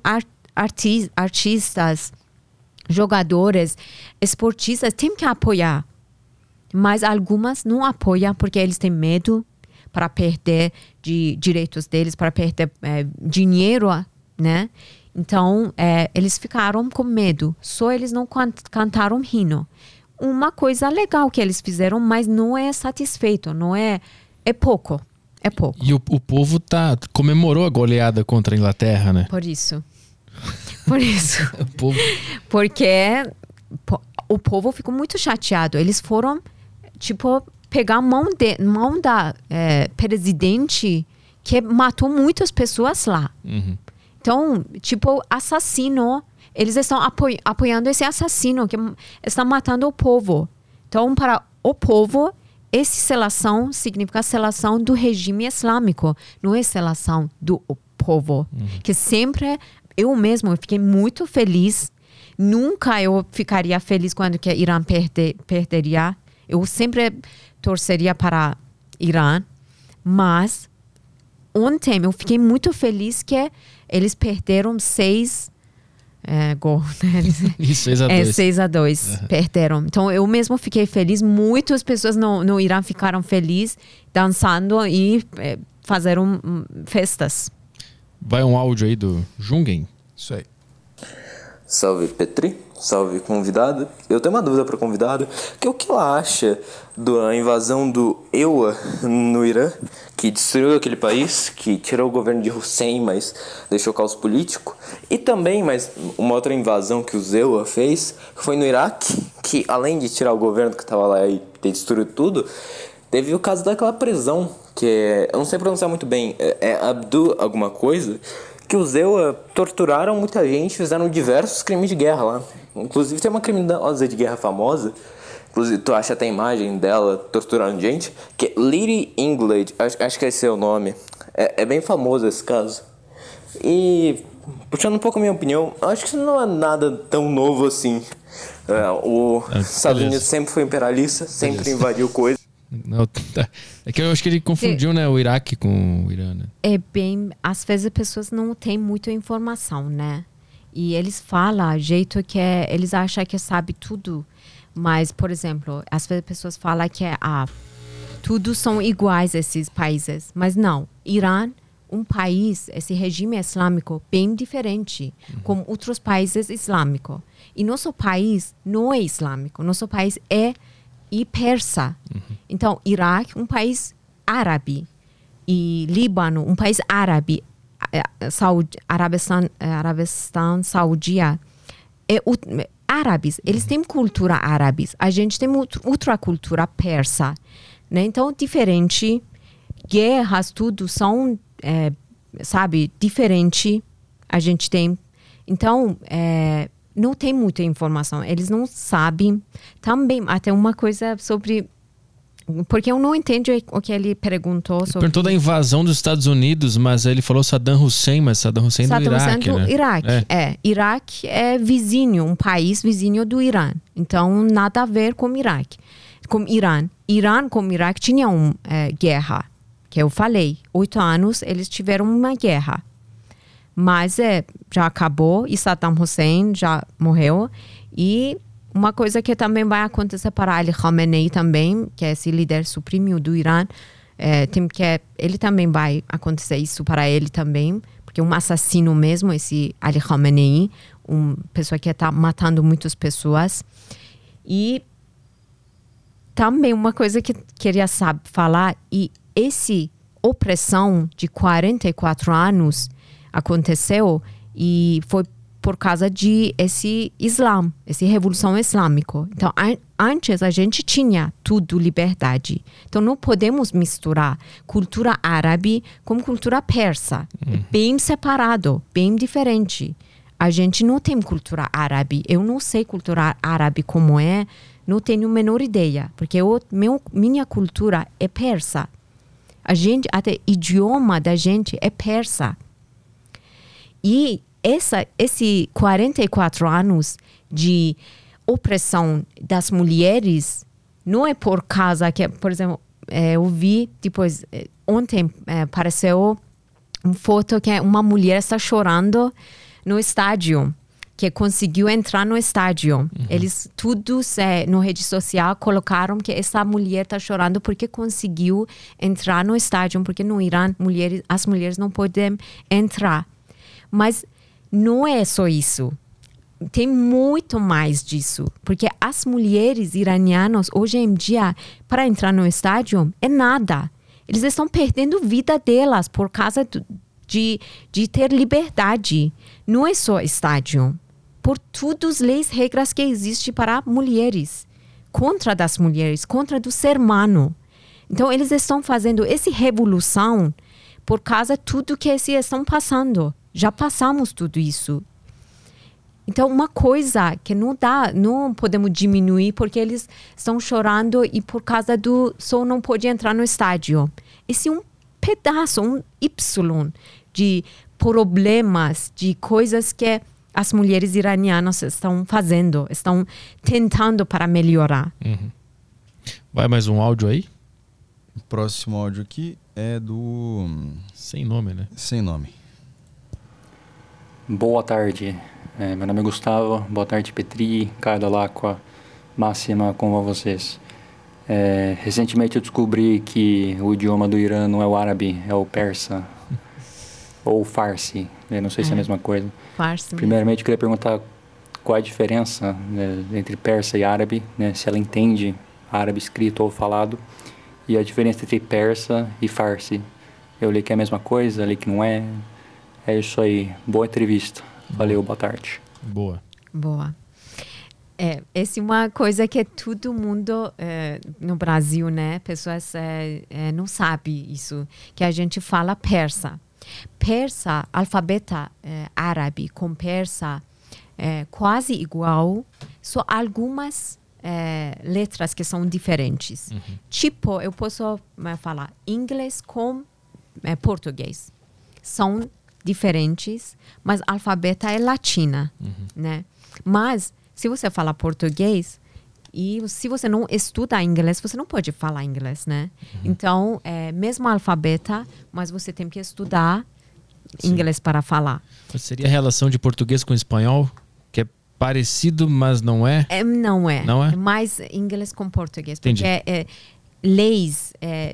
artistas, jogadores, esportistas, tem que apoiar. Mas algumas não apoiam porque eles têm medo para perder de direitos deles, para perder dinheiro, né? Então, eles ficaram com medo. Só eles não cantaram hino. uma coisa legal que eles fizeram, mas não é satisfeito, não é... É pouco. É pouco. E o povo comemorou a goleada contra a Inglaterra, né? Por isso. Por isso. O povo... Porque o povo ficou muito chateado. Eles foram, tipo, pegar a mão da presidente que matou muitas pessoas lá. Uhum. Então, tipo, assassino. Eles estão apoiando esse assassino que está matando o povo. Então, para o povo, essa selação significa selação do regime islâmico, não é selação do povo. Que sempre, eu mesmo fiquei muito feliz. Nunca eu ficaria feliz quando que Irã perderia. Eu sempre torceria para Irã. Mas ontem eu fiquei muito feliz que eles perderam 6 gols. Né? 6-2. 6-2. Perderam. Então eu mesmo fiquei feliz. Muitas pessoas no Irã ficaram felizes, dançando e fizeram festas. Vai um áudio aí do Jungen. Isso aí. Salve Petri, salve convidado. Eu tenho uma dúvida para o convidado, que é o que ela acha da invasão do EUA no Irã, que destruiu aquele país, que tirou o governo de Hussein, mas deixou caos político. E também, mas uma outra invasão que o EUA fez foi no Iraque, que além de tirar o governo que estava lá e ter destruído tudo, teve o caso daquela prisão, que eu não sei pronunciar muito bem, Abdul alguma coisa, que os EUA torturaram muita gente, fizeram diversos crimes de guerra lá. Inclusive tem uma criminosa de guerra famosa, inclusive tu acha até a imagem dela torturando gente, que é Lady Englund, acho que esse é o nome. É bem famoso esse caso. E, puxando um pouco a minha opinião, acho que isso não é nada tão novo assim. Estados Unidos sempre foi imperialista, sempre invadiu coisas. Não, é que eu acho que ele confundiu, né, o Iraque com o Irã, né? Às vezes as pessoas não têm muita informação, né? E eles falam jeito que eles acham que sabe tudo. Mas, por exemplo, às vezes as pessoas falam que tudo são iguais esses países. Mas não. Irã, um país, esse regime islâmico bem diferente, como outros países islâmicos. E nosso país não é islâmico. Nosso país é persa. Então, Iraque, um país árabe. E Líbano, um país árabe. Arabistanão, Saudita. Árabes, eles têm cultura árabe. A gente tem outra cultura persa. Né? Então, diferente. Guerras, tudo são, diferente. A gente tem. Então, não tem muita informação. Eles não sabem. Também, até uma coisa sobre... Porque eu não entendo o que ele perguntou sobre... Perguntou da invasão dos Estados Unidos, mas ele falou Saddam Hussein, mas Saddam Hussein do Iraque, né? Iraque é vizinho, um país vizinho do Irã. Então, nada a ver com Iraque. Com Irã. Irã com Iraque tinham guerra. Que eu falei. 8 anos, eles tiveram uma guerra. Mas já acabou e Saddam Hussein já morreu. E uma coisa que também vai acontecer para Ali Khamenei também, que é esse líder supremo do Irã, ele também vai acontecer isso para ele também, porque um assassino mesmo, esse Ali Khamenei, uma pessoa que está matando muitas pessoas. E também uma coisa que queria falar, e essa opressão de 44 anos aconteceu e foi por causa de esse Islã, essa revolução islâmica. Então, antes a gente tinha tudo liberdade. Então, não podemos misturar cultura árabe com cultura persa. Bem separado, bem diferente. A gente não tem cultura árabe. Eu não sei cultura árabe como é, não tenho a menor ideia, porque minha cultura é persa. Até idioma da gente é persa. E esse 44 anos de opressão das mulheres não é por causa que, por exemplo, eu vi depois, ontem apareceu uma foto que uma mulher está chorando no estádio, que conseguiu entrar no estádio. Eles todos no rede social colocaram que essa mulher está chorando porque conseguiu entrar no estádio, porque no Irã as mulheres não podem entrar. Mas não é só isso. tem muito mais disso. Porque as mulheres iranianas, hoje em dia, para entrar no estádio, é nada. Eles estão perdendo a vida delas por causa de ter liberdade. Não é só estádio. Por todas as leis, regras que existem para mulheres. Contra das mulheres, contra do ser humano. Então, eles estão fazendo essa revolução por causa de tudo que eles estão passando. Já passamos tudo isso. Então, uma coisa que não podemos diminuir porque eles estão chorando e por causa do só não pode entrar no estádio. Esse é um pedaço, um Y de problemas, de coisas que as mulheres iranianas estão fazendo, estão tentando para melhorar. Uhum. Vai mais um áudio aí? O próximo áudio aqui é do... Sem nome, né? Sem nome. Boa tarde. Meu nome é Gustavo. Boa tarde, Petri, Caio Dall'Acqua, Máxima, como vão vocês? Recentemente eu descobri que o idioma do Irã não é o árabe, é o persa. Ou farsi. Eu não sei se é a mesma coisa. Farsi. Primeiramente, eu queria perguntar qual é a diferença, né, entre persa e árabe, né, se ela entende árabe escrito ou falado, e a diferença entre persa e farsi. Eu li que é a mesma coisa, li que não é. É isso aí. Boa entrevista. Valeu, boa tarde. Boa. Essa é uma coisa que todo mundo no Brasil, né? Pessoas não sabem isso, que a gente fala persa. Persa, alfabeto árabe com persa quase igual, só algumas letras que são diferentes. Uhum. Tipo, eu posso falar inglês com português. São diferentes, mas alfabeto é latina, né? Mas se você fala português e se você não estuda inglês, você não pode falar inglês, né? Então, mesmo alfabeto, mas você tem que estudar inglês para falar. Seria a relação de português com espanhol, que é parecido, mas não é? Não é. Não é? Mais inglês com português. Entendi. Porque leis,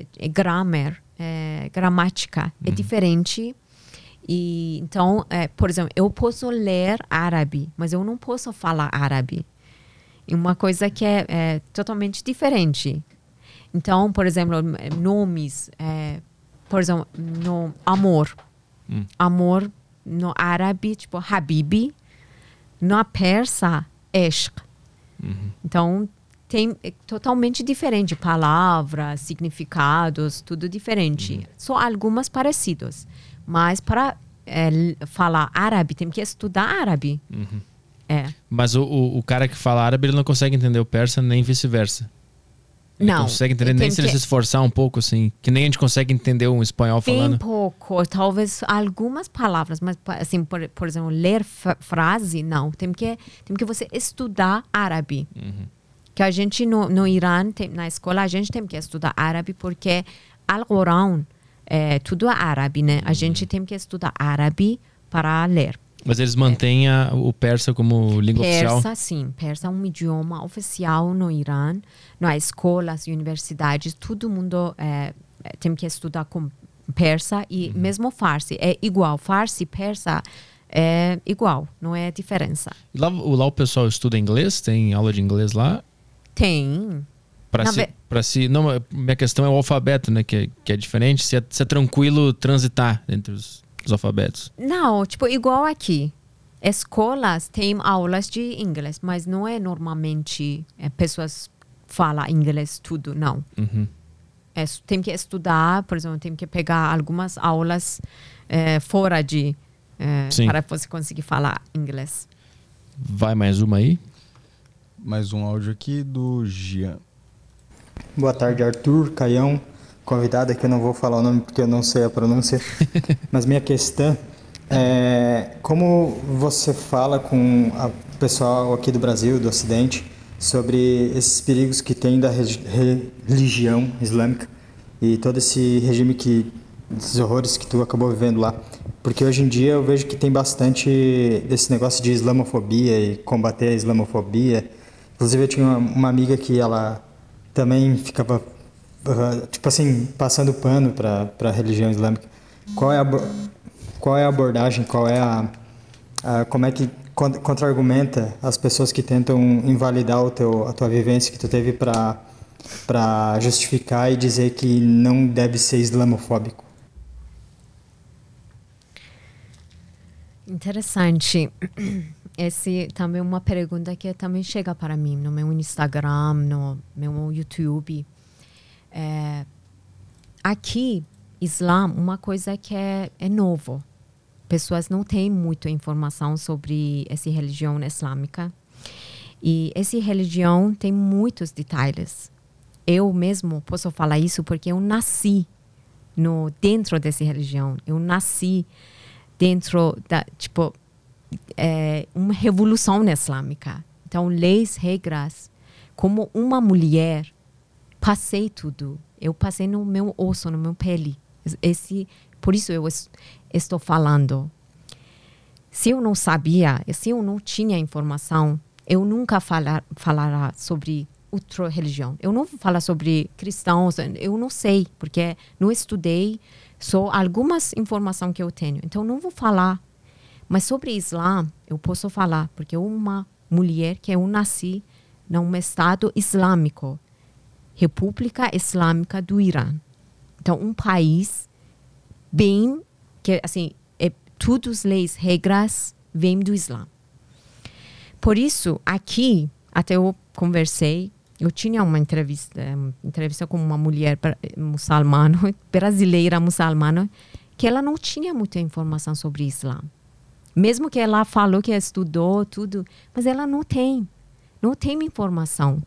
gramática é diferente. E, então, por exemplo, eu posso ler árabe, mas eu não posso falar árabe. É uma coisa que é totalmente diferente. Então, por exemplo, nomes, por exemplo, no amor. Amor no árabe, tipo habibi. No persa, ishq. Então, é totalmente diferente. Palavras, significados, tudo diferente. Só algumas parecidas. Mas para falar árabe, tem que estudar árabe. Mas o cara que fala árabe, ele não consegue entender o persa, nem vice-versa. Ele Não. consegue entender nem se ele se esforçar um pouco, assim. Que nem a gente consegue entender um espanhol falando. Bem pouco, talvez algumas palavras, mas assim, por exemplo, ler frase, não. Tem que você estudar árabe. Que a gente no Irã, na escola, a gente tem que estudar árabe porque Al-Quran tudo é árabe, né? A gente tem que estudar árabe para ler. Mas eles mantêm o persa como língua oficial? Persa, sim. Persa é um idioma oficial no Irã. Nas escolas, universidades, todo mundo tem que estudar com persa e mesmo farsi. É igual. Farsi e persa é igual. Não é diferença. Lá o pessoal estuda inglês? Tem aula de inglês lá? Tem. Não, minha questão é o alfabeto, né? Que é diferente. Se é tranquilo transitar entre os alfabetos. Não, tipo, igual aqui. Escolas têm aulas de inglês, mas não é normalmente pessoas falam inglês tudo, não. Tem que estudar, por exemplo, tem que pegar algumas aulas fora para você conseguir falar inglês. Vai mais uma aí? Mais um áudio aqui do Gian. Boa tarde, Arthur, Caião, convidado aqui, eu não vou falar o nome porque eu não sei a pronúncia, mas minha questão é como você fala com o pessoal aqui do Brasil, do Ocidente, sobre esses perigos que tem da religião islâmica e todo esse regime esses horrores que tu acabou vivendo lá. Porque hoje em dia eu vejo que tem bastante desse negócio de islamofobia e combater a islamofobia. Inclusive eu tinha uma amiga que ela também ficava, tipo assim, passando pano para a religião islâmica. Qual é a abordagem, como é que contra-argumenta as pessoas que tentam invalidar a tua vivência que tu teve para justificar e dizer que não deve ser islamofóbico? Interessante. Esse também é uma pergunta que também chega para mim no meu Instagram, no meu YouTube. Aqui, Islã, uma coisa que é novo. Pessoas não têm muita informação sobre essa religião islâmica. E essa religião tem muitos detalhes. Eu mesmo posso falar isso porque eu nasci dentro dessa religião. Eu nasci dentro da, uma revolução islâmica. Então, leis, regras. Como uma mulher, passei tudo. Eu passei no meu osso, no meu pele. Por isso eu estou falando. Se eu não sabia, se eu não tinha informação, eu nunca falará sobre outra religião. Eu não vou falar sobre cristãos, eu não sei, porque não estudei, só algumas informações que eu tenho. Então, não vou falar. Mas sobre Islã, eu posso falar, porque uma mulher que eu nasci num estado islâmico, República Islâmica do Irã. Então, um país bem, que assim, todas as leis, regras, vêm do Islã. Por isso, aqui, até eu conversei, eu tinha uma entrevista com uma mulher muçulmana, brasileira muçulmana, que ela não tinha muita informação sobre Islã. Mesmo que ela falou que estudou tudo, mas ela não tem informação.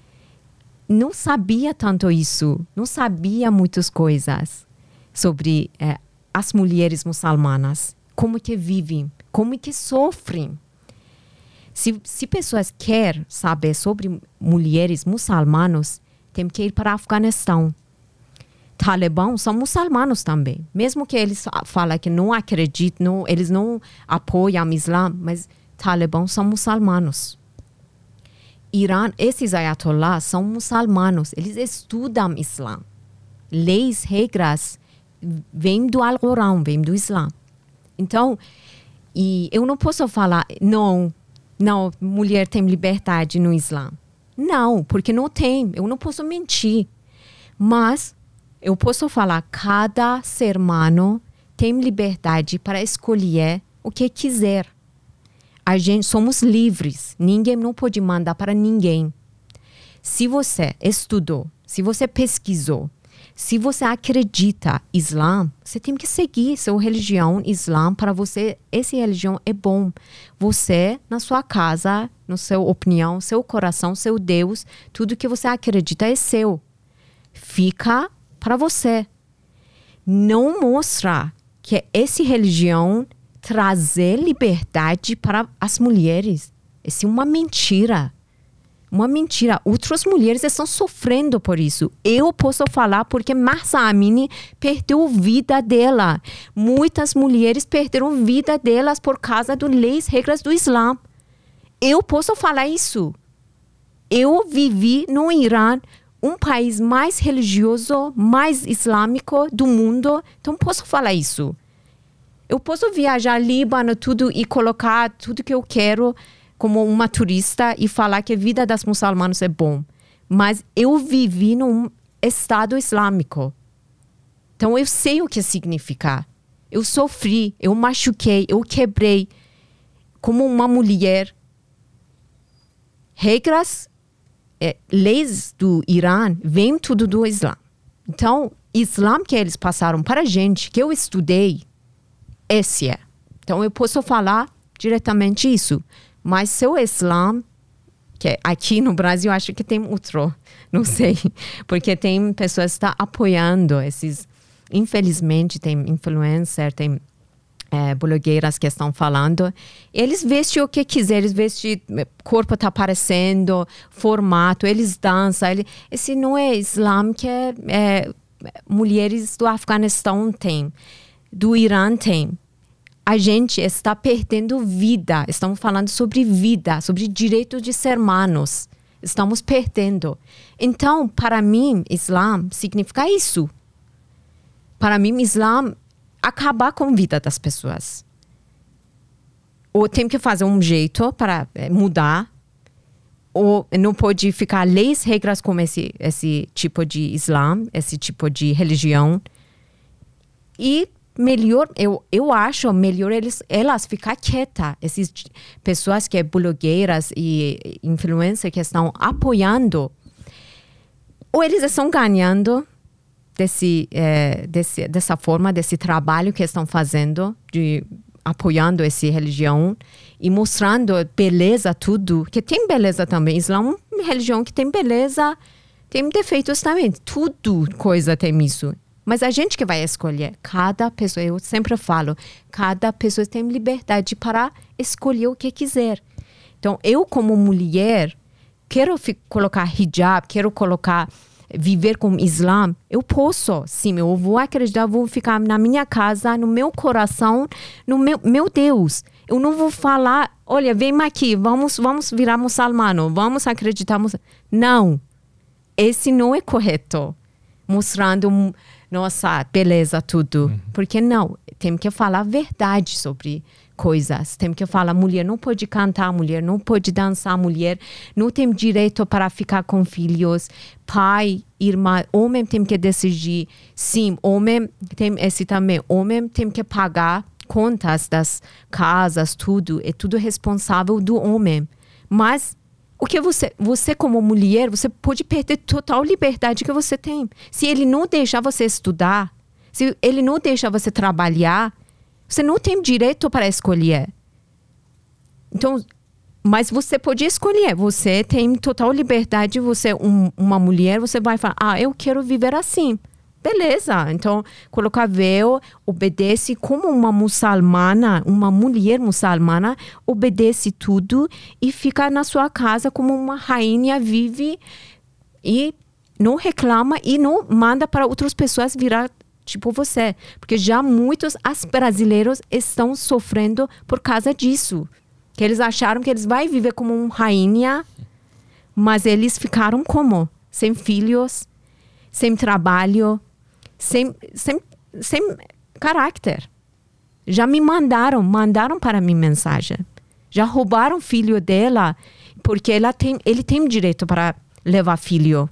Não sabia tanto isso, não sabia muitas coisas sobre as mulheres muçulmanas, como que vivem, como que sofrem. Se pessoas querem saber sobre mulheres muçulmanas, tem que ir para o Afeganistão. Talibã são muçulmanos também. Mesmo que eles falam que não acreditam, eles não apoiam o Islã, mas Talibã são muçulmanos. Irã, esses ayatollahs são muçulmanos. Eles estudam Islã. Leis, regras, vêm do Alcorão, vêm do Islã. Então, e eu não posso falar, não, mulher tem liberdade no Islã. Não, porque não tem. Eu não posso mentir. Mas eu posso falar, cada ser humano tem liberdade para escolher o que quiser. Somos livres. Ninguém não pode mandar para ninguém. Se você estudou, se você pesquisou, se você acredita em Islã, você tem que seguir sua religião Islã para você. Essa religião é bom. Você, na sua casa, na sua opinião, seu coração, seu Deus, tudo que você acredita é seu. Fica para você. Não mostra que essa religião trazer liberdade para as mulheres. Isso é uma mentira. Uma mentira. Outras mulheres estão sofrendo por isso. Eu posso falar porque Mahsa Amini perdeu a vida dela. Muitas mulheres perderam a vida delas por causa das leis, regras do Islã. Eu posso falar isso. Eu vivi no Irã, um país mais religioso, mais islâmico do mundo. Então, posso falar isso. Eu posso viajar Líbano, tudo, e colocar tudo que eu quero como uma turista e falar que a vida das muçulmanas é bom. Mas eu vivi num estado islâmico. Então, eu sei o que significa. Eu sofri, eu machuquei, eu quebrei. Como uma mulher. Regras, leis do Irã, vem tudo do Islã. Então, Islã que eles passaram para a gente, que eu estudei, esse é. Então, eu posso falar diretamente isso. Mas seu Islã, que aqui no Brasil, acho que tem outro. Não sei. Porque tem pessoas que estão apoiando esses. Infelizmente, tem influencer, tem blogueiras que estão falando. Eles vestem o que quiser. Eles vestem, corpo está aparecendo, formato, eles dançam. Esse não é Islã que mulheres do Afeganistão têm. Do Irã tem. A gente está perdendo vida. Estamos falando sobre vida, sobre direito de ser humanos. Estamos perdendo. Então, para mim, Islã significa isso. Para mim, Islã acabar com a vida das pessoas. ou tem que fazer um jeito para mudar, ou não pode ficar leis, regras como esse tipo de Islã, esse tipo de religião. E melhor, eu acho melhor elas ficar quietas. Essas pessoas que blogueiras e influencers que estão apoiando, ou eles estão ganhando dessa forma, desse trabalho que estão fazendo, apoiando essa religião e mostrando beleza, tudo, que tem beleza também. Islã é uma religião que tem beleza, tem defeitos também, tudo coisa tem isso. Mas a gente que vai escolher, cada pessoa, eu sempre falo, cada pessoa tem liberdade para escolher o que quiser. Então, eu como mulher, quero colocar hijab, quero viver com Islã, eu posso, sim, eu vou acreditar, vou ficar na minha casa, no meu coração, no meu Deus. Eu não vou falar, olha, vem aqui, vamos virar muçulmano, vamos acreditar. Não, esse não é correto. Mostrando, nossa, beleza, tudo. Porque não, tem que falar a verdade sobre coisas. Tem que falar, mulher não pode cantar, mulher não pode dançar, mulher não tem direito para ficar com filhos. Pai, irmã, homem tem que decidir. Sim, homem tem esse também. Homem tem que pagar contas das casas, tudo. É tudo responsável do homem. Mas o que você como mulher, você pode perder total liberdade que você tem. Se ele não deixar você estudar, se ele não deixar você trabalhar, você não tem direito para escolher. Então, mas você pode escolher. Você tem total liberdade. Você uma mulher, você vai falar, eu quero viver assim. Beleza. Então, colocar véu, obedece como uma muçulmana, uma mulher muçulmana, obedece tudo e fica na sua casa como uma rainha, vive e não reclama e não manda para outras pessoas virar tipo você. Porque já muitos brasileiros estão sofrendo por causa disso. Que eles acharam que eles vão viver como uma rainha, mas eles ficaram como? Sem filhos, sem trabalho, sem caráter. Já me mandaram para mim mensagem. Já roubaram o filho dela, porque ele tem direito para levar filho.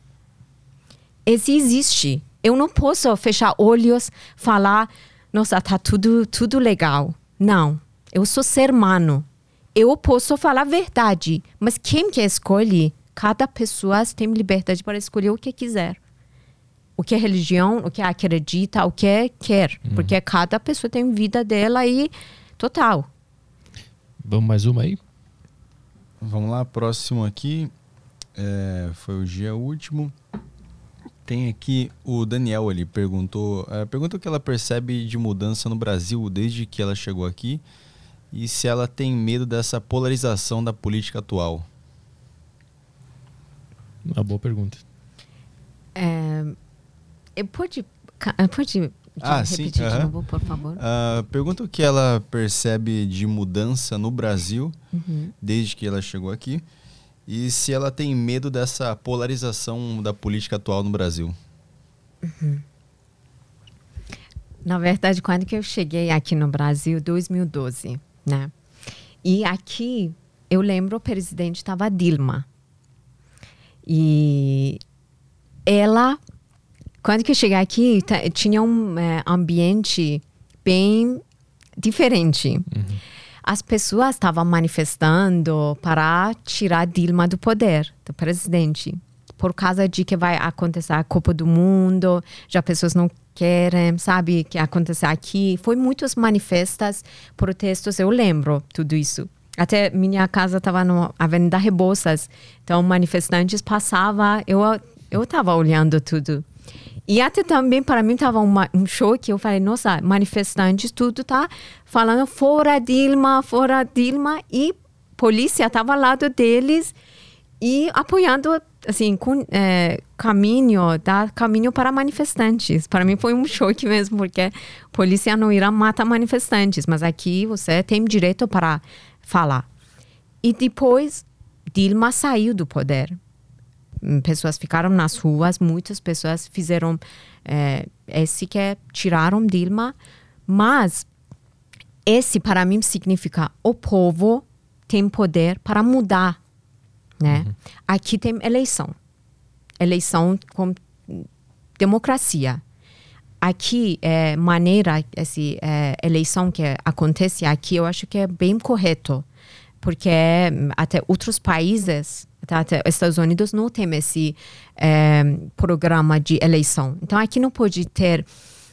Esse existe. Eu não posso fechar olhos, falar, nossa, tá tudo legal. Não, eu sou ser humano. Eu posso falar a verdade, mas quem que escolhe? Cada pessoa tem liberdade para escolher o que quiser. O que é religião, o que acredita, o que quer. Porque cada pessoa tem vida dela e total. Vamos mais uma aí? Vamos lá, próximo aqui. Foi o dia último. Tem aqui o Daniel, ele perguntou o que ela percebe de mudança no Brasil desde que ela chegou aqui e se ela tem medo dessa polarização da política atual. Uma boa pergunta. Pode repetir de novo, por favor? Pergunta o que ela percebe de mudança no Brasil desde que ela chegou aqui e se ela tem medo dessa polarização da política atual no Brasil. Na verdade, quando que eu cheguei aqui no Brasil, 2012, né? E aqui, eu lembro, o presidente estava Dilma. E ela, quando que eu cheguei aqui, tinha um ambiente bem diferente. As pessoas estavam manifestando para tirar Dilma do poder, do presidente. Por causa de que vai acontecer a Copa do Mundo, já pessoas não querem, sabe, que acontecer aqui. Foi muitos manifestos, protestos, eu lembro tudo isso. Até minha casa estava na Avenida Rebouças, então manifestantes passavam, eu estava olhando tudo. E até também, para mim, estava um choque. Eu falei, nossa, manifestantes, tudo tá falando fora Dilma, e polícia estava ao lado deles e apoiando, assim, com caminho para manifestantes. Para mim foi um choque mesmo, porque a polícia não irá matar manifestantes, mas aqui você tem direito para falar. E depois, Dilma saiu do poder. Pessoas ficaram nas ruas, muitas pessoas fizeram tiraram Dilma, mas esse, para mim, significa o povo tem poder para mudar, né? Aqui tem eleição com democracia. Aqui, essa eleição que acontece aqui, eu acho que é bem correto, porque até outros países, até Estados Unidos, não tem esse programa de eleição. Então, aqui não pode ter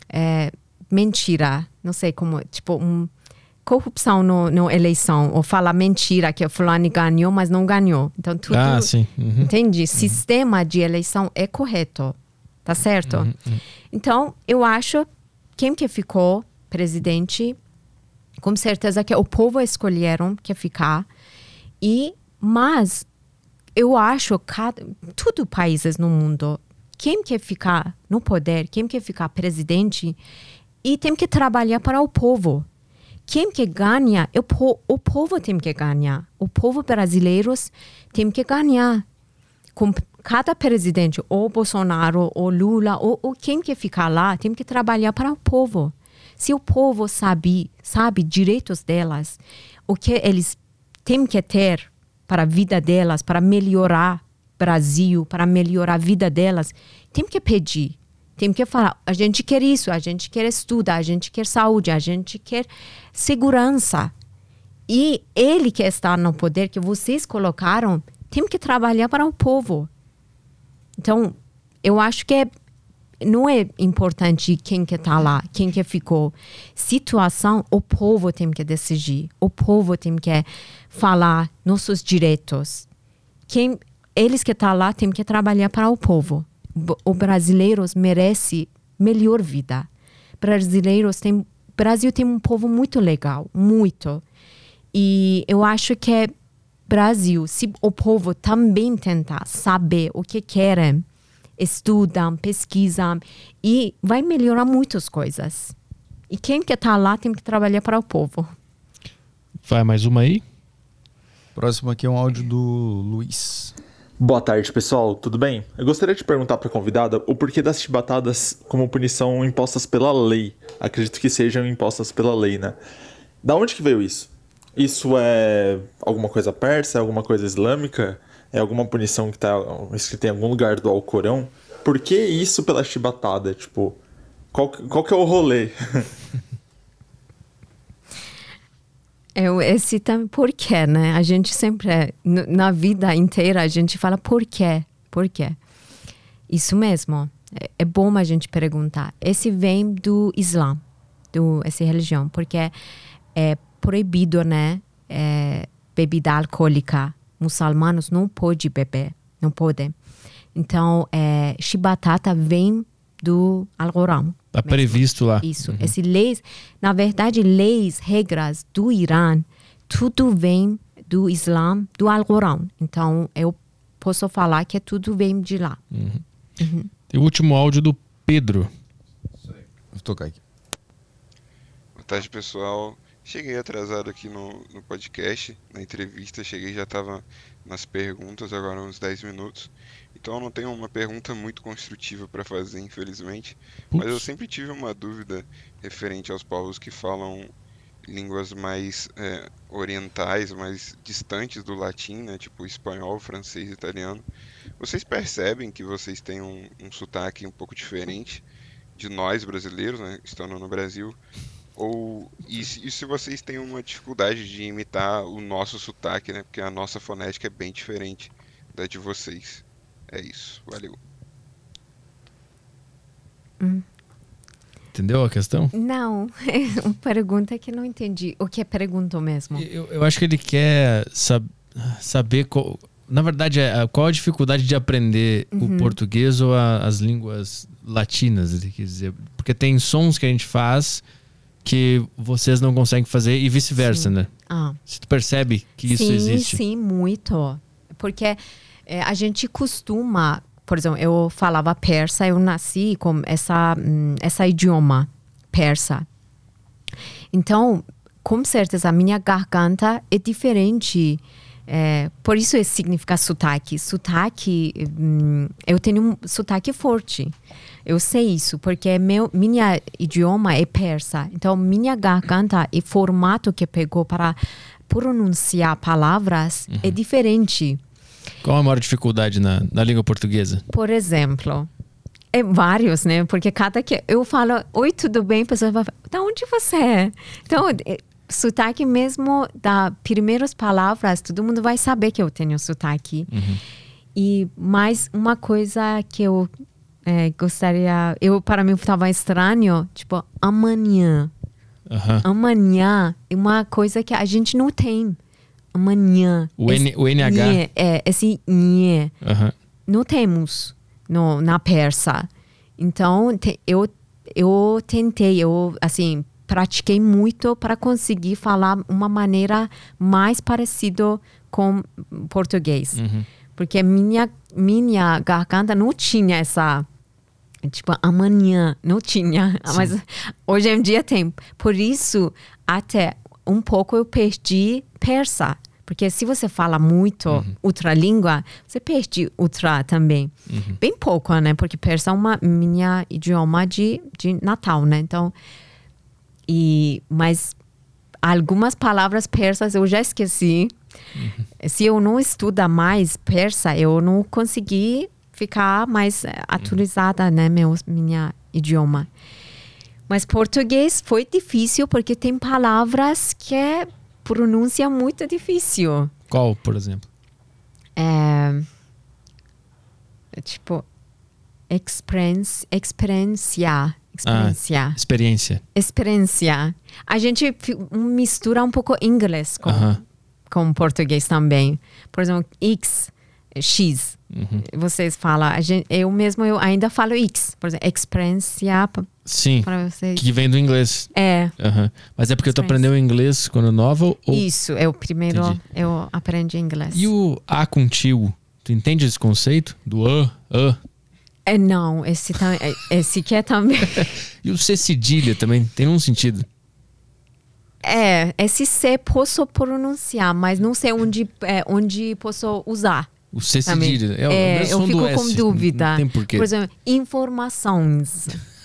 mentira, não sei como, tipo, corrupção na eleição, ou falar mentira que o fulano ganhou, mas não ganhou. Então, tudo, sim. entende? Sistema de eleição é correto, tá certo? Então, eu acho, quem que ficou presidente, com certeza que o povo escolheram que ficar, mas eu acho todos os países no mundo, quem quer ficar no poder, quem quer ficar presidente, e tem que trabalhar para o povo. Quem que ganha, o povo tem que ganhar. O povo brasileiro tem que ganhar. Com cada presidente, ou Bolsonaro, ou Lula, ou quem que ficar lá, tem que trabalhar para o povo. Se o povo sabe direitos delas, o que eles têm que ter para a vida delas, para melhorar o Brasil, para melhorar a vida delas, tem que pedir. Tem que falar, a gente quer isso, a gente quer estudar, a gente quer saúde, a gente quer segurança. E ele que está no poder, que vocês colocaram, tem que trabalhar para o povo. Então, eu acho que não é importante quem que está lá, quem que ficou. Situação, o povo tem que decidir. O povo tem que falar nossos direitos. Eles que estão lá têm que trabalhar para o povo. Os brasileiros merecem melhor vida. Brasil tem um povo muito legal, muito. E eu acho que Brasil, se o povo também tentar saber o que querem, estudam, pesquisam, e vai melhorar muitas coisas. E quem que está lá tem que trabalhar para o povo. Vai mais uma aí? Próximo aqui é um áudio do Luiz. Boa tarde, pessoal. Tudo bem? Eu gostaria de perguntar para a convidada o porquê das chibatadas como punição impostas pela lei. Acredito que sejam impostas pela lei, né? Da onde que veio isso? Isso é alguma coisa persa? É alguma coisa islâmica? É alguma punição que está escrita em algum lugar do Alcorão? Por que isso pela chibatada? Tipo, qual que é o rolê? Esse também, por quê, né? A gente sempre, na vida inteira, a gente fala por quê? Por quê? Isso mesmo. É bom a gente perguntar. Esse vem do Islã, essa religião, porque é proibido, né? Bebida alcoólica. Muçulmanos não podem beber, não podem. Então, chibatata vem do Alcorão. Está previsto lá. Isso. Essas leis, na verdade, regras do Irã, tudo vem do Islã, do Alcorão. Então, eu posso falar que tudo vem de lá. E o último áudio do Pedro. Vou tocar aqui. Boa tarde, pessoal. Cheguei atrasado aqui no podcast, na entrevista. Cheguei, já estava nas perguntas, agora uns 10 minutos. Então eu não tenho uma pergunta muito construtiva para fazer, infelizmente. Mas eu sempre tive uma dúvida referente aos povos que falam línguas mais orientais, mais distantes do latim, né? Tipo espanhol, francês, italiano. Vocês percebem que vocês têm um sotaque um pouco diferente de nós brasileiros, né? Estando no Brasil? E se vocês têm uma dificuldade de imitar o nosso sotaque, né? Porque a nossa fonética é bem diferente da de vocês. É isso, valeu. Entendeu a questão? Não, é uma pergunta que não entendi. O que perguntou mesmo? Eu acho que ele quer saber qual, na verdade, qual a dificuldade de aprender o português ou as línguas latinas, ele quer dizer. Porque tem sons que a gente faz que vocês não conseguem fazer e vice-versa, né? Se tu percebe que isso existe. Sim, muito. Porque a gente costuma, por exemplo, eu falava persa, eu nasci com essa idioma persa. Então, com certeza, a minha garganta é diferente Por isso significa sotaque. Sotaque, eu tenho um sotaque forte. Eu sei isso, porque minha idioma é persa. Então, minha garganta e formato que pegou para pronunciar palavras é diferente. Qual a maior dificuldade na língua portuguesa? Por exemplo, vários, né? Porque cada que eu falo, oi, tudo bem? A pessoa vai falar, da onde você é? Então, sotaque mesmo das primeiras palavras, todo mundo vai saber que eu tenho sotaque. E mais uma coisa que eu gostaria... Para mim estava estranho, tipo, amanhã. Amanhã é uma coisa que a gente não tem. Amanhã. O NH. Esse nhê. Não temos na persa. Então, eu tentei, assim, pratiquei muito para conseguir falar uma maneira mais parecida com português. Porque minha garganta não tinha essa... Tipo, amanhã não tinha. Sim. Mas hoje em dia tem. Por isso, até um pouco eu perdi persa. Porque se você fala muito outra língua, você perde outra também. Bem pouco, né? Porque persa é minha idioma de Natal, né? Então, mas algumas palavras persas eu já esqueci. Se eu não estudar mais persa, eu não consegui ficar mais atualizada, né, minha idioma. Mas português foi difícil porque tem palavras que pronúncia muito difícil. Qual, por exemplo? Tipo, experiência. A gente mistura um pouco inglês com português também. Por exemplo, X. Vocês falam, eu ainda falo X, por exemplo, experiência. Sim, vocês. Que vem do inglês. Mas é porque tu aprendeu inglês quando nova? Ou... Isso, primeiro eu aprendi inglês. E o A contigo, tu entende esse conceito? Do não, esse que é também. E o C cedilha também, tem um sentido? Esse C posso pronunciar, mas não sei onde posso usar. O C cedilha. Eu fico com dúvida. Não tem porquê. Por exemplo, informações.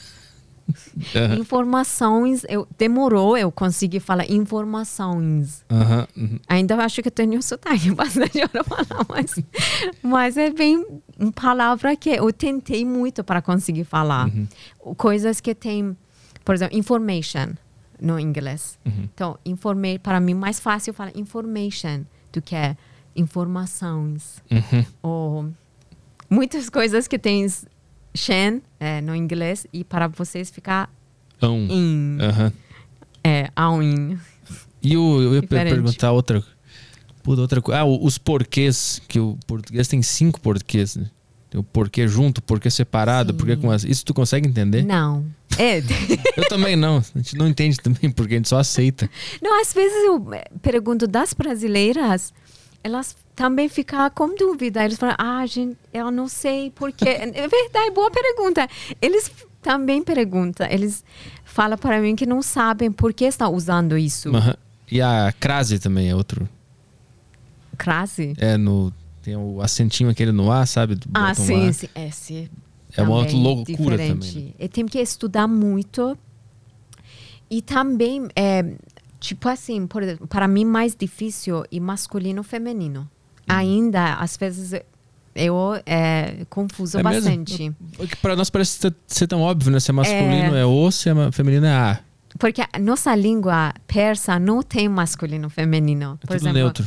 Informações, demorou eu consegui falar informações. Ainda acho que eu tenho sotaque bastante para falar, mas é bem uma palavra que eu tentei muito para conseguir falar. Coisas que tem, por exemplo, information no inglês. Então, para mim mais fácil falar information do que informações. Ou muitas coisas que tem shen no inglês e para vocês ficar in. In. E eu ia perguntar outra coisa. Os porquês, que o português tem 5 porquês, né? Tem o porquê junto, porquê separado, porquê com as... Isso tu consegue entender? Não. Eu também não. A gente não entende também, porque a gente só aceita. Não, às vezes eu pergunto das brasileiras, elas também ficam com dúvida. Eles falam, gente, eu não sei porquê. É verdade, boa pergunta. Eles também perguntam. Eles falam para mim que não sabem por que estão usando isso. E a crase também é outro. Crase? Tem o acentinho aquele no A, sabe? Sim. Esse é uma outra loucura diferente. Também. Né? Eu tenho que estudar muito. E também... tipo assim, por exemplo, para mim mais difícil é masculino e feminino. Ainda, às vezes, eu confuso bastante. Para nós parece ser tão óbvio, né? Se é masculino é O, se é feminino é A. Porque a nossa língua persa não tem masculino e feminino. Por exemplo, neutro.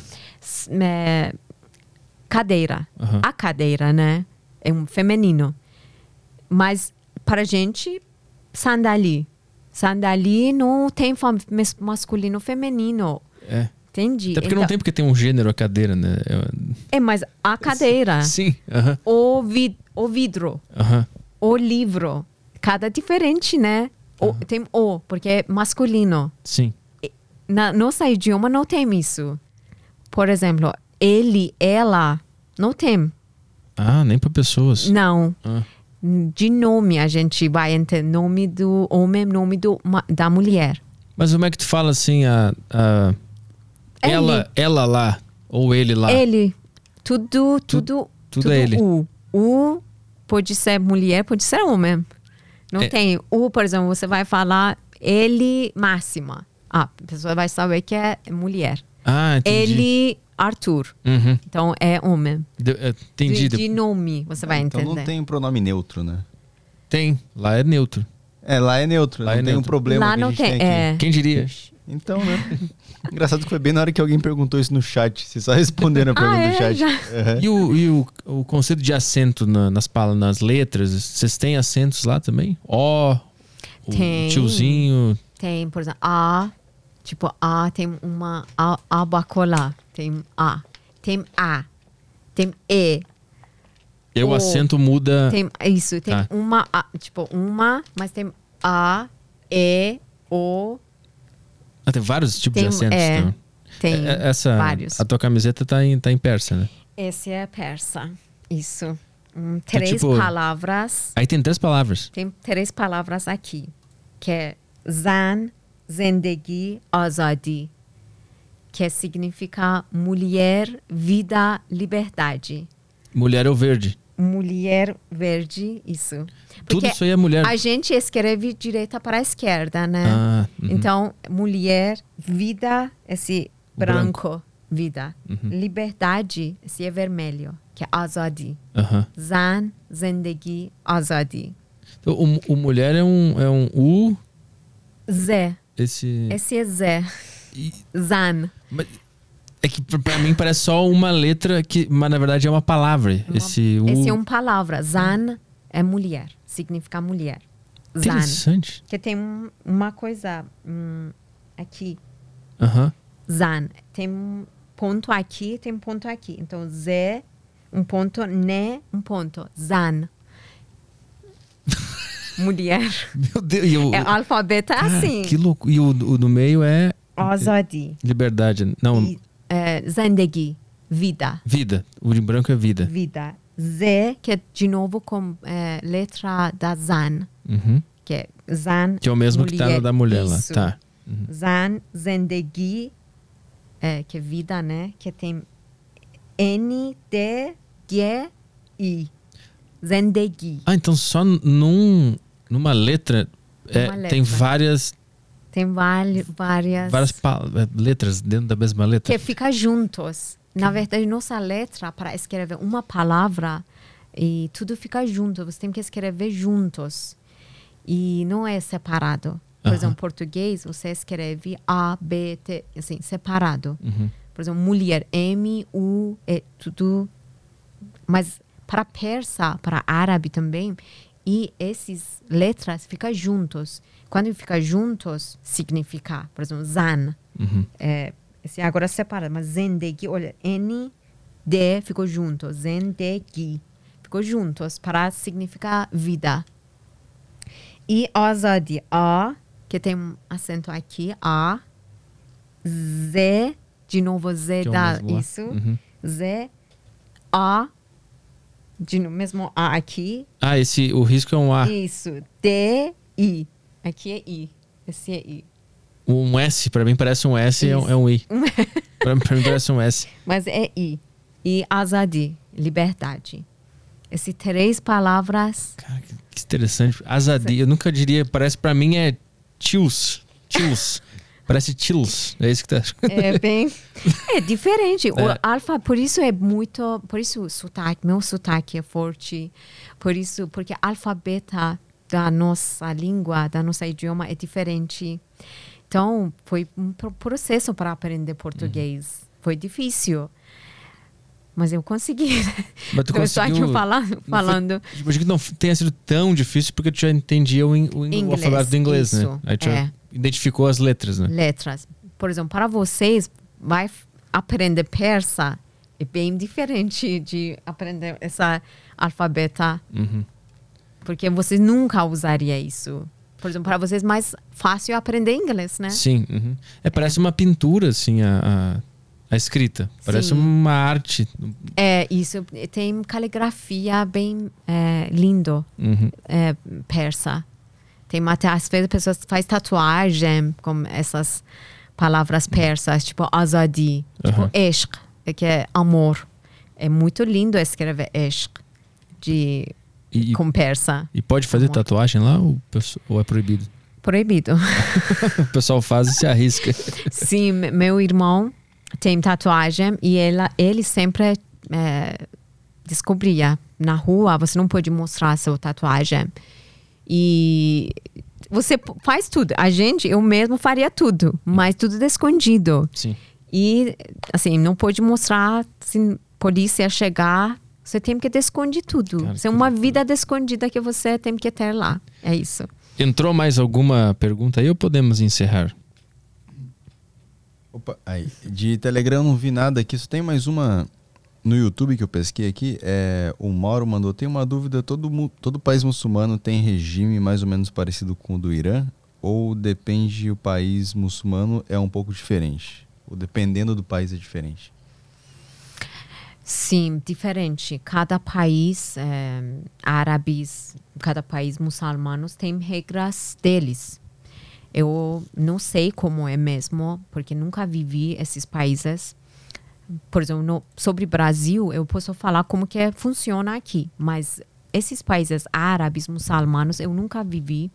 Cadeira. A cadeira, né? É um feminino. Mas, para a gente, sandália. Sandália não tem masculino feminino. Entendi. Até porque não tem, porque tem um gênero a cadeira, né? Mas a cadeira. Sim. O vidro. O livro. Cada diferente, né? Tem porque é masculino. Sim. Na nossa idioma não tem isso. Por exemplo, ele, ela, não tem. Nem para pessoas. Não. De nome, a gente vai entre nome do homem, nome da mulher. Mas como é que tu fala assim, ela lá, Ou ele lá? Ele. Tudo é ele. O pode ser mulher, pode ser homem. Não tem o, por exemplo, você vai falar ele máxima. A pessoa vai saber que é mulher. Ah, entendi. Ele Arthur. Uhum. Então é homem. Entendi. De nome, você vai entender. Então não tem pronome neutro, né? Tem. Lá é neutro. Lá é neutro. Lá não é tem neutro. um problema Lá que não a gente tem aqui. Quem diria? Então, né? Engraçado que foi bem na hora que alguém perguntou isso no chat. Vocês só responderam a pergunta do chat. Uhum. E o conceito de acento nas letras, vocês têm acentos lá também? O tiozinho. Tem, por exemplo, A. Tipo, A tem uma abacolá. Tem A. Tem A. Tem E. O acento muda. Tem uma, mas tem A, E, O. Tem vários tipos de acentos. Então. Tem vários. A tua camiseta tá em persa, né? Esse é persa. Isso. 3 palavras. Aí tem 3 palavras. Tem 3 palavras aqui. Que é Zan, Zendegi, Azadi. Que significa mulher, vida, liberdade. Mulher é o verde. Mulher verde, isso. Porque tudo isso aí é mulher. A gente escreve direita para a esquerda, né? Então, mulher, vida, esse branco. Vida. Liberdade, esse é vermelho, que é Azadi. Zan, Zendegi, Azadi. Então, o mulher é um U. Zé. Esse é Zé. Zan. Mas é que pra mim parece só uma letra, mas na verdade é uma palavra. Esse é uma palavra. Zan é mulher. Significa mulher. Zan. Interessante. Que tem uma coisa aqui. Zan. Tem um ponto aqui, tem um ponto aqui. Então, Zé, um ponto, né, um ponto. Zan. Mulher. Meu Deus. É alfabeto assim. Que louco. E o do meio é... Azadi. Liberdade. Não. Zendegi. Vida. Vida. O de branco é vida. Vida. Z, que é de novo com letra da Zan. Que é Zan. Que é o mesmo mulher. Que tá no da mulher Isso. lá. Tá. Zan, Zendegi, que é vida, né? Que tem N, D, G, I. Zendegi. Então só numa letra, tem várias... Tem várias letras dentro da mesma letra. Que fica juntos. Na verdade, nossa letra, para escrever uma palavra, e tudo fica junto. Você tem que escrever juntos. E não é separado. Por exemplo, em português, você escreve A, B, T, assim, separado. Por exemplo, mulher, M, U, E, tudo. Mas para persa, para árabe também, e essas letras ficam juntos. Quando fica juntos, significa, por exemplo, Zan. Esse agora é separado, mas Zendegi, olha, N, D ficou junto. Zendegi. Ficou juntos para significar vida. E Azadi, A, que tem um acento aqui, A. Z, de novo Z dá isso. Z, A. De novo, mesmo A aqui. O risco é um A. Isso. D, I. Aqui é I. Esse é I. Um S, pra mim parece um S, é um I. Pra mim parece um S. Mas é I. E Azadi, liberdade. Essas 3 palavras. Cara, que interessante. Azadi, eu nunca diria, parece pra mim é chills. Parece chills. É isso que tá. É bem. É diferente. O alfa, por isso é muito. Por isso o sotaque, meu sotaque é forte. Porque a alfabeta da nossa língua, da nossa idioma é diferente. Então, foi um processo para aprender português. Foi difícil. Mas eu consegui. Mas tu conseguiu... falando. Eu acho que não tenha sido tão difícil porque tu já entendia o alfabeto do inglês, isso, né? Aí tu já identificou as letras, né? Letras. Por exemplo, para vocês, vai aprender persa é bem diferente de aprender essa alfabeta. Porque vocês nunca usariam isso. Por exemplo, para vocês é mais fácil aprender inglês, né? Sim. Parece uma pintura, assim, a escrita. Parece uma arte. É, isso. Tem caligrafia bem lindo. Persa. Tem até, às vezes, pessoas fazem tatuagem com essas palavras persas, tipo azadi, tipo ishq. que é amor. É muito lindo escrever Ishq com persa. E pode fazer tatuagem lá ou é proibido? Proibido. O pessoal faz e se arrisca. Sim, meu irmão tem tatuagem e ele sempre descobria na rua, você não pode mostrar sua tatuagem. E você faz tudo. Eu mesmo faria tudo, mas tudo escondido. Sim. E, assim, não pode mostrar, se polícia chegar, você tem que esconder tudo. Cara, é uma vida escondida que você tem que ter lá. É isso. Entrou mais alguma pergunta aí ou podemos encerrar? Opa, aí. De Telegram não vi nada aqui, só tem mais uma no YouTube que eu pesquei aqui. O Mauro mandou, tem uma dúvida, todo país muçulmano tem regime mais ou menos parecido com o do Irã? Ou depende, o país muçulmano é um pouco diferente? Ou dependendo do país é diferente? Sim, diferente. Cada país árabes, cada país muçulmanos tem regras deles. Eu não sei como é mesmo, porque nunca vivi esses países. Por exemplo, sobre o Brasil, eu posso falar como que funciona aqui. Mas esses países árabes, muçulmanos, eu nunca vivi.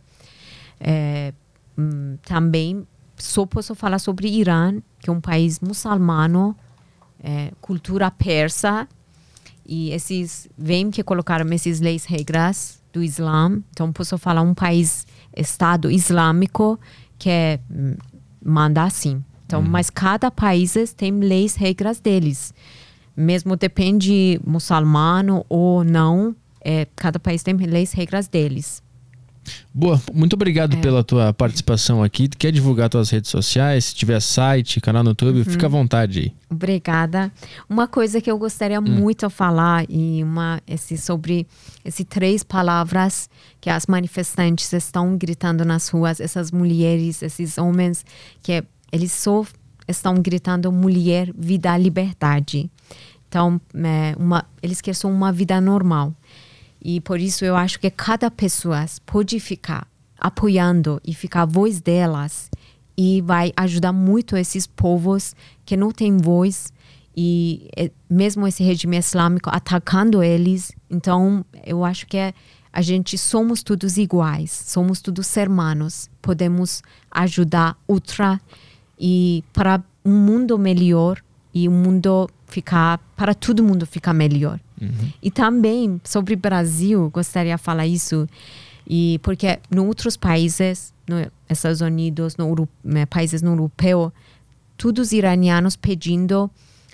Também só posso falar sobre Irã, que é um país muçulmano, cultura persa, e vem que colocaram essas leis, regras do Islã. Então posso falar um país, Estado Islâmico, que manda assim. Então, mas cada país tem leis, regras deles. Mesmo depende muçulmano ou não, cada país tem leis, regras deles. Boa, muito obrigado pela tua participação aqui. Quer divulgar tuas redes sociais? Se tiver site, canal no YouTube, fica à vontade aí. Obrigada. Uma coisa que eu gostaria muito de falar sobre essas 3 palavras que as manifestantes estão gritando nas ruas, essas mulheres, esses homens, que eles só estão gritando mulher, vida, liberdade. Então, eles querem uma vida normal. E por isso eu acho que cada pessoa pode ficar apoiando e ficar a voz delas e vai ajudar muito esses povos que não têm voz e mesmo esse regime islâmico atacando eles. Então eu acho que a gente somos todos iguais, somos todos seres humanos, podemos ajudar outra e para um mundo melhor e um mundo para todo mundo ficar melhor. E também sobre o Brasil, gostaria de falar isso, porque em outros países, nos Estados Unidos, países no europeu, todos os iranianos pedindo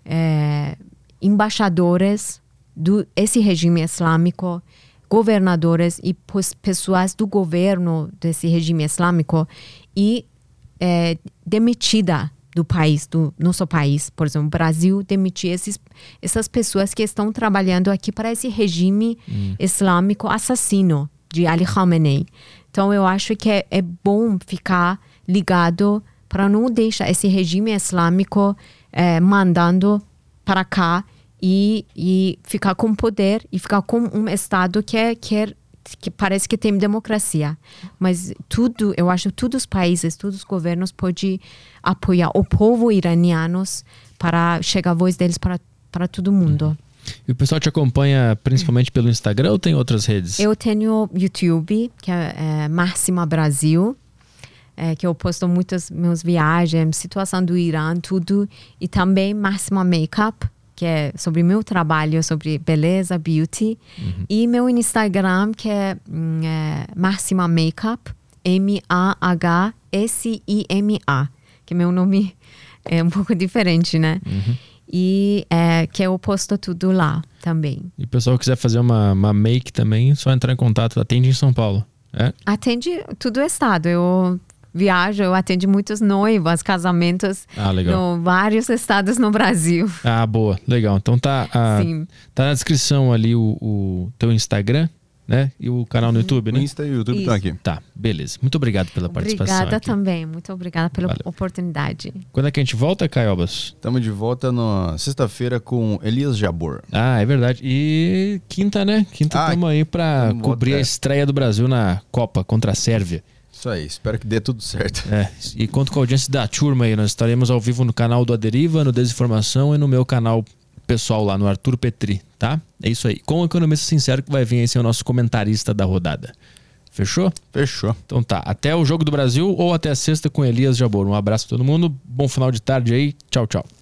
embaixadores desse regime islâmico, governadores e pessoas do governo desse regime islâmico e demitida do país, do nosso país. Por exemplo, o Brasil demitir essas pessoas que estão trabalhando aqui para esse regime islâmico assassino de Ali Khamenei. Então, eu acho que é bom ficar ligado para não deixar esse regime islâmico mandando para cá e ficar com poder e ficar com um Estado que parece que tem democracia. Mas eu acho que todos os países, todos os governos podem apoiar o povo iraniano para chegar a voz deles para todo mundo. E o pessoal te acompanha principalmente pelo Instagram ou tem outras redes? Eu tenho YouTube, que é Máxima Brasil, que eu posto muitas minhas viagens, situação do Irã, tudo. E também Máxima Makeup, que é sobre meu trabalho, sobre beleza, beauty. E meu Instagram, que é Máxima Makeup, MAHSIMA, que meu nome é um pouco diferente, né? E que eu posto tudo lá também. E o pessoal quiser fazer uma make também, só entrar em contato. Atende em São Paulo, Atende todo o estado. Eu viajo, eu atendo muitos noivas, casamentos em vários estados no Brasil. Boa, legal. Então tá na descrição ali o teu Instagram, né? E o canal no YouTube, né? O Insta e o YouTube estão aqui. Tá, beleza. Muito obrigado pela participação. Obrigada também, muito obrigada pela oportunidade. Quando é que a gente volta, Caiobas? Estamos de volta na sexta-feira com Elias Jabor. É verdade. E quinta, né? Quinta estamos aí para cobrir a estreia do Brasil na Copa contra a Sérvia. Isso aí, espero que dê tudo certo. E conto com a audiência da turma aí. Nós estaremos ao vivo no canal do Aderiva, no Desinformação e no meu canal pessoal lá, no Arthur Petri, tá? É isso aí. Com o Economista Sincero, que vai vir aí ser o nosso comentarista da rodada. Fechou? Fechou. Então tá. Até o Jogo do Brasil ou até a sexta com Elias Jabor. Um abraço a todo mundo. Bom final de tarde aí. Tchau, tchau.